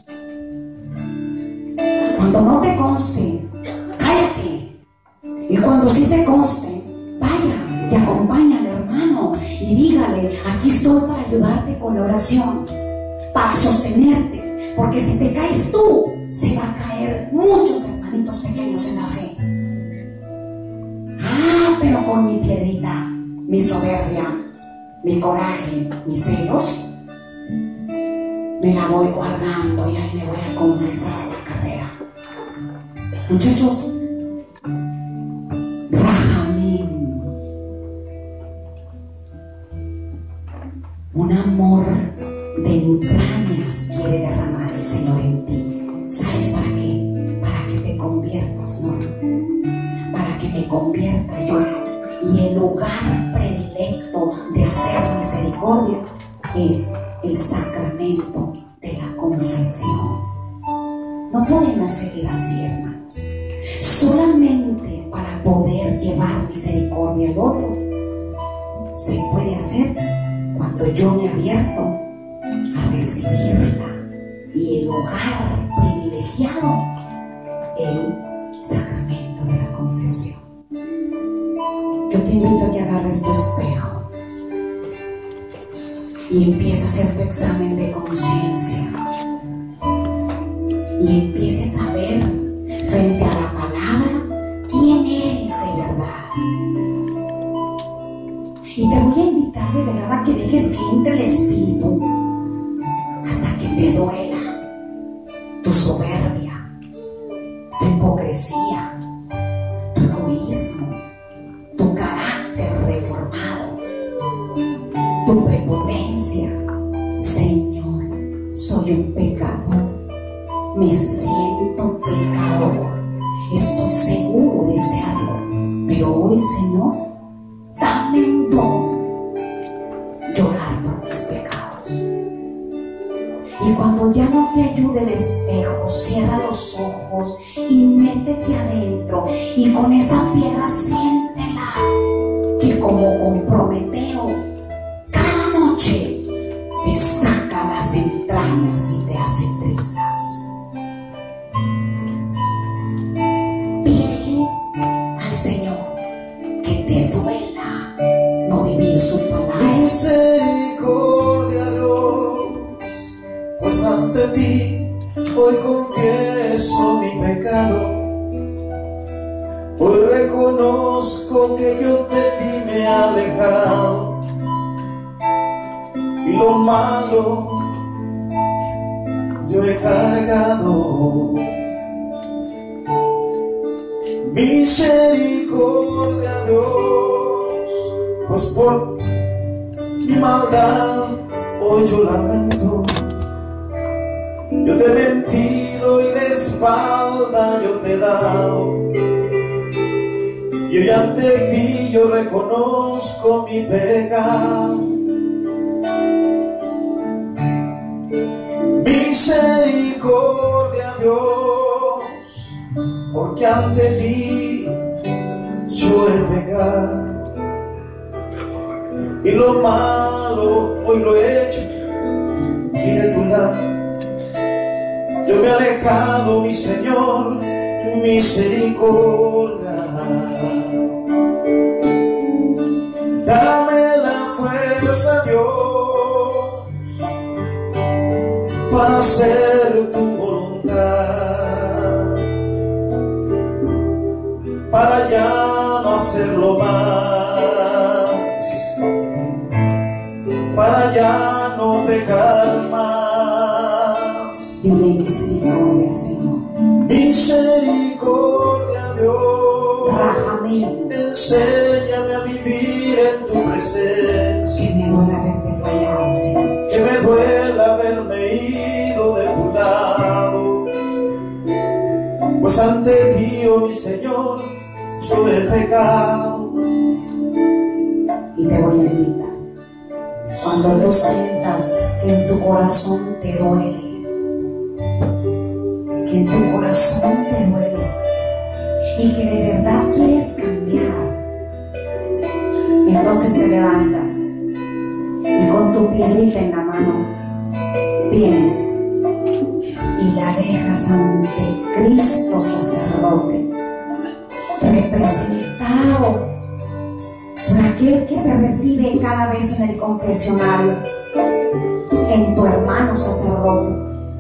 Cuando no te conste, cállate. Y cuando sí te conste, vaya y acompaña al hermano y dígale: aquí estoy para ayudarte con la oración, para sostenerte, porque si te caes tú, se va a caer muchos hermanitos pequeños en la fe. Ah, pero con mi piedrita, mi soberbia, mi coraje, mis celos, me la voy guardando y ahí me voy a confesar la carrera. Muchachos, Rahamim, un amor de entrañas quiere derramar el Señor en ti. ¿Sabes para qué? Para que te conviertas, ¿no? Para que me convierta yo. Y el lugar predilecto de hacer misericordia es el sacramento de la confesión. No podemos seguir así, hermanos. Solamente para poder llevar misericordia al otro se puede hacer cuando yo me abierto a recibirla, y el lugar privilegiado, el sacramento de la confesión. Yo te invito a que agarres tu espejo y empieces a hacer tu examen de conciencia y empieces a ver frente a la palabra quién eres de verdad. Y te voy a invitar de verdad a que dejes que entre el Espíritu hasta que te duela tu soberbia, tu hipocresía, tu egoísmo, tu carácter deformado, tu prepotencia. Señor, soy un pecador, me siento pecador, estoy seguro de serlo, pero hoy, Señor, dame un don, llorar por mis pecados. Y cuando ya no te ayude el espejo, cierra los ojos y métete adentro, y con esa piedra siéntela, que como con Prometeo, cada noche te saca las entrañas y te hace trizas. Pídele al Señor que te duela no vivir su palabra. Misericordia, Dios, pues ante ti hoy confieso mi pecado. Hoy reconozco que yo de ti me he alejado, y lo malo yo he cargado. Misericordia, Dios, pues por mi maldad hoy yo lamento. Yo te he mentido y la espalda yo te he dado, y hoy ante ti yo reconozco mi pecado. Misericordia, Dios, porque ante ti yo he pecado, y lo malo hoy lo he hecho, y de tu lado yo me he alejado, mi Señor. Misericordia, dame la fuerza, Dios, para hacer tu voluntad, para ya no hacerlo más, para ya no pecar más. Y Pide misericordia, Señor. Misericordia, Dios. Rájame. Enséñame a vivir en tu presencia. Que me duela haberte fallado, Señor. Que me duela haberme ido de tu lado. Pues ante ti, oh mi Señor, yo he pecado. Y te voy a invitar. Cuando tú sientas que en tu corazón te duele, que en tu corazón te duele y que de verdad quieres cambiar, entonces te levantas y con tu piedrita en la mano vienes y la dejas ante Cristo sacerdote, representado por aquel que te recibe cada vez en el confesionario, en tu hermano sacerdote.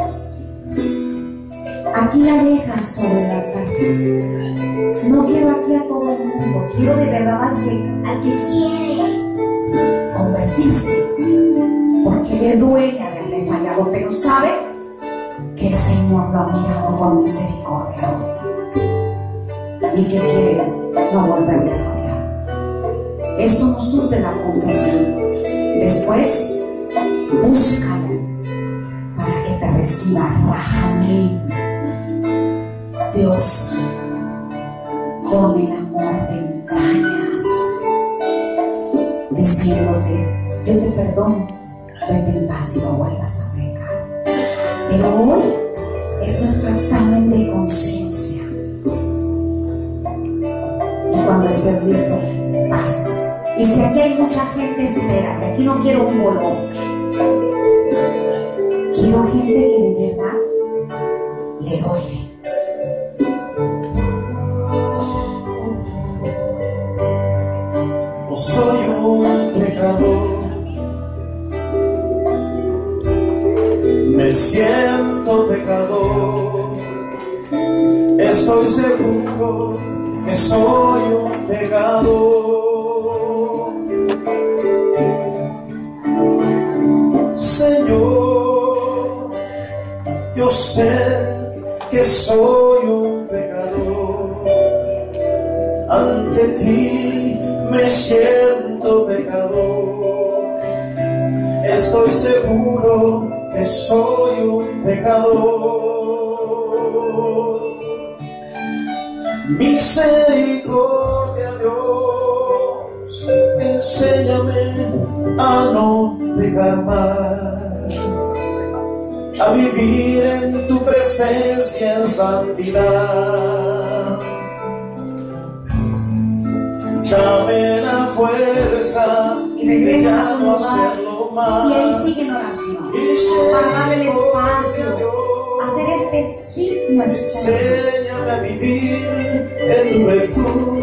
Aquí la dejas sobre el altar. No quiero aquí a todo el mundo, quiero de verdad al que, al que quiere convertirse, porque le duele haberle fallado, pero sabe que el Señor lo ha mirado con misericordia y que quieres no volverle a fallar. Eso no surte la confesión. Después, búscalo para que te reciba. Rahamim. Dios, con el amor de entrañas, diciéndote: yo te perdono, vete en paz y no vuelvas a pecar. Pero hoy es nuestro examen de conciencia. Y cuando estés listo, paz. Y si aquí hay mucha gente, espérate, aquí no quiero un bolón. Quiero gente que de verdad le duele. No soy un pecador, me siento pecador, estoy seguro que soy un pecador. Señor, yo sé que soy un pecador. Ante ti me siento pecador. Estoy seguro que soy un pecador. Misericordia, Dios, enséñame a no pecar más, a vivir en tu presencia en santidad. Dame la fuerza de ya no hacerlo más. Y ahí sigue en oración, para darle el espacio, hacer este signo externo. Enséñame a vivir en tu virtud.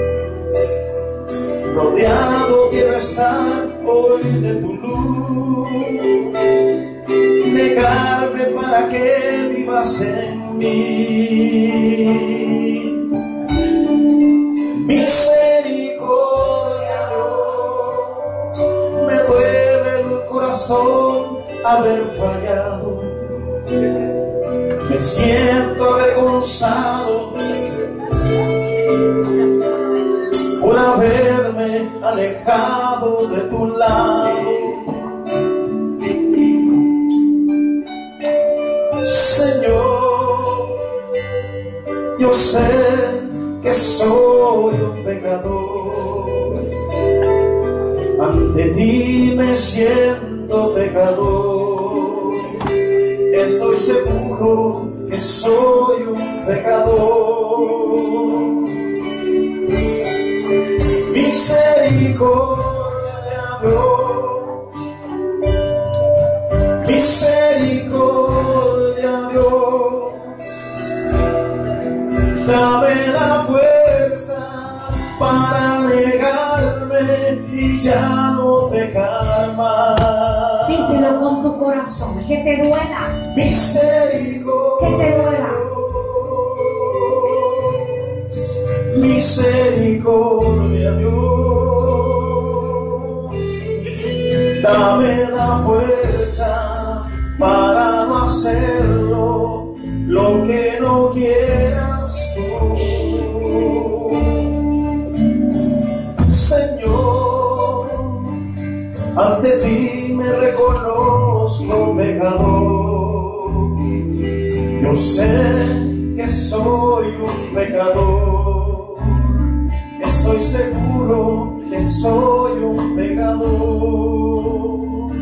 Rodeado quiero estar hoy de tu luz. Negarme para que vivas en mí. Misericordia, Dios, me duele el corazón haber fallado. Me siento avergonzado por haberme alejado de tu lado. Señor, yo sé que soy un pecador. Ante ti me siento pecador. Estoy seguro que soy un pecador. Misericordia, Dios. Misericordia, Dios. Dame la fuerza para negarme y ya no pecar más. Díselo con tu corazón, que te duela. Misericordia. Que te duela. Misericordia, Dios. Dame la fuerza para no hacerlo lo que no quieras tú. Señor, ante ti me reconozco pecador. Yo sé que soy un pecador. Estoy seguro que soy un pecador.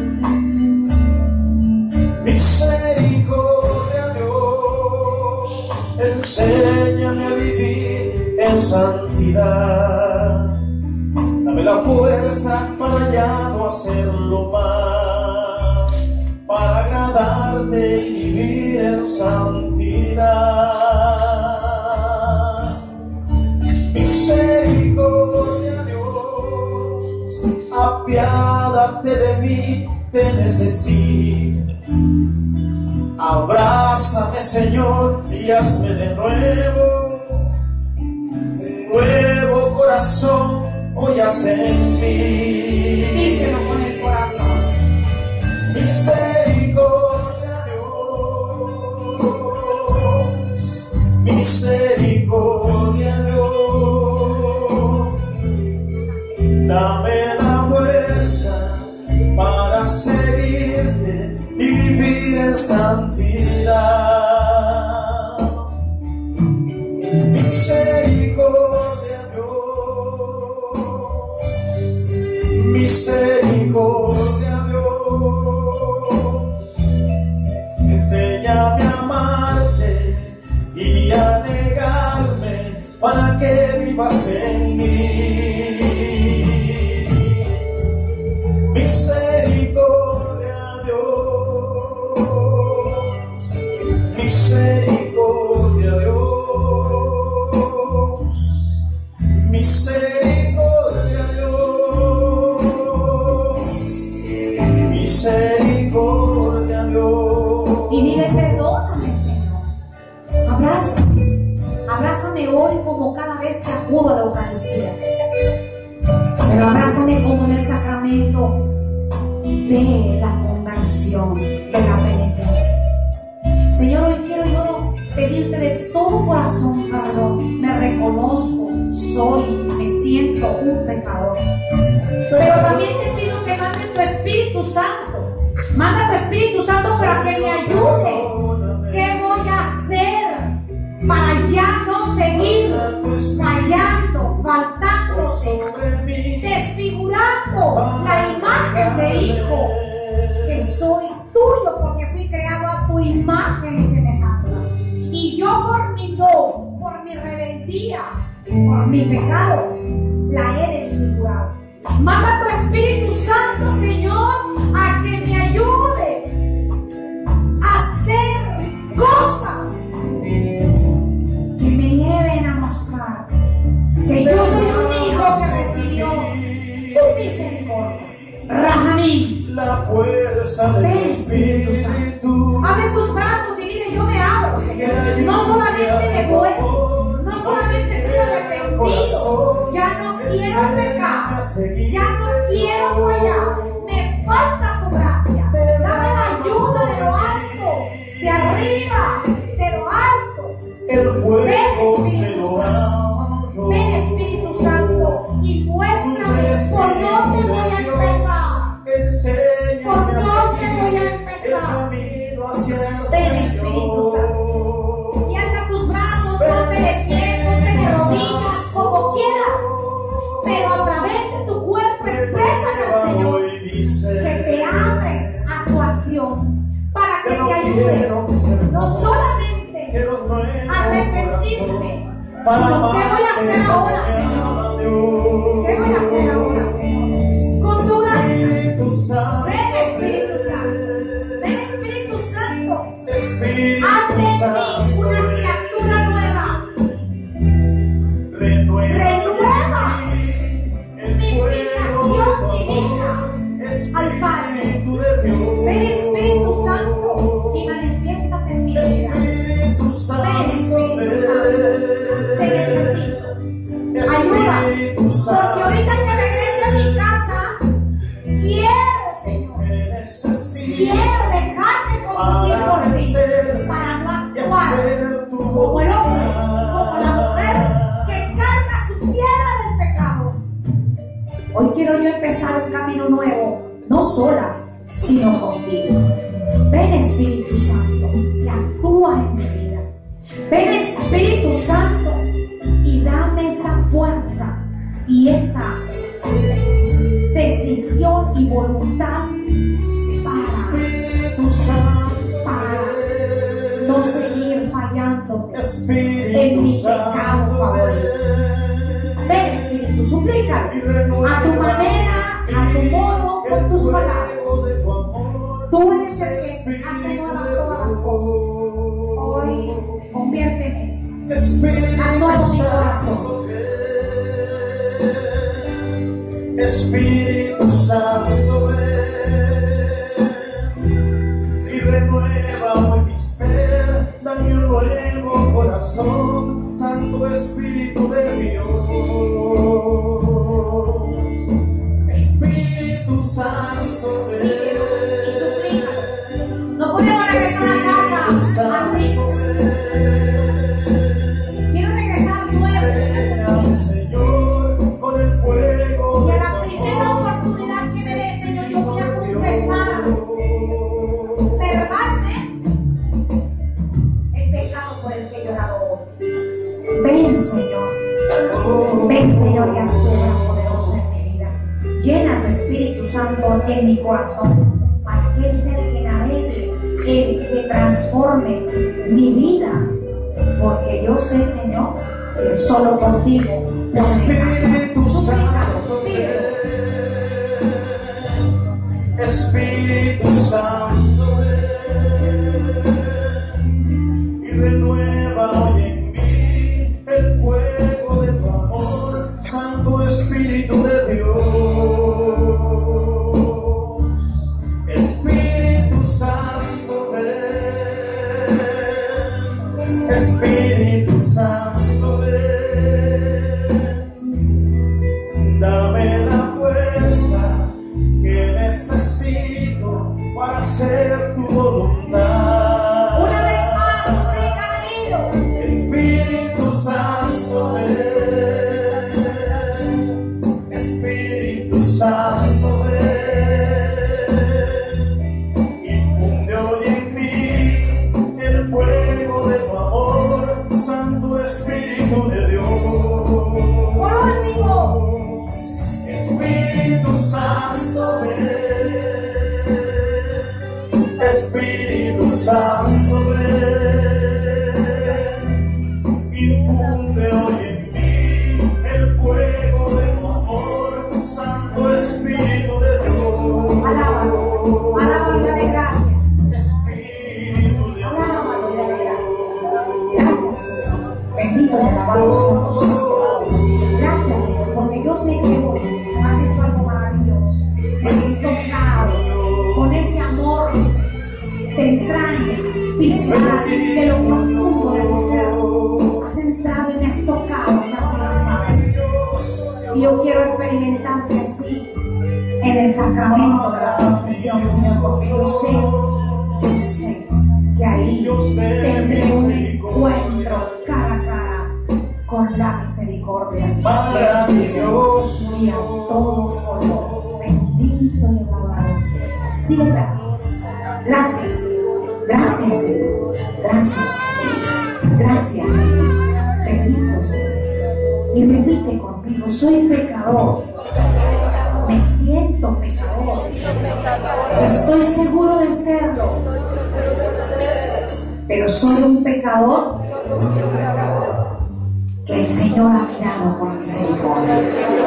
Misericordia, Dios, enséñame a vivir en santidad. Dame la fuerza para ya no hacerlo más, para agradarte y vivir en santidad. Misericordia, Dios, apiádate de mí, te necesito. Abrázame, Señor, y hazme de nuevo un nuevo corazón, hoy haz en mí. Díselo con el corazón. Misericordia, Dios, misericordia, Dios, dame la fuerza para seguirte y vivir en santidad. Misericordia, Dios, misericordia, Dios, enséñame a amarte y a negarme para que vivas en mí. Misericordia, Dios, misericordia, Dios, misericordia, Dios, misericordia, Dios. Y dile, perdóname, Señor. Abrázame. Abrázame hoy como cada vez que acudo a la Eucaristía. Pero abrázame como en el sacramento de la conversión, de la penitencia. Señor, hoy quiero yo pedirte de todo corazón perdón. Me reconozco, soy, me siento un pecador. Pero también te pido que mandes tu Espíritu Santo. Manda tu Espíritu Santo para que me ayude. ¿Qué voy a hacer para ya no seguir fallando, faltándote, desfigurando la imagen de hijo que soy tuyo, porque fui creado a tu imagen y semejanza? Y yo por mi no, por mi rebeldía, por mi pecado, la he desfigurado. Manda tu Espíritu Santo, Señor, a que me ayude a hacer cosas que me lleven a mostrar que yo soy un hijo que recibió tu misericordia. Rahamim, la fuerza de tu Espíritu. Abre tus brazos y dile: yo me abro, Señor. No solamente me duele, no solamente estoy arrepentido, ya no quiero pecar, ya no quiero fallar, me falta tu gracia. Dame la ayuda de lo alto, de arriba, de lo alto. El fuego Ven, Espíritu de Santo, ven, Espíritu Santo, y muéstrame por dónde voy a empezar. ¿Por dónde voy a empezar? Ven, Espíritu Santo. Y alza tus brazos, ponte de pie, ponte de rodillas, como quieras. Pero a través de tu cuerpo exprésale al Señor que te abres a su acción para que te ayude. No solamente a arrepentirme, sino ¿qué voy a hacer ahora, Señor? ¿Qué voy a hacer ahora, Señor? Con tu gracia. Ven, Espíritu Santo. Ven, Espíritu Santo. Haz de mí una criatura nueva. Renueva mi filiación divina al Padre. Ven, Espíritu Santo, y manifiéstate en mi vida. Ven, Espíritu Santo, te necesito. Ayuda, porque ahorita que regrese a mi casa, quiero, Señor, quiero dejarme conducir por ti para no actuar Hoy quiero yo empezar un camino nuevo, no sola, sino contigo. Ven Espíritu Santo y actúa en mi vida. Ven Espíritu Santo y dame esa fuerza y esa decisión y voluntad para, para no seguir fallando en mi pecado favorito. Ven Espíritu, suplícalo a tu manera, a tu modo, con tus palabras. Tú eres el que hace nuevas todas las cosas. Hoy conviérteme, haz nuevo mi corazón. Espíritu Santo, ven y renueva hoy mi ser, dame un nuevo corazón, Santo Espíritu de Dios. Espíritu Santo, ven. No podemos regresar a casa así. Quiero regresar nuevo. Señor, con el fuego. Y a la primera oportunidad que me dé, Señor, yo voy a confesar verbalmente el pecado por el que he llorado hoy. Ven, Señor. Ven, Señor, y haz tu obra poderosa en mi vida. Llena tu Espíritu Santo en mi corazón para que Él sea el que navegue, el que transforme mi vida. Porque yo sé, Señor, que solo contigo Espíritu Santo, Espíritu Santo, y renueva hoy en mí el fuego de tu amor, Santo Espíritu de Dios. Espíritu Santo, ven. Espíritu Santo, ven. Dame la fuerza que necesito para hacer tu voluntad. Una vez más, suplica, Espíritu Santo, ven. Espíritu Santo, ven. Infunde hoy en mí el fuego de tu amor, Santo Espíritu de Dios. Por último, Espíritu Santo, ven. Espíritu Santo, ven. Infunde hoy en mí el fuego de tu amor, Santo Espíritu de Dios. alábalo, alábalo y dale gracias. Espíritu de Dios. Alábalo y dale gracias. Gracias, Señor. Bendito y alabado somos. Gracias, Señor, porque yo sé que hoy has hecho algo maravilloso. Me has tocado con ese amor de entrañas, visceral, de lo profundo de mi ser. Has entrado y me has tocado, me has abrazado. Y yo quiero experimentarte así en el sacramento de la confesión, Señor, porque yo sé, yo sé que ahí tendré un encuentro cara a cara con la misericordia Maravilloso y a todo color. Bendito y alabado seas. Dile gracias. Gracias. Gracias, Señor. Gracias, Jesús. Gracias, Señor. Bendito seas. Y repite conmigo: soy pecador. Me siento pecador. Estoy seguro de serlo. Pero soy un pecador que el Señor ha mirado con misericordia.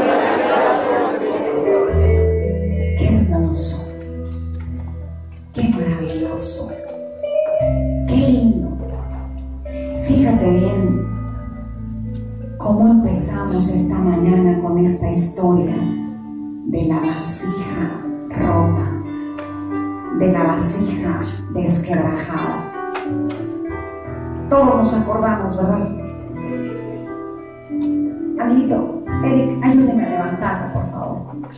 Qué hermoso, qué maravilloso, qué lindo. Fíjate bien cómo empezamos esta mañana con esta historia de la vasija rota, de la vasija desquebrajada. Todos nos acordamos, ¿verdad? Amiguito, Eric, ayúdeme a levantarla, por favor.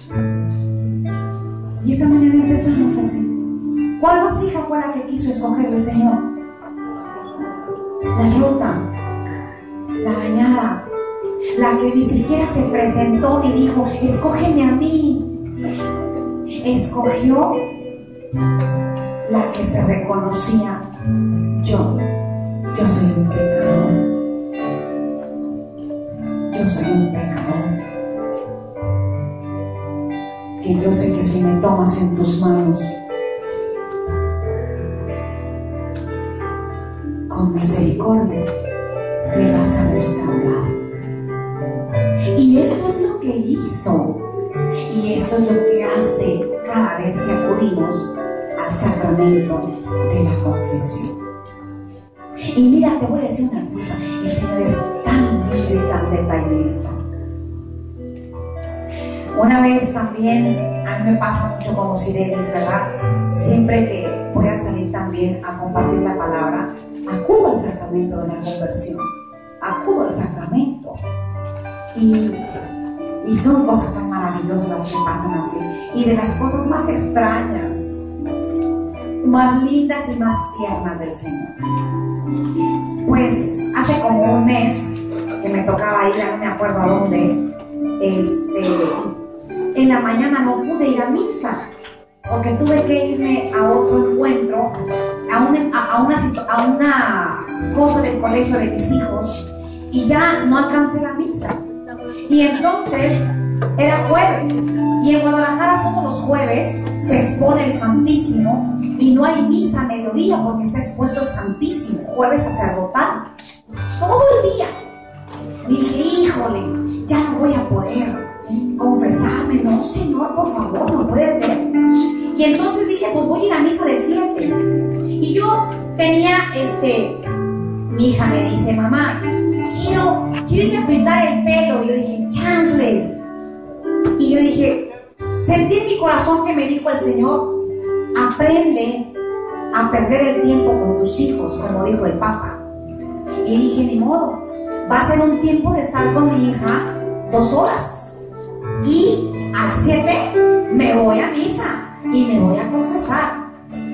Y esta mañana empezamos así. ¿Cuál vasija fue la que quiso escoger el Señor? La rota, la dañada. la que ni siquiera se presentó ni dijo, escógeme a mí. Escogió la que se reconocía, yo, yo soy un pecador, yo soy un pecador, que yo sé que si me tomas en tus manos, con misericordia, me vas a restaurar. Y esto es lo que hizo, y esto es lo que hace cada vez que acudimos al sacramento de la confesión. Y mira, te voy a decir una cosa, el Señor es tan lindo y tan detallista. Una vez también, a mí me pasa mucho como Sirenis, ¿verdad? Siempre que voy a salir también a compartir la palabra, acudo al sacramento de la conversión, acudo al sacramento. Y, y son cosas tan maravillosas las que pasan así. Y de las cosas más extrañas, más lindas y más tiernas del Señor. Pues hace como un mes que me tocaba ir, no me acuerdo a dónde, este, en la mañana no pude ir a misa, porque tuve que irme a otro encuentro, a una, a, a una, a una cosa del colegio de mis hijos, y ya no alcancé la misa. Y entonces era jueves, y en Guadalajara todos los jueves se expone el Santísimo, y no hay misa a mediodía porque está expuesto el Santísimo, jueves sacerdotal, todo el día. Y dije, híjole, ya no voy a poder confesarme, no, Señor, por favor, no puede ser. Y entonces dije, pues voy a ir a misa de siete. Y yo tenía, este, mi hija me dice, mamá, quiero, quiero irme a pintar el pelo. Y yo dije, chanfles. Y yo dije, sentí en mi corazón que me dijo el Señor, aprende a perder el tiempo con tus hijos, como dijo el Papa. Y dije, ni modo, va a ser un tiempo de estar con mi hija dos horas. Y a las siete me voy a misa y me voy a confesar.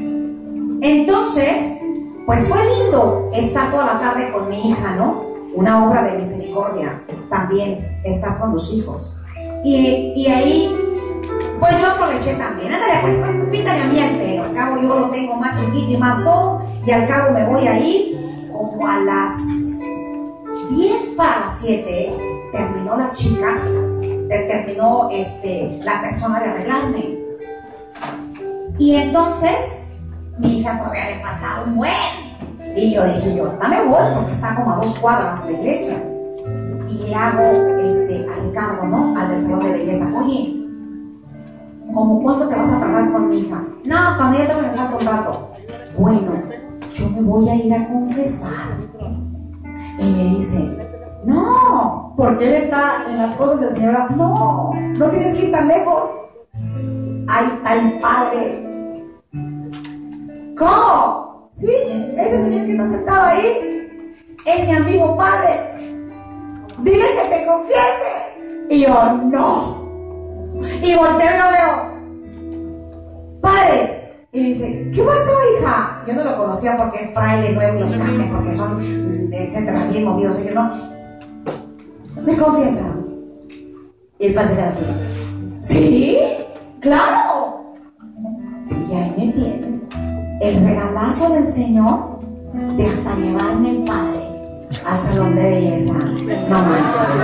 Entonces, pues fue lindo estar toda la tarde con mi hija, ¿no? Una obra de misericordia también, estar con los hijos. Y, y ahí, pues yo aproveché también. Ándale, pues píntame a mí el pelo. Al cabo yo lo tengo más chiquito y más todo. Y al cabo me voy a ir como a las diez para las siete. Terminó la chica, terminó este, la persona de arreglarme. Y entonces, mi hija todavía le faltaba un buen. Y yo dije, yo no me voy porque está como a dos cuadras de la iglesia. Y le hago este, a Ricardo, ¿no? Al del salón de belleza. Oye, ¿cómo cuánto te vas a tardar con mi hija? No, cuando ya tengo me falta un rato. Bueno, yo me voy a ir a confesar. Y me dice, no, porque él está en las cosas del Señor. No, no tienes que ir tan lejos. Ay, tal padre. ¿Cómo? Sí, ese señor que está sentado ahí es mi amigo padre. Dile que te confiese. Y yo, no. Y volteo y lo veo. Padre. Y dice, ¿qué pasó, hija? Yo no lo conocía porque es fraile nuevo y los cambian porque son, etcétera, bien movidos. Y yo no. ¿Me confiesa? Y el padre le dice, ¿sí? ¡Claro! Y ahí me entiendes. El regalazo del Señor de hasta llevarme el Padre al salón de belleza. No manches.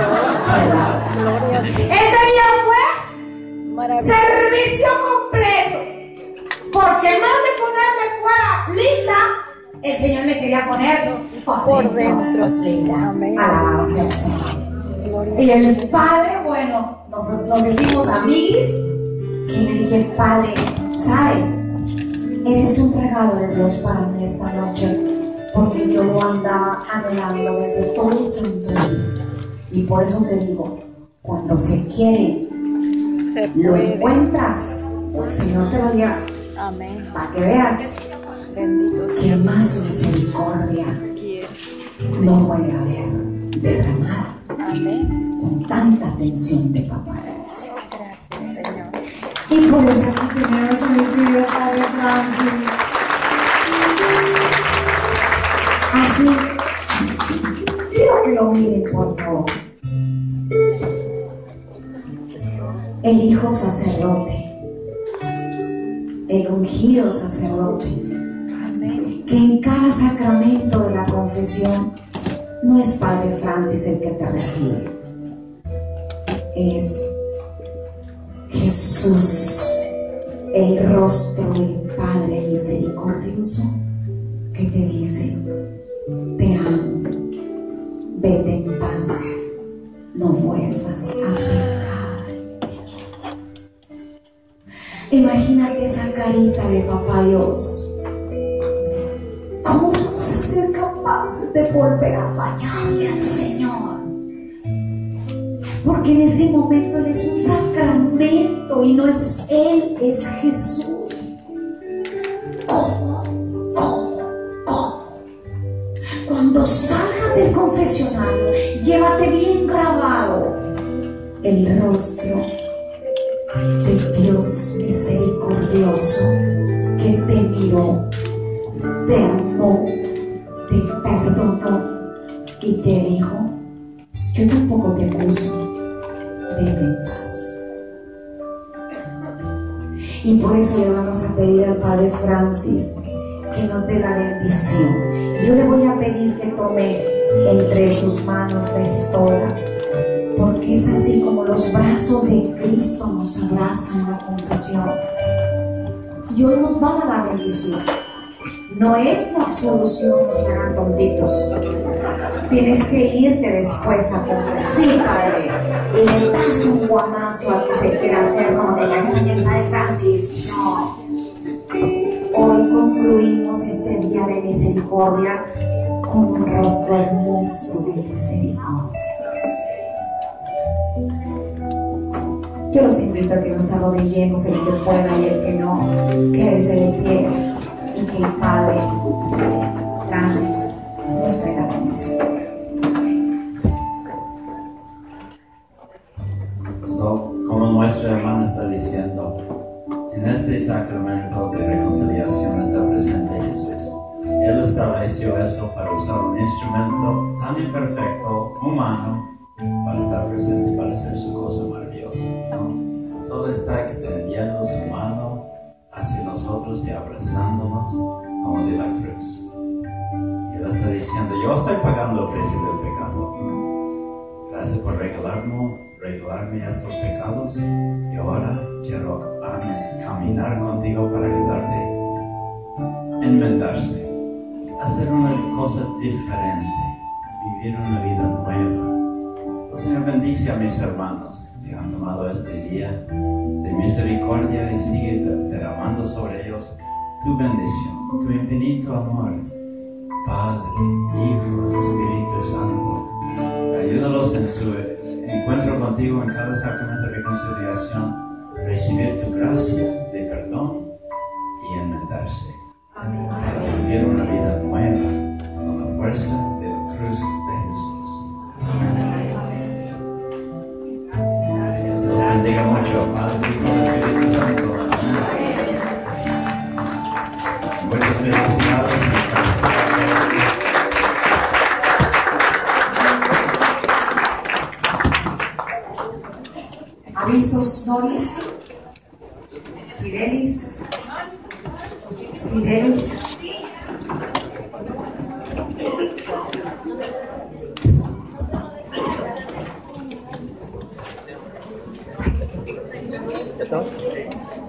Ese día fue servicio completo. Porque más de ponerme fuera linda, el Señor me quería poner por dentro linda. Alabado sea el Señor. Y el Padre, bueno, nos, nos hicimos amiguis. Y le dije, Padre, ¿sabes? Eres un regalo de Dios para mí esta noche, porque yo lo andaba anhelando desde todo el santo día. Y por eso te digo, cuando se quiere, se lo encuentras, o el Señor te lo lleva. Amén. Para que veas que más misericordia no puede haber derramada. Amén. Con tanta atención de Papá Dios. Gracias, Señor. Y por eso que tenemos a mi querido Padre Francis. Así, quiero que lo miren, por favor. el hijo sacerdote, el ungido sacerdote, que en cada sacramento de la confesión no es Padre Francis el que te recibe, es Jesús, el rostro del Padre misericordioso, que te dice: te amo, vete en paz, no vuelvas a pecar. Imagínate esa carita de Papá Dios. ¿Cómo vamos a ser capaces de volver a fallarle al Señor? Porque en ese momento Él es un sacramento y no es Él, es Jesús. ¿Cómo? ¿Cómo? ¿Cómo? Cuando salgas del confesionario, llévate bien grabado el rostro de Dios misericordioso que te miró, te amó, te perdonó y te dijo: yo tampoco te acuso, vete en paz. Y por eso le vamos a pedir al Padre Francis que nos dé la bendición. Yo le voy a pedir que tome entre sus manos la estola, porque es así como los brazos de Cristo nos abrazan en la confesión. Y hoy nos van a dar bendición. No es la absolución, no se hagan tontitos. Tienes que irte después a comer. Sí, Padre. Y le das un guamazo al que se quiera hacer. No, de la calle el Padre Francis. No. Hoy concluimos este día de misericordia con un rostro hermoso de misericordia. Yo los invito a que nos arrodillemos, el que pueda y el que no, quédese de pie y que el Padre Francis nos dé la bendición. So, como nuestra hermana está diciendo, en este sacramento de reconciliación está presente Jesús. Él estableció eso para usar un instrumento tan imperfecto, humano, para estar presente y para hacer su cosa maravillosa, ¿no? Solo está extendiendo su mano hacia nosotros y abrazándonos como de la cruz. Y él está diciendo: yo estoy pagando el precio del pecado. Gracias por regalarme, regalarme estos pecados. Y ahora quiero caminar contigo para ayudarte a enmendarse, hacer una cosa diferente, vivir una vida nueva. El Señor bendice a mis hermanos que han tomado este día de misericordia y sigue derramando sobre ellos tu bendición, tu infinito amor, Padre, Hijo, Espíritu Santo. Ayúdalos en su encuentro contigo en cada sacramento de reconciliación, recibir tu gracia de perdón y enmendarse para vivir una vida nueva con la fuerza de la cruz de Jesús. Amén. Dios bendiga mucho, Padre, Hijo y Espíritu Santo. Amén. Muchas felicidades. Avisos, Doris, Sidelis, Sidelis. ¿Ya estamos?